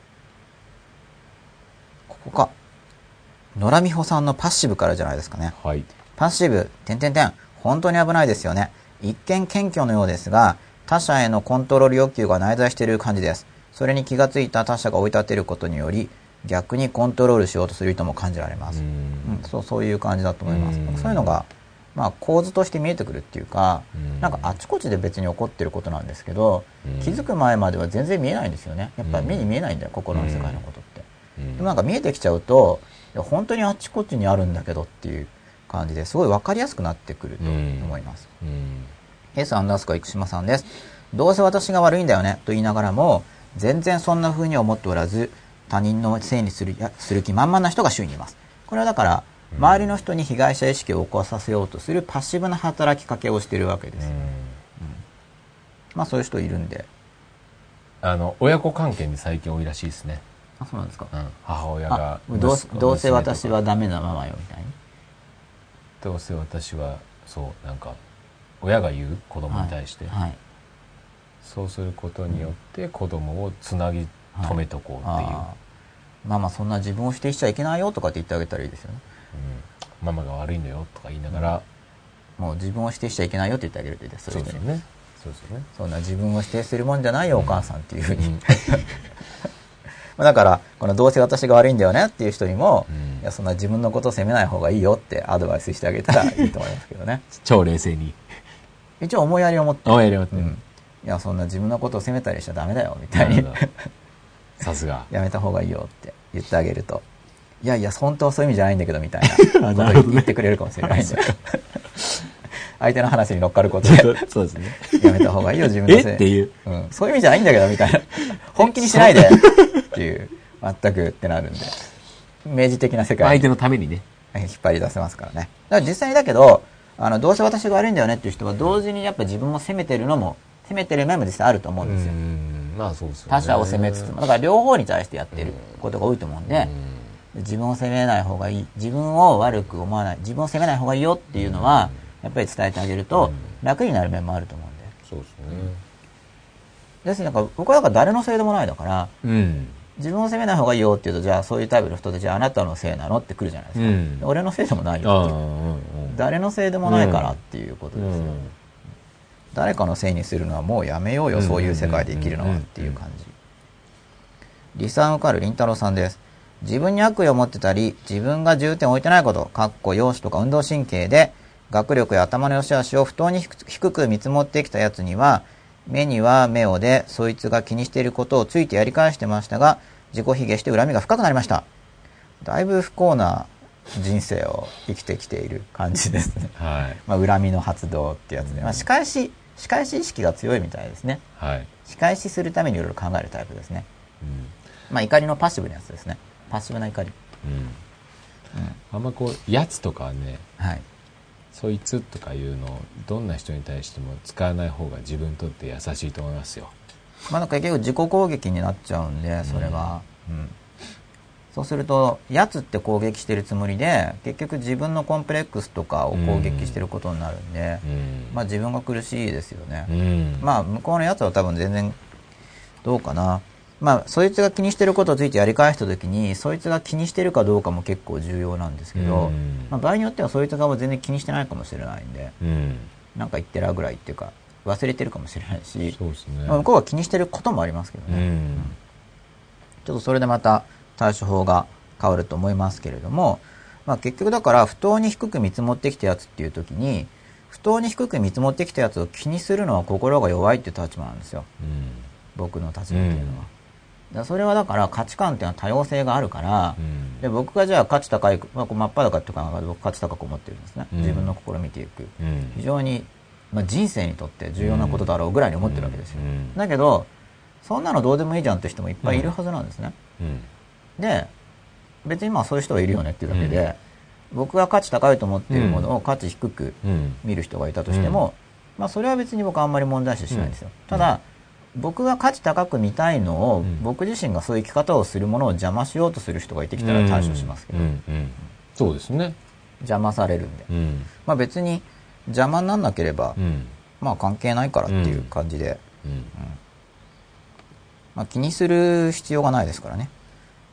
野良美穂さんのパッシブからじゃないですかね。 はい。 パッシブ、点々点、本当に危ないですよね。一見謙虚のようですが、他者へのコントロール欲求が内在している感じです。それに気がついた他者が追い立てることにより、逆にコントロールしようとする意図も感じられます。うん、うん、そう、そういう感じだと思います。そういうのが、まあ、構図として見えてくるっていうか、なんかあちこちで別に起こってることなんですけど、気づく前までは全然見えないんですよね。やっぱり目に見えないんだよ、心の世界のことって。でもなんか見えてきちゃうと、いや本当にあちこちにあるんだけどっていう感じですごい分かりやすくなってくると思います。うんうん、S アンダースコア生島さんです。どうせ私が悪いんだよねと言いながらも、全然そんな風に思っておらず、他人のせいにするやする気満々な人が周囲にいます。これはだから、周りの人に被害者意識を起こさせようとするパッシブな働きかけをしているわけです。うんうん、まあそういう人いるんで。 あの、親子関係に最近多いらしいですね。 あ、そうなんですか。うん、 母親がどう、どうせ私はダメなママよみたいに。 どうせ私は、そう、なんか、親が言う子供に対して、はいはい、そうすることによって子供をつなぎ止めとこうっていう。はい、あまあまあそんな自分を否定しちゃいけないよとかって言ってあげたらいいですよね。 うん、ママが悪いんだよとか言いながら、 うん、もう自分を否定しちゃいけないよって言ってあげるといいです。 そうですよね。そうですよね。 そんな自分を否定するもんじゃないよ、うん、お母さんっていうふうに。うんだからこのどうせ私が悪いんだよねっていう人にも、うん、いやそんな自分のことを責めない方がいいよってアドバイスしてあげたらいいと思いますけどね。 超冷静に。 一応思いやりを持って。 思いやりを持って。うん、 いやそんな自分のことを責めたりしちゃダメだよみたいに。 さすが。 やめた方がいいよって言ってあげると、いやいや本当はそういう意味じゃないんだけどみたいなことを言ってくれるかもしれないんで。相手の話に乗っかることでそうですね。 やめた方がいいよ自分のせい。 えっていう、 うん、そういう意味じゃないんだけどみたいな。本気にしないでっていう全くってなるんで、明示的な世界に相手のためにね引っ張り出せますからね。だから実際にだけどあのどうせ私が悪いんだよねっていう人は同時にやっぱ自分を責めてるのも責めてる面も実際あると思うんですよ。 うんまあそうですよね。 他者を責めつつもだから両方に対してやってることが多いと思うんで、うん自分を責めない方がいい、自分を悪く思わない、自分を責めない方がいいよっていうのは、やっぱり伝えてあげると楽になる面もあると思うんで。 そうですね。 ですね、なんか僕はなんか誰のせいでもないだから、うん、自分を責めない方がいいよって言うと、じゃあそういうタイプの人たちはあなたのせいなのって来るじゃないですか。うん、俺のせいでもないよっていう、うんうん、誰のせいでもないからっていうことですよ、うんうん、誰かのせいにするのはもうやめようよ、そういう世界で生きるのはっていう感じ。リサン受かるりんたろうさんです。自分に悪意を持ってたり、自分が重点を置いてないこと、かっこ容姿とか運動神経で、学力や頭の良し悪しを不当に低く見積もってきたやつには、目には目をで、そいつが気にしていることをついてやり返してましたが、自己卑下して恨みが深くなりました。だいぶ不幸な人生を生きてきている感じですね。はい。まあ、恨みの発動ってやつで、まあ、仕返し、仕返し意識が強いみたいですね。はい。仕返しするためにいろいろ考えるタイプですね。うん。まあ、怒りのパッシブなやつですね。パッシブな怒り。うん。うん、 あんまこう、やつとかね、 はい。 そいつとかいうのをどんな人に対しても使わない方が自分にとって優しいと思いますよ。 まあなんか結構自己攻撃になっちゃうんで、それは。うん。うん、そうすると、やつって攻撃してるつもりで、結局自分のコンプレックスとかを攻撃してることになるんで、うん、まあ自分が苦しいですよね。うん、まあ向こうのやつは多分全然、どうかな。まあ、そいつが気にしてることをついてやり返したときに、そいつが気にしてるかどうかも結構重要なんですけど、まあ、場合によってはそいつ側は全然気にしてないかもしれないんで、うん、なんか言ってらぐらいっていうか、忘れてるかもしれないし、 そうですね。 まあ、向こうは気にしてることもありますけどね。うんうん、ちょっとそれでまた対処法が変わると思いますけれども、まあ、結局だから不当に低く見積もってきたやつっていうときに、不当に低く見積もってきたやつを気にするのは心が弱いっていう立場なんですよ。うん、僕の立場っていうのは。それはだから価値観っていうのは多様性があるから、うん、で僕がじゃあ価値高い、まあ、真っ裸っていうか僕価値高く思ってるんですね、うん、自分の心を見ていく、うん、非常に、まあ、人生にとって重要なことだろうぐらいに思ってるわけですよ、うん、だけどそんなのどうでもいいじゃんって人もいっぱいいるはずなんですね、うん、で別にまあそういう人がいるよねっていうだけで、うん、僕が価値高いと思っているものを価値低く見る人がいたとしても、まあ、それは別に僕はあんまり問題視しないんですよ、ただ僕が価値高く見たいのを、うん、僕自身がそういう生き方をするものを邪魔しようとする人がいてきたら対処しますけど、うんうんうん、 そうですね、 邪魔されるんで、うん、まあ別に邪魔にならなければ、うん、まあ関係ないからっていう感じで、うんうんまあ、気にする必要がないですからね。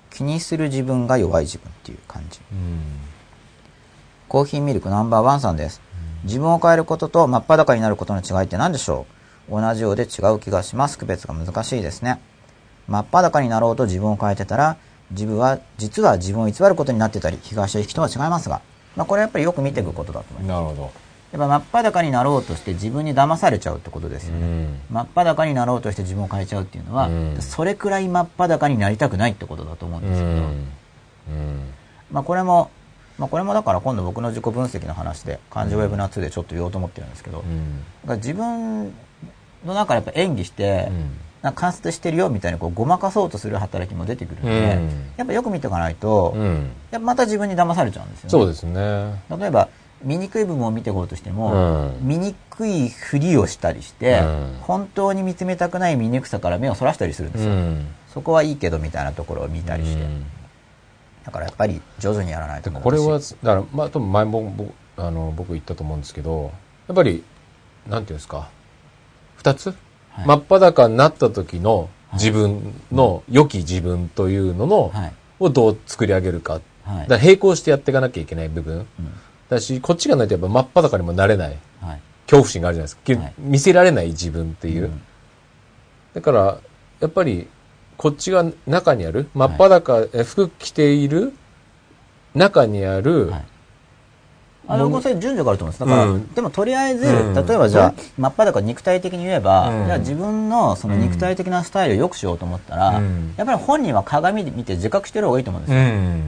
気にする自分が弱い自分っていう感じ。 うん、 コーヒーミルクナンバーワンさんです。自分を変えることと真っ裸になることの違いって何でしょう？同じようで違う気がします。区別が難しいですね。真っ裸になろうと自分を変えてたら、自分は、実は自分を偽ることになってたり、被害者意識とは違いますが、まあこれはやっぱりよく見ていくことだと思います。 なるほど。 やっぱ真っ裸になろうとして自分に騙されちゃうってことですよね。うん、真っ裸になろうとして自分を変えちゃうっていうのは、うん、それくらい真っ裸になりたくないってことだと思うんですけど、うんうん、まあこれも、まあこれもだから今度僕の自己分析の話で、漢字ウェブナーツーでちょっと言おうと思ってるんですけど、うん、だから自分の中でやっぱ演技して、うんなんか観察してるよみたいにこうごまかそうとする働きも出てくるので、うん、やっぱよく見ておかないと、うん、やっぱまた自分に騙されちゃうんですよね。 そうですね。 例えば醜い部分を見ていこうとしても、うん、醜いふりをしたりして、うん、本当に見つめたくない醜さから目をそらしたりするんですよ、うん、そこはいいけどみたいなところを見たりして、だからやっぱり上手にやらないと。 これはだからまあ多分前も僕あの僕言ったと思うんですけど、やっぱりなんていうんですか、二つ。はい、真っ裸になった時の自分の良き自分というのの、はい、をどう作り上げるか。はい、だから並行してやっていかなきゃいけない部分。うん、だし、こっちがないとやっぱ真っ裸にもなれない。はい、恐怖心があるじゃないですか。はい、見せられない自分っていう。うん、だから、やっぱり、こっちが中にある、真っ裸、はい、服着ている中にある、はいあの、僕それ順序があると思うんです。だから、うん、でもとりあえず、うん、例えばじゃあ、真っ裸肉体的に言えば、うん、じゃあ自分のその肉体的なスタイルを良くしようと思ったら、うん、やっぱり本人は鏡で見て自覚してる方がいいと思うんですよ。うん、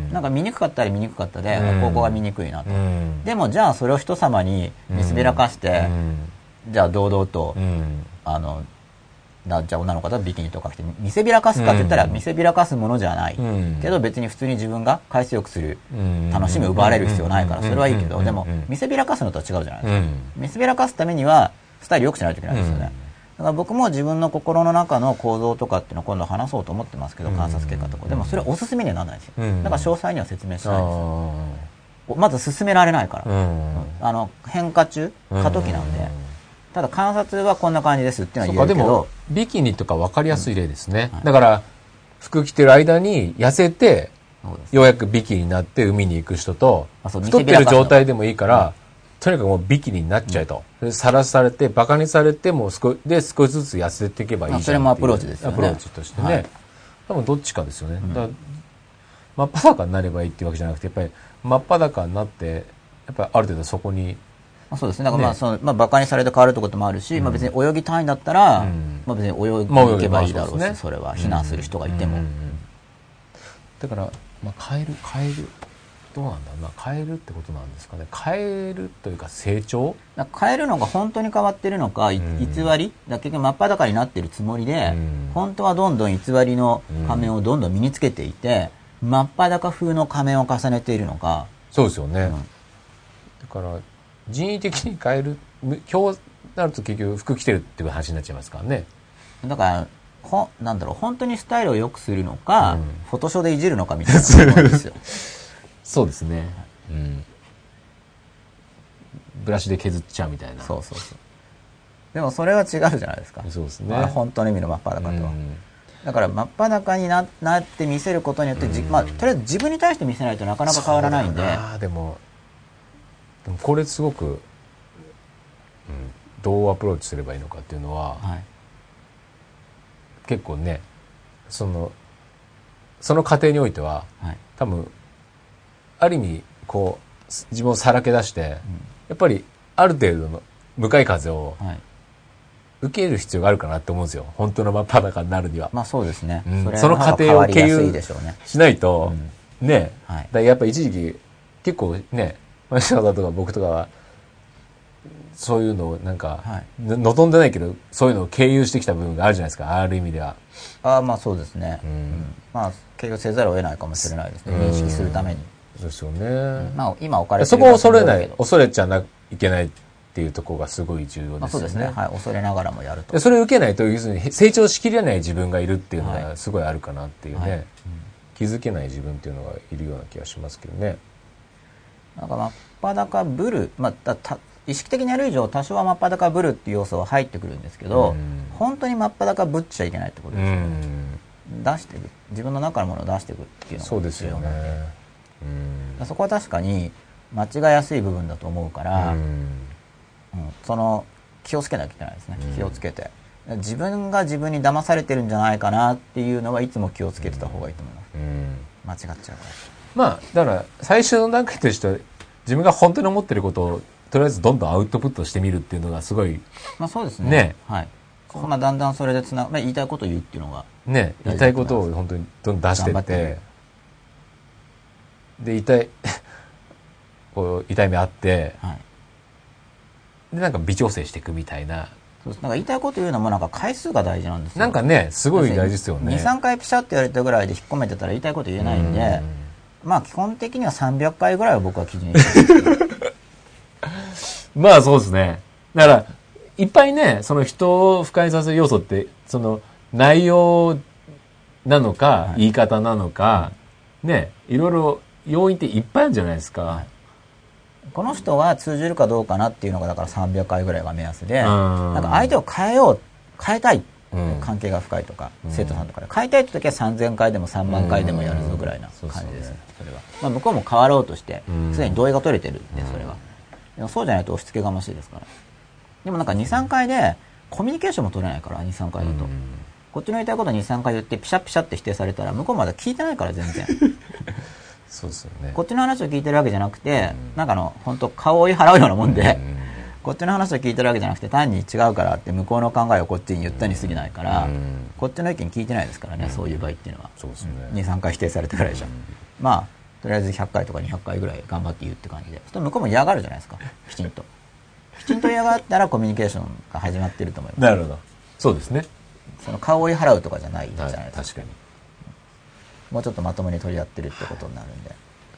なんか見にくかったら見にくかったで、うん、ここが見にくいなと。うん、でもじゃあそれを人様に見せびらかして、うん、じゃあ堂々と、うん、あの、じゃあ女の方はビキニとか着て見せびらかすかって言ったら見せびらかすものじゃない、うん、けど別に普通に自分が海水浴する楽しみを奪われる必要ないからそれはいいけど、でも見せびらかすのとは違うじゃないですか、うん、見せびらかすためにはスタイル良くしないといけないですよね、うん、だから僕も自分の心の中の構造とかっていうのを今度話そうと思ってますけど、観察結果とかでもそれはおすすめにはならないですよ、うん、だから詳細には説明しないですよ、まず進められないから、うん、あの変化中過渡期なんで、ただ観察はこんな感じですっていうのは言えるけど、でもビキニとか分かりやすい例ですね、うんはい、だから服着てる間に痩せてようやくビキニになって海に行く人と、太ってる状態でもいいから、うん、とにかくもうビキニになっちゃえと、うん、さらされてバカにされても少で少しずつ痩せていけばいいじゃんっていう、それもアプローチですよね、 アプローチとしてね、はい、多分どっちかですよね、うん、だから真っ裸になればいいっていうわけじゃなくて、やっぱり真っ裸になってやっぱりある程度そこにそうですね。だからまあ、ね、その、まあ、馬鹿にされて変わるってこともあるし、うん、まあ別に泳ぎたいんだったら、うん、まあ別に泳ぎに行けばいいだろうし、まあね、それは、非難する人がいても。うんうんうん、 だから、まあ変える、変える、どうなんだろうな、変えるってことなんですかね。変えるというか成長変えるのが本当に変わってるのか、うん、偽りだ結局真っ裸になってるつもりで、うん、本当はどんどん偽りの仮面をどんどん身につけていて、真っ裸風の仮面を重ねているのか。 そうですよね。うん、だから、人為的に変える、今日なると結局服着てるっていう話になっちゃいますからね。 だからほなんだろう本当にスタイルを良くするのか、うん、フォトショーでいじるのかみたいなところですよ。 そうですね、うん。ブラシで削っちゃうみたいな。 そうそうそう。でもそれは違うじゃないですか。 そうですね。 まあ、本当の意味の真っ裸とは。うん、だから真っ裸に な, なって見せることによって、うんまあ、とりあえず自分に対して見せないとなかなか変わらないんで。 あでもでもこれすごく、うん、どうアプローチすればいいのかっていうのは、はい、結構ねそのその過程においては、はい、多分ある意味こう自分をさらけ出して、うん、やっぱりある程度の向かい風を受ける必要があるかなって思うんですよ、本当の真っ裸になるには。 まあそうですね、 うん、そ, その過程を経由しないと、うん、ね、はい、だやっぱり一時期結構ね吉田とか僕とかはそういうのをなんか、はい、望んでないけどそういうのを経由してきた部分があるじゃないですか、ある意味では。 ああまあそうですね、うんうん、まあ経由せざるを得ないかもしれないですね、認識するために。 そうですよね、うんまあ、今置かれてるそこを恐れない恐れちゃいけないっていうところがすごい重要ですよね。 まあ、そうですね、はい、恐れながらもやると。 それを受けないと要するに成長しきれない自分がいるっていうのがすごいあるかなっていうね、はいはいうん、気づけない自分っていうのがいるような気がしますけどね。 なんか真っ裸ブル、まあ、たた意識的にやる以上多少は真っ裸ブルっていう要素は入ってくるんですけど、うん、本当に真っ裸ぶっちゃいけないってことですよね。 出していく、自分の中のものを出していくっていうのがそうですよね。 うん、そこは確かに間違いやすい部分だと思うから、うんうん、その気をつけなきゃいけないですね、うん、気をつけて自分が自分に騙されてるんじゃないかなっていうのはいつも気をつけてた方がいいと思います、うん、間違っちゃうから。 まあだから最初の段階としては自分が本当に思ってることをとりあえずどんどんアウトプットしてみるっていうのがすごい、 まあそうですね、 ね、 はい、まあ、だんだんそれでつな、まあ、言いたいことを言うっていうのがね、言いたいことを本当にどんどん出していってで痛いこう痛い目あって、はい、でなんか微調整していくみたいな。 そうなんか言いたいこと言うのもなんか回数が大事なんですよ。 なんかねすごい大事ですよね。 にさんかいピシャって言われたぐらいで引っ込めてたら言いたいこと言えないんで、んまあ基本的にはさんびゃっかいぐらいは僕は基準にしてまあそうですね。だからいっぱいねその人を不快させる要素ってその内容なのか、はい、言い方なのか、ね、いろいろ要因っていっぱいあるんじゃないですか、はい、 この人が通じるかどうかなっていうのがだからさんびゃっかいぐらいが目安で、なんか相手を変えよう変えたい、うん、関係が深いとか、うん、生徒さんとかで変えたいって時はさんぜんかいでもさんまんかいでもやるぞぐらいな感じですね、それは、まあ、向こうも変わろうとしてすでに同意が取れてるんで、それはでもそうじゃないと押し付けがましいですから。でもなんかにさんかいでコミュニケーションも取れないからにさんかいだと、こっちの言いたいことにさんかい言ってピシャピシャって否定されたら向こうまだ聞いてないから全然そうですよね。 こっちの話を聞いてるわけじゃなくて、うん、なんかの本当顔を追い払うようなもんで、うん、こっちの話を聞いてるわけじゃなくて単に違うからって向こうの考えをこっちに言ったに過ぎないから、うん、こっちの意見聞いてないですからね、うん、そういう場合っていうのは。 そうですね、 にさんかい否定されてからでしょ、うん、まあとりあえずひゃっかいとかにひゃっかいぐらい頑張って言うって感じで、そしたら向こうも嫌がるじゃないですか、きちんときちんと嫌がったらコミュニケーションが始まってると思います。 なるほど、そうですね。 その顔を追い払うとかじゃないじゃないですか。 確かにもうちょっとまともに取り合ってるってことになるんで。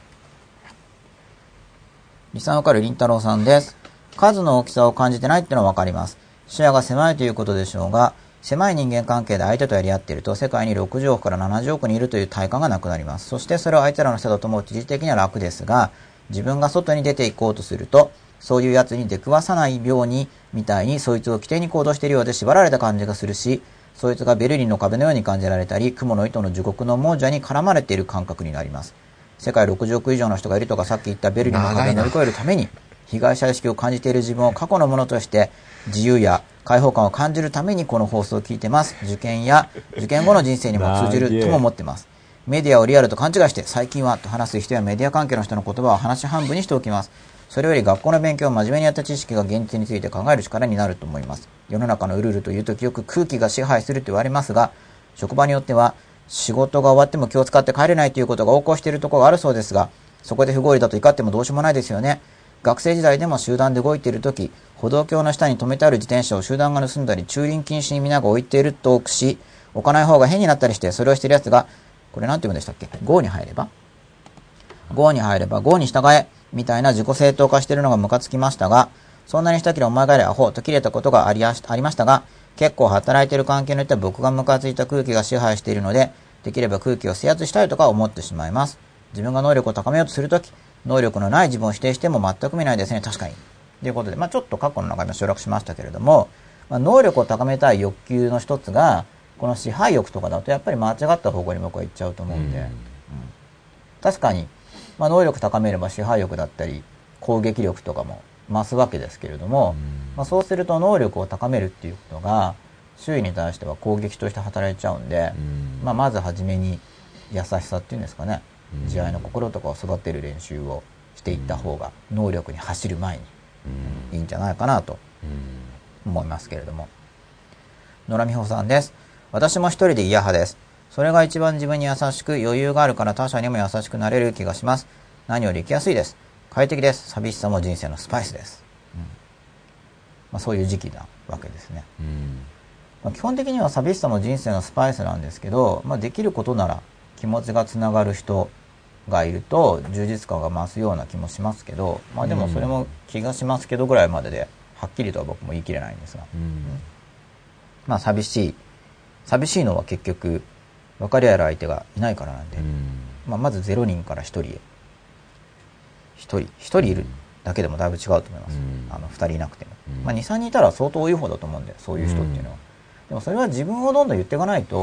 理想わかるりんたろうさんです。数の大きさを感じてないっていうのはわかります。視野が狭いということでしょうが、狭い人間関係で相手とやり合っていると世界にろくじゅうおくからななじゅうおくにいるという体感がなくなります。そしてそれを相手らの人だと思うと一時的には楽ですが、自分が外に出ていこうとすると、そういうやつに出くわさないようにみたいにそいつを起点に行動しているようで縛られた感じがするし、そいつがベルリンの壁のように感じられたり、雲の糸の地獄の亡者に絡まれている感覚になります。世界ろくじゅうおく以上の人がいるとか、さっき言ったベルリンの壁を乗り越えるために被害者意識を感じている自分を過去のものとして自由や解放感を感じるためにこの放送を聞いてます。受験や受験後の人生にも通じるとも思ってます。メディアをリアルと勘違いして最近はと話す人やメディア関係の人の言葉を話半分にしておきます。それより学校の勉強を真面目にやった知識が現実について考える力になると思います。世の中のルールというときよく空気が支配すると言われますが、職場によっては仕事が終わっても気を使って帰れないということが横行しているところがあるそうですが、そこで不合理だと怒ってもどうしようもないですよね。学生時代でも集団で動いているとき、歩道橋の下に止めてある自転車を集団が盗んだり、駐輪禁止に皆が置いていると置くし、置かない方が変になったりして、それをしているやつが、これなんて言うんでしたっけ？ ゴー に入れば ゴー に入れば ゴー に従えみたいな自己正当化しているのがムカつきましたが、そんなにしたきりお前がやれアホと切れたことがありやしありましたが、結構働いている関係によっては僕がムカついた空気が支配しているので、できれば空気を制圧したいとか思ってしまいます。自分が能力を高めようとするとき、能力のない自分を否定しても全く見ないですね。確かに。ということで、まあちょっと過去の中でも省略しましたけれども、まあ、能力を高めたい欲求の一つが、この支配欲とかだとやっぱり間違った方向に僕は行っちゃうと思うんで、うんうん、確かに、まあ、能力高めれば支配欲だったり攻撃力とかも増すわけですけれども、まあ、そうすると能力を高めるっていうことが周囲に対しては攻撃として働いちゃうんで、まあ、まずはじめに優しさっていうんですかね、慈愛の心とかを育てる練習をしていった方が能力に走る前にいいんじゃないかなと思いますけれども。野良美穂さんです。私も一人で嫌派です。それが一番自分に優しく余裕があるから他者にも優しくなれる気がします。何より生きやすいです。快適です。寂しさも人生のスパイスです。うんまあ、そういう時期なわけですね。うんまあ、基本的には寂しさも人生のスパイスなんですけど、まあ、できることなら気持ちがつながる人がいると充実感が増すような気もしますけど、まあ、でもそれも気がしますけどぐらいまでではっきりとは僕も言い切れないんですが、うんうん、まあ寂しい寂しいのは結局分かり合える相手がいないからなんで、うんまあ、まずゼロにんからひとりへひとりひとりいるだけでもだいぶ違うと思います、うん、あのふたりいなくても、うんまあ、にさんにんいたら相当多い方だと思うんで、そういう人っていうのは、うん、でもそれは自分をどんどん言っていかないと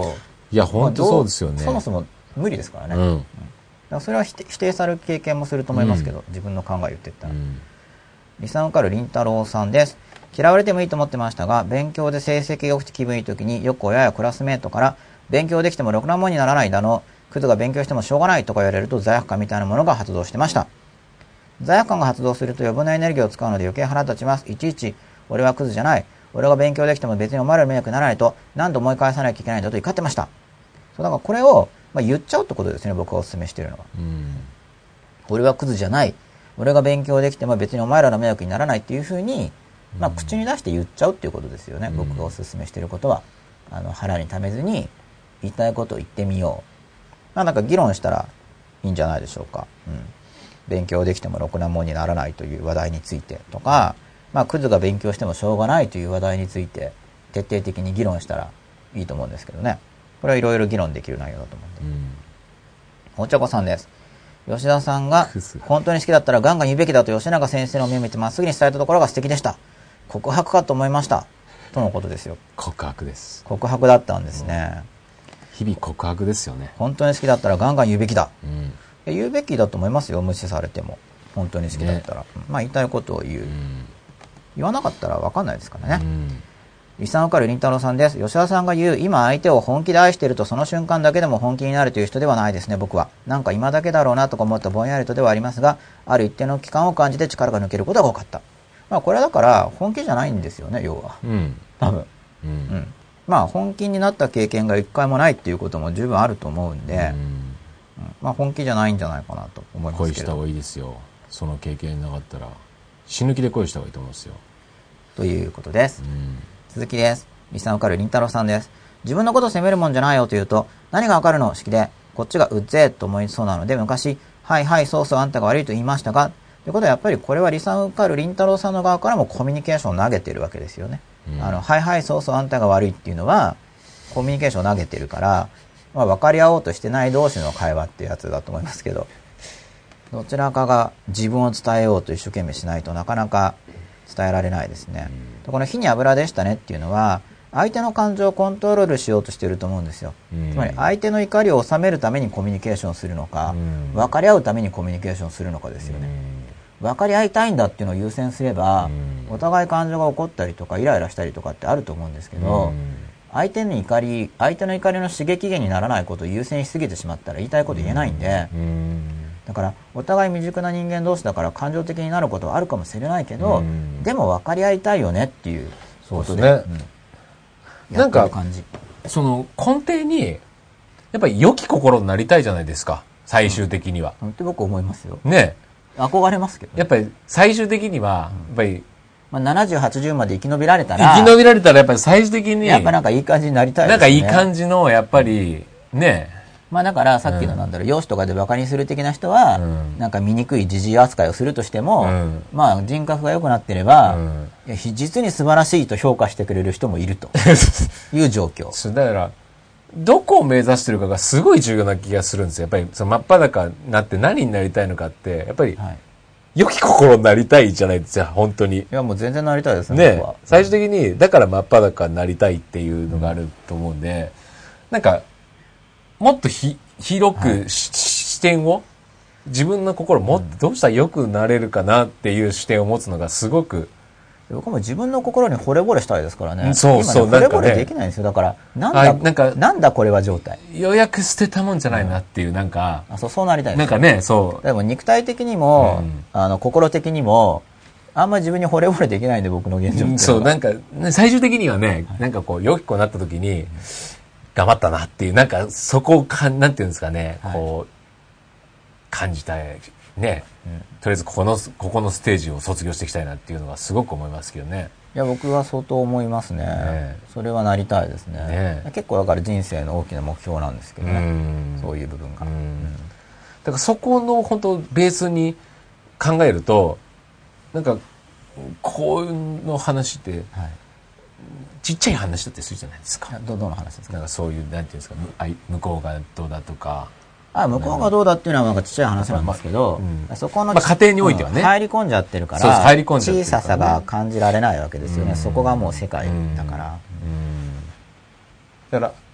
いや本当そうですよね。 そもそも無理ですからね、 うん、 だからそれは否定、否定される経験もすると思いますけど、うん、自分の考えを言っていったら、うん、リサンカルりんたろうさんです。嫌われてもいいと思ってましたが、勉強で成績が落ちて気分いい時によく親やクラスメートから勉強できてもろくなもんにならないだの、クズが勉強してもしょうがないとか言われると罪悪感みたいなものが発動してました。罪悪感が発動すると余分なエネルギーを使うので余計腹立ちます。いちいち俺はクズじゃない、俺が勉強できても別にお前らの迷惑にならないと何度思い返さなきゃいけないんだと怒ってました。そうだからこれを、まあ、言っちゃうってことですね、僕がお勧めしているのは、うん、俺はクズじゃない、俺が勉強できても別にお前らの迷惑にならないっていうふうに、まあ、口に出して言っちゃうっていうことですよね、うん、僕がお勧めしていることは。あの腹に溜めずに言いたいことを言ってみよう。まあ、なんか議論したらいいんじゃないでしょうか、うん、勉強できてもろくなもんにならないという話題についてとか、まあ、クズが勉強してもしょうがないという話題について徹底的に議論したらいいと思うんですけどね。これはいろいろ議論できる内容だと思うんで、うん、お茶子さんです。吉田さんが本当に好きだったらガンガン言うべきだと吉永先生の目を見てまっすぐに伝えたところが素敵でした。告白かと思いましたとのことですよ。 告白です。 告白だったんですね、 うん、日々告白ですよね。 本当に好きだったらガンガン言うべきだ、うん、言うべきだと思いますよ。無視されても本当に好きだったら、ね、まあ言いたいことを言う、うん、言わなかったら分かんないですからね、うん、リサンカルりんたろうさんです。吉田さんが言う今相手を本気で愛しているとその瞬間だけでも本気になるという人ではないですね。僕はなんか今だけだろうなとか思ったぼんやりとではありますが、ある一定の期間を感じて力が抜けることが多かった。まあこれはだから本気じゃないんですよね、要は、うん、多分、うんうん、まあ本気になった経験が一回もないっていうことも十分あると思うんで、うんうん、まあ本気じゃないんじゃないかなと思いますけど。 恋した方がいいですよ。その経験なかったら死ぬ気で恋した方がいいと思うんですよ。 ということです、うん、続きです。リサンカルりんたろうさんです。自分のことを責めるもんじゃないよと言うと何がわかるの式でこっちがうっぜーと思いそうなので、昔はいはいそうそうあんたが悪いと言いましたがということはやっぱりこれはリサンカルりんたろうさんの側からもコミュニケーションを投げているわけですよね、うん、あのはいはいそうそうあんたが悪いっていうのはコミュニケーションを投げているから、まあ、分かり合おうとしてない同士の会話っていうやつだと思いますけど、どちらかが自分を伝えようと一生懸命しないとなかなか伝えられないですね、うん、この火に油でしたねっていうのは相手の感情をコントロールしようとしていると思うんですよ、うん、つまり相手の怒りを収めるためにコミュニケーションするのか、うん、分かり合うためにコミュニケーションするのかですよね、うん、分かり合いたいんだっていうのを優先すれば、うん、お互い感情が起こったりとかイライラしたりとかってあると思うんですけど、うん、相手の怒り相手の怒りの刺激源にならないことを優先しすぎてしまったら言いたいこと言えないんで、うん、だからお互い未熟な人間同士だから感情的になることはあるかもしれないけど、うん、でも分かり合いたいよねっていうことで、そうですね、うん、なんかその根底にやっぱり良き心になりたいじゃないですか、最終的には、 うん、って僕思いますよね。 憧れますけど、ね、 やっぱり最終的にはやっぱり、うんまあ、ななじゅう、はちじゅうまで生き延びられたら生き延びられたらやっぱり最終的にやっぱなんかいい感じになりたいですね。 なんかいい感じのやっぱりね、 まあだからさっきのなんだろう、容姿とかでバカにする的な人は、うん、なんか醜いジジイ扱いをするとしても、うん、まあ人格が良くなってれば、うん、いや実に素晴らしいと評価してくれる人もいるという状況。 だからどこを目指してるかがすごい重要な気がするんですよ。やっぱりその真っ裸になって何になりたいのかってやっぱり、はい、良き心になりたいじゃないですか、本当に。いやもう全然なりたいですね。 ね、最終的にだから真っ裸になりたいっていうのがあると思うんで、うん、なんかもっとひ広く、はい、視点を自分の心もっとどうしたら良くなれるかなっていう視点を持つのがすごく、 僕も自分の心に惚れ惚れしたいですからね。 そうそう、 今ね、惚れ惚れできないんですよ。だからなんだなんかなんだこれは状態。 ようやく捨てたもんじゃないなっていう、うん、なんかあそうそうなりたいです。 なんかね、そう。 でも肉体的にも、うん、あの心的にもあんまり自分に惚れ惚れできないんで、僕の現状って。 そうなんか最終的にはね、はい、なんかこう良き子になった時に、うん、頑張ったなっていうなんかそこをかなんていうんですかね、はい、こう感じたいね。うん、とりあえずここのここのステージを卒業していきたいなっていうのがすごく思いますけどね。 いや僕は相当思いますね。ね、それはなりたいですね。ね、結構だから人生の大きな目標なんですけどね。うんそういう部分が。うん、 だからそこの本当ベースに考えるとなんかこういうの話って、はい、ちっちゃい話だってするじゃないですか。 どどの話ですか。 なんかそういうなんていうんですか、向こうがどうだとか。 あ向こうがどうだっていうのはなんかちっちゃい話なんですけど、うん、そこの、 まあ、家庭においてはね、 入り込んじゃってるから、 入り込んじゃってるからね、 小ささが感じられないわけですよね、うん、そこがもう世界だから、うんうん、だから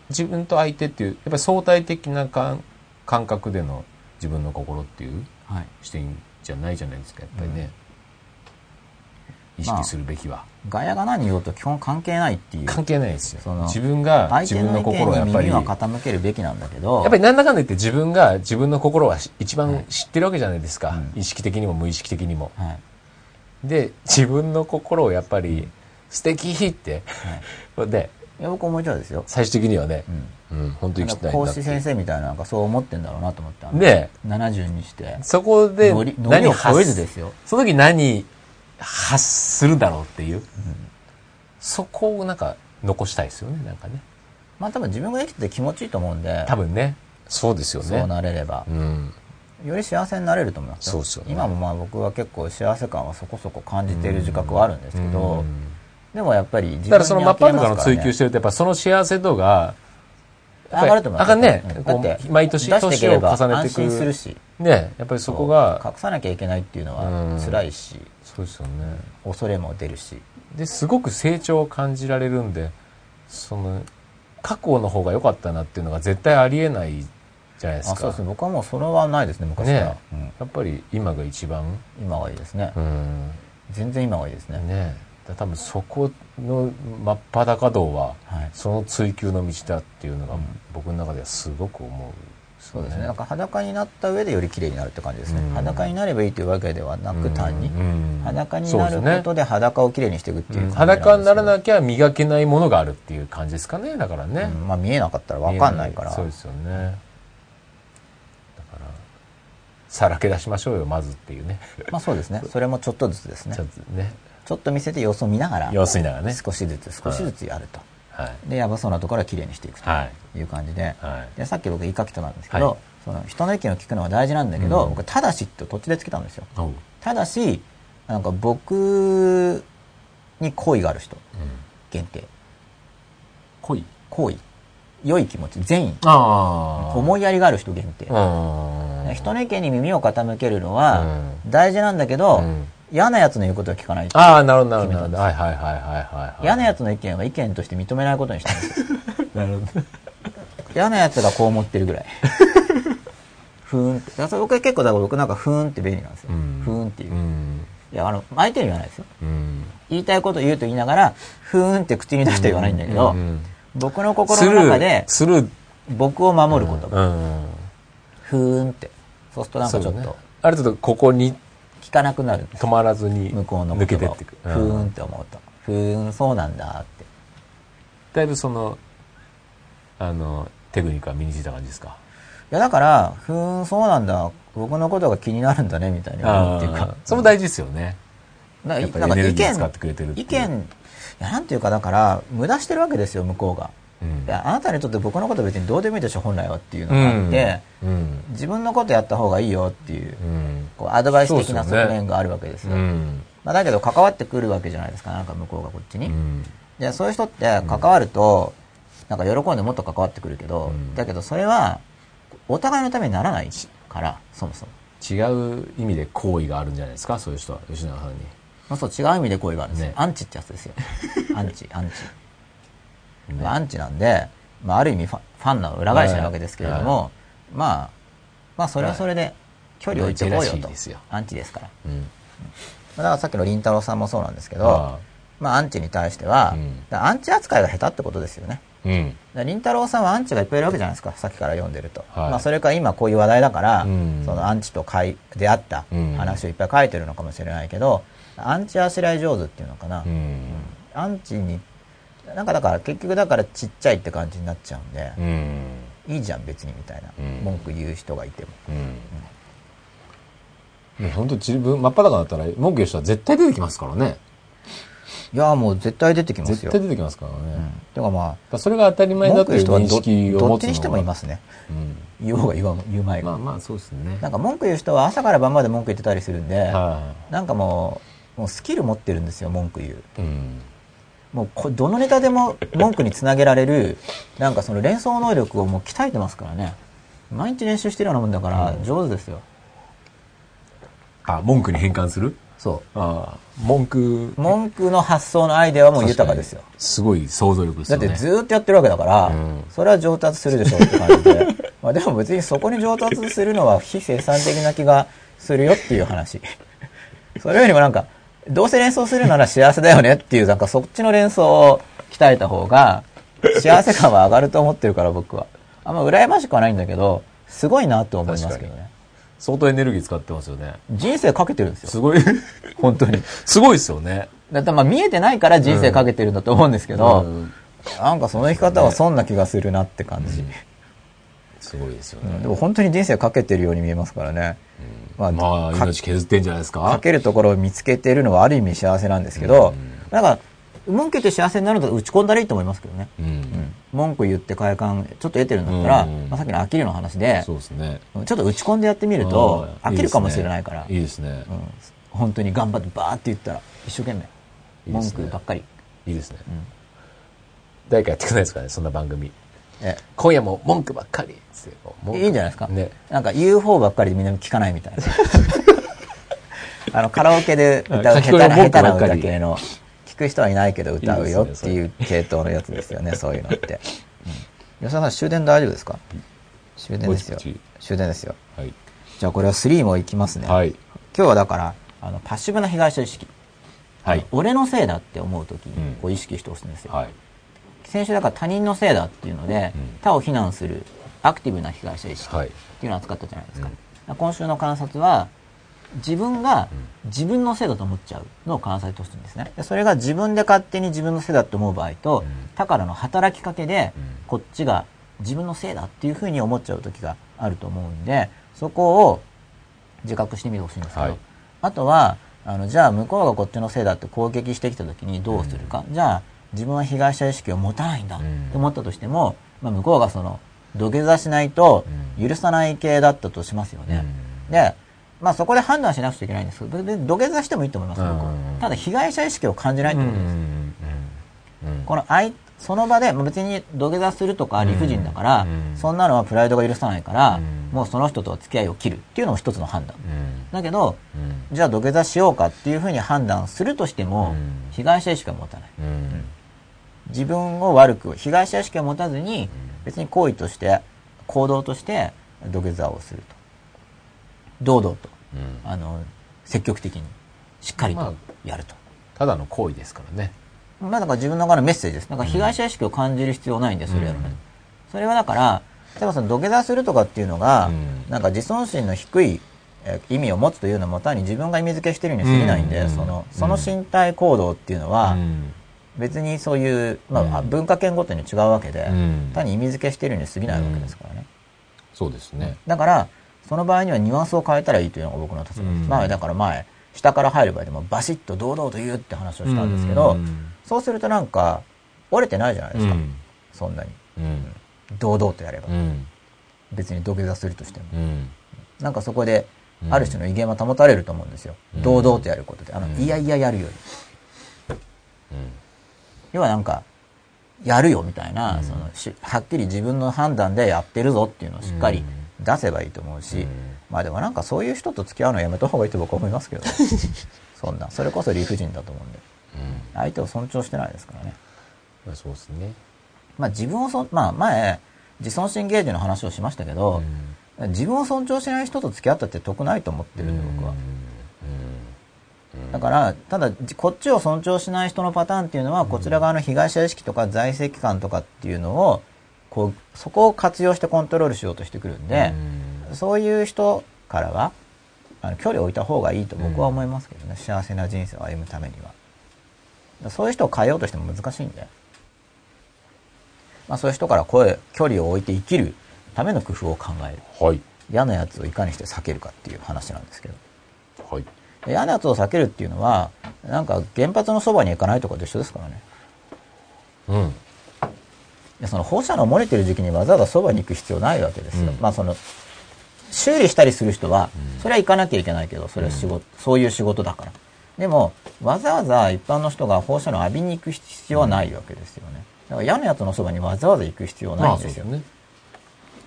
自分と相手っていうやっぱり相対的な感覚での自分の心っていう視点じゃないじゃないですか、やっぱりね、うん、意識するべきは、まあ、 ガヤが何言おうと基本関係ないっていう、 関係ないですよ。その自分が自分の心をやっぱり耳は傾けるべきなんだけど、 やっぱりなんだかんだ言って自分が自分の心は一番知ってるわけじゃないですか、はい、意識的にも無意識的にも、はい、で自分の心をやっぱり素敵って、はい、でいや僕思いちゃうですよ、 最終的にはね、うんうん、本当に生きてないんだって講師先生みたいななんかそう思ってんだろうなと思って、 ね、 ななじゅうにしてそこで何を超えずですよ、 その時何発するだろうっていう、うん、そこをなんか残したいですよね、なんかね。 まあ多分自分が生きてて気持ちいいと思うんで、 多分ね、そうですよね、 そうなれれば、うん、より幸せになれると思いますよ。そうですよね。今もまあ僕は結構幸せ感はそこそこ感じている自覚はあるんですけど、うんうん、でもやっぱり自分に、ね、だからその真っ裸の追求してるとやっぱその幸せ度が上がると思います。 あかんね、だって毎年年を重ねていく、 安心するしね、やっぱりそこが隠さなきゃいけないっていうのは辛いし、 そうですよね、 恐れも出るし、 ですごく成長を感じられるんで、その過去の方が良かったなっていうのが絶対ありえないじゃないですか。 あ、そうですね。僕はもうそれはないですね、昔から、ね、 うん、やっぱり今が一番今がいいですね、うん、全然今がいいですね。 ね、だ多分そこの真っ裸道は、はい、その追求の道だっていうのが僕の中ではすごく思う。 そうですね。なんか裸になった上でより綺麗になるって感じですね、うん、裸になればいいというわけではなく、単に、うん、裸になることで裸を綺麗にしていくっていう感じなんですけど、 うん、裸にならなきゃ磨けないものがあるっていう感じですかね。だからね、 うん、まあ見えなかったら分かんないから。 そうですよね。だからさらけ出しましょうよまずっていうね。 まあそうですね。それもちょっとずつですね。 ちょっとね、ちょっと見せて様子を見ながら、 様子見ながらね、 少しずつ少しずつやると、 はい、 でやばそうなところは綺麗にしていくという感じで、はい、でさっき僕言いかけたんですけど、はい、その人の意見を聞くのは大事なんだけど、うん、僕ただしって途中でつけたんですよ。ただしなんか僕に好意がある人、うん、限定、 好意好意良い気持ち善意、あ思いやりがある人限定。人の意見に耳を傾けるのは大事なんだけど、うん、嫌なやつの言うことは聞かない。 ああ、なるほどなるほど。はいはいはいはいはい。 嫌なやつの意見は意見として認めないことにしたんですよ。 なるほど。 嫌なやつがこう思ってるぐらい。ふーんって。だから僕は結構だから僕なんかふーんって便利なんですよ。うん、ふーんっていう。うん、いやあの相手に言わないですよ。うん、言いたいことを言うと言いながらふーんって口に出して言わないんだけど、うんうん、僕の心の中で僕を守ることが、うんうん、ふーんって。そうするとなんかちょっと、ね、 ある程度ここに聞かなくなるんです。 止まらずに向こうの抜けてっていく。 ふーんって思うと、ふーんそうなんだって。 だいぶそのあのテクニックは身についた感じですか。 いやだからふーんそうなんだ僕のことが気になるんだねみたいな思うっていうか、 それも大事ですよね。 なんか意見意見いやなんていうかだから無駄してるわけですよ向こうが。うん、いやあなたにとって僕のこと別にどうでもいいでしょ本来はっていうのがあって、うんうん、自分のことやった方がいいよっていう、うん、こうアドバイス的な側面があるわけですよ。そうですよね。まあ、だけど関わってくるわけじゃないですか、なんか向こうがこっちに、うん、でそういう人って関わると、うん、なんか喜んでもっと関わってくるけど、うん、だけどそれはお互いのためにならないからそもそも違う意味で好意があるんじゃないですか、そういう人は。吉永さんにそう違う意味で好意があるんですよ、ね、アンチってやつですよアンチアンチね、アンチなんで、まあ、ある意味ファ、ファンの裏返しなわけですけれども、はい、まあ、まあそれはそれで距離を置いてこうよと、アンチですから、うん、だからさっきのりんたろーさんもそうなんですけど、あまあアンチに対しては、うん、アンチ扱いが下手ってことですよね。りんたろーさんはアンチがいっぱいいるわけじゃないですか、さっきから読んでると、はい、まあそれから今こういう話題だから、うん、そのアンチと出会った話をいっぱい書いてるのかもしれないけど、アンチあしらい上手っていうのかな、うんうん、アンチになんかだから結局だからちっちゃいって感じになっちゃうんで、うん、いいじゃん別にみたいな、うん、文句言う人がいても、 うんうん、本当自分真っ裸だったら文句言う人は絶対出てきますからね。 いやもう絶対出てきますよ。 絶対出てきますからね、うん、 てかまあそれが当たり前だという認識を持つのはどっちにしてもいますね、うん、言おうが言わ言う前がまあまあそうですね。 なんか文句言う人は朝から晩まで文句言ってたりするんで、はあ、なんかもう、もうスキル持ってるんですよ文句言う、うんもうこどのネタでも文句につなげられるなんかその連想能力をもう鍛えてますからね。毎日練習してるようなもんだから上手ですよ、 うん、あ文句に変換するそう。 ああ、文句。 文句の発想のアイデアはもう豊かですよ。 すごい想像力ですよね。 だってずーっとやってるわけだから、うん、それは上達するでしょうって感じで。まあでも別にそこに上達するのは非生産的な気がするよっていう話。それよりもなんか、どうせ連想するなら幸せだよねっていう、なんかそっちの連想を鍛えた方が、幸せ感は上がると思ってるから僕は。あんま羨ましくはないんだけど、すごいなと思いますけどね。 相当エネルギー使ってますよね。 人生かけてるんですよ。 すごい。 本当に。 すごいですよね。 だってまあ見えてないから人生かけてるんだと思うんですけど、うん、なんかその生き方はそんな気がするなって感じ。うん、 すごいですよね、 うん。でも本当に人生かけてるように見えますからね。 うん、まあ、まあ、命削ってんじゃないですか。 かけるところを見つけているのはある意味幸せなんですけど、うん、だから、文句言って幸せになるのと打ち込んだらいいと思いますけどね。うんうん、文句言って快感ちょっと得てるんだったら、うんまあ、さっきの飽きるの話で、 そうですね、 ちょっと打ち込んでやってみると飽きるかもしれないから。 いいですね。 うん、本当に頑張ってバーって言ったら一生懸命文句ばっかり。 いいですね。うん、誰かやってくれないですかね、そんな番組。え今夜も文句ばっかりいいんじゃないですか、ね、なんか言う方ばっかりでみんな聞かないみたいなあのカラオケで歌う下手な下手な歌系の聞く人はいないけど歌うよっていう系統のやつですよね。そういうのって、うん、吉田さん終電大丈夫ですか？終電ですよ。終電ですよ、はい、じゃあこれはスリーもいきますね、はい、今日はだからあのパッシブな被害者意識、はい、俺のせいだって思うときにこう意識してほしいんですよ、うんはい、先週だから他人のせいだっていうので、うん、他を非難するアクティブな被害者意識っていうのを扱ったじゃないですか、うん、今週の観察は自分が自分のせいだと思っちゃうのを観察してほしいんですね。でそれが自分で勝手に自分のせいだと思う場合と、うん、他からの働きかけでこっちが自分のせいだっていうふうに思っちゃう時があると思うんで、そこを自覚してみてほしいんですけど、はい、あとはあのじゃあ向こうがこっちのせいだって攻撃してきた時にどうするか、うん、じゃあ自分は被害者意識を持たないんだって思ったとしても、まあ、向こうがその土下座しないと許さない系だったとしますよね、うん、でまあそこで判断しなくちゃいけないんですけど、土下座してもいいと思います、僕は。ただ被害者意識を感じないってことです。この相その場で別に土下座するとか理不尽だから、そんなのはプライドが許さないから、もうその人とは付き合いを切るっていうのも一つの判断。だけど、じゃあ土下座しようかっていうふうに判断するとしても、被害者意識は持たない。自分を悪く、被害者意識を持たずに、別に行為として、行動として土下座をすると。堂々と、うん、あの積極的にしっかりとやると、まあ、ただの行為ですからね。 まあだから自分の側のメッセージです。だから被害者意識を感じる必要ないんでそれやるの、うん、それはだから例えばその土下座するとかっていうのが、うん、なんか自尊心の低い意味を持つというのも単に自分が意味付けしてるに過ぎないんで、うん、そのその身体行動っていうのは、うん、別にそういう、まあ、文化圏ごとに違うわけで、うん、単に意味付けしてるに過ぎないわけですからね、 そうですね。 だからその場合にはニュアンスを変えたらいいというのが僕の立場です、うん、まあだから前下から入る場合でもバシッと堂々と言うって話をしたんですけど、うん、そうするとなんか折れてないじゃないですか、うん、そんなに、うん、堂々とやれば、うん、別に土下座するとしても、うん、なんかそこである種の威厳は保たれると思うんですよ、うん、堂々とやることであの、うん、いやいややるより、うん、要はなんかやるよみたいな、うん、そのしはっきり自分の判断でやってるぞっていうのをしっかり、うん出せばいいと思うし、うん、まあでもなんかそういう人と付き合うのはやめた方がいいと僕は思いますけど、ね、そんなそれこそ理不尽だと思うんで、うん、相手を尊重してないですからね。 そうですね。 まあ自分をそまあ前自尊心ゲージの話をしましたけど、うん、自分を尊重しない人と付き合ったって得ないと思ってるんで僕は、うんうん、だからただこっちを尊重しない人のパターンっていうのは、こちら側の被害者意識とか在籍感とかっていうのをこうそこを活用してコントロールしようとしてくるんで、うん、そういう人からはあの距離を置いた方がいいと僕は思いますけどね、うん、幸せな人生を歩むためには。そういう人を変えようとしても難しいんで、まあ、そういう人から声距離を置いて生きるための工夫を考える、はい、嫌なやつをいかにして避けるかっていう話なんですけど、はい、嫌なやつを避けるっていうのはなんか原発のそばに行かないとかと一緒ですからね。うんその放射能漏れてる時期にわざわざそばに行く必要ないわけですよ、うん、まあその修理したりする人はそれは行かなきゃいけないけど、それは仕事、うん、そういう仕事だから。でもわざわざ一般の人が放射能を浴びに行く必要はないわけですよね。だから嫌なやつのそばにわざわざ行く必要はないんですよ、まあ、そうですね。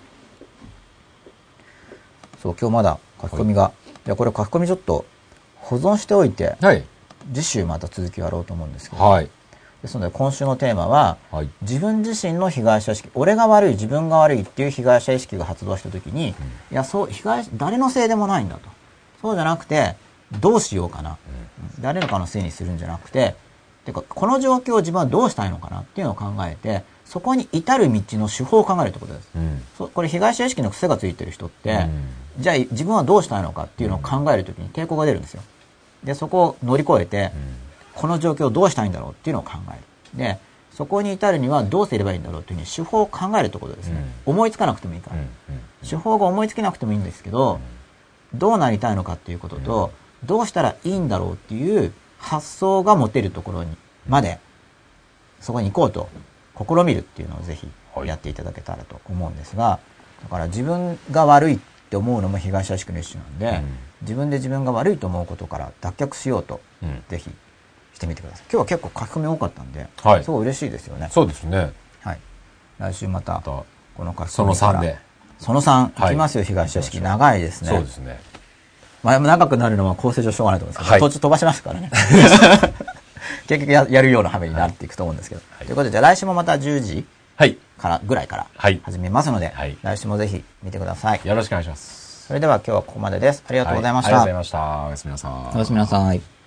そう今日まだ書き込みが、はい、じゃあこれ書き込みちょっと保存しておいて、 はい、 次週また続きをやろうと思うんですけど、 はい、 ですので今週のテーマは、 はい、 自分自身の被害者意識、俺が悪い、自分が悪いっていう被害者意識が発動したときに、うん、いや、そう、被害者、誰のせいでもないんだと。そうじゃなくて、どうしようかな。うん、誰のかのせいにするんじゃなくて、てか、この状況を自分はどうしたいのかなっていうのを考えて、そこに至る道の手法を考えるってことです。うん、そこれ被害者意識の癖がついてる人って、うん、じゃあ自分はどうしたいのかっていうのを考えるときに抵抗が出るんですよ。で、そこを乗り越えて、うん、この状況をどうしたいんだろうっていうのを考える。で、そこに至るにはどうすればいいんだろうっていうふうに手法を考えるってことですね。うん、思いつかなくてもいいから、うんうん。手法が思いつけなくてもいいんですけど、うん、どうなりたいのかっていうことと、うん、どうしたらいいんだろうっていう発想が持てるところにまで、そこに行こうと試みるっていうのをぜひやっていただけたらと思うんですが、だから自分が悪いって思うのも被害者意識の一種なんで、うん、自分で自分が悪いと思うことから脱却しようと、うん、ぜひしてみてください。今日は結構書き込み多かったんで、はい、すごい嬉しいですよね。 そうですね。 はい。来週またこの書き込みからそのさんでそのさんいきますよ、はい、被害者意識長いですね。 そうですね。 まあ長くなるのは構成上しょうがないと思うんですけど、はい、途中飛ばしますからね。結局 や, やるような羽目になっていくと思うんですけど、はい、ということでじゃあ来週もまたじゅうじからぐらいから始めますので、はい、来週もぜひ見てください。 よろしくお願いします。 それでは今日はここまでです。ありがとうございました。 はい、ありがとうございました。おやすみなさい。 おやすみなさい。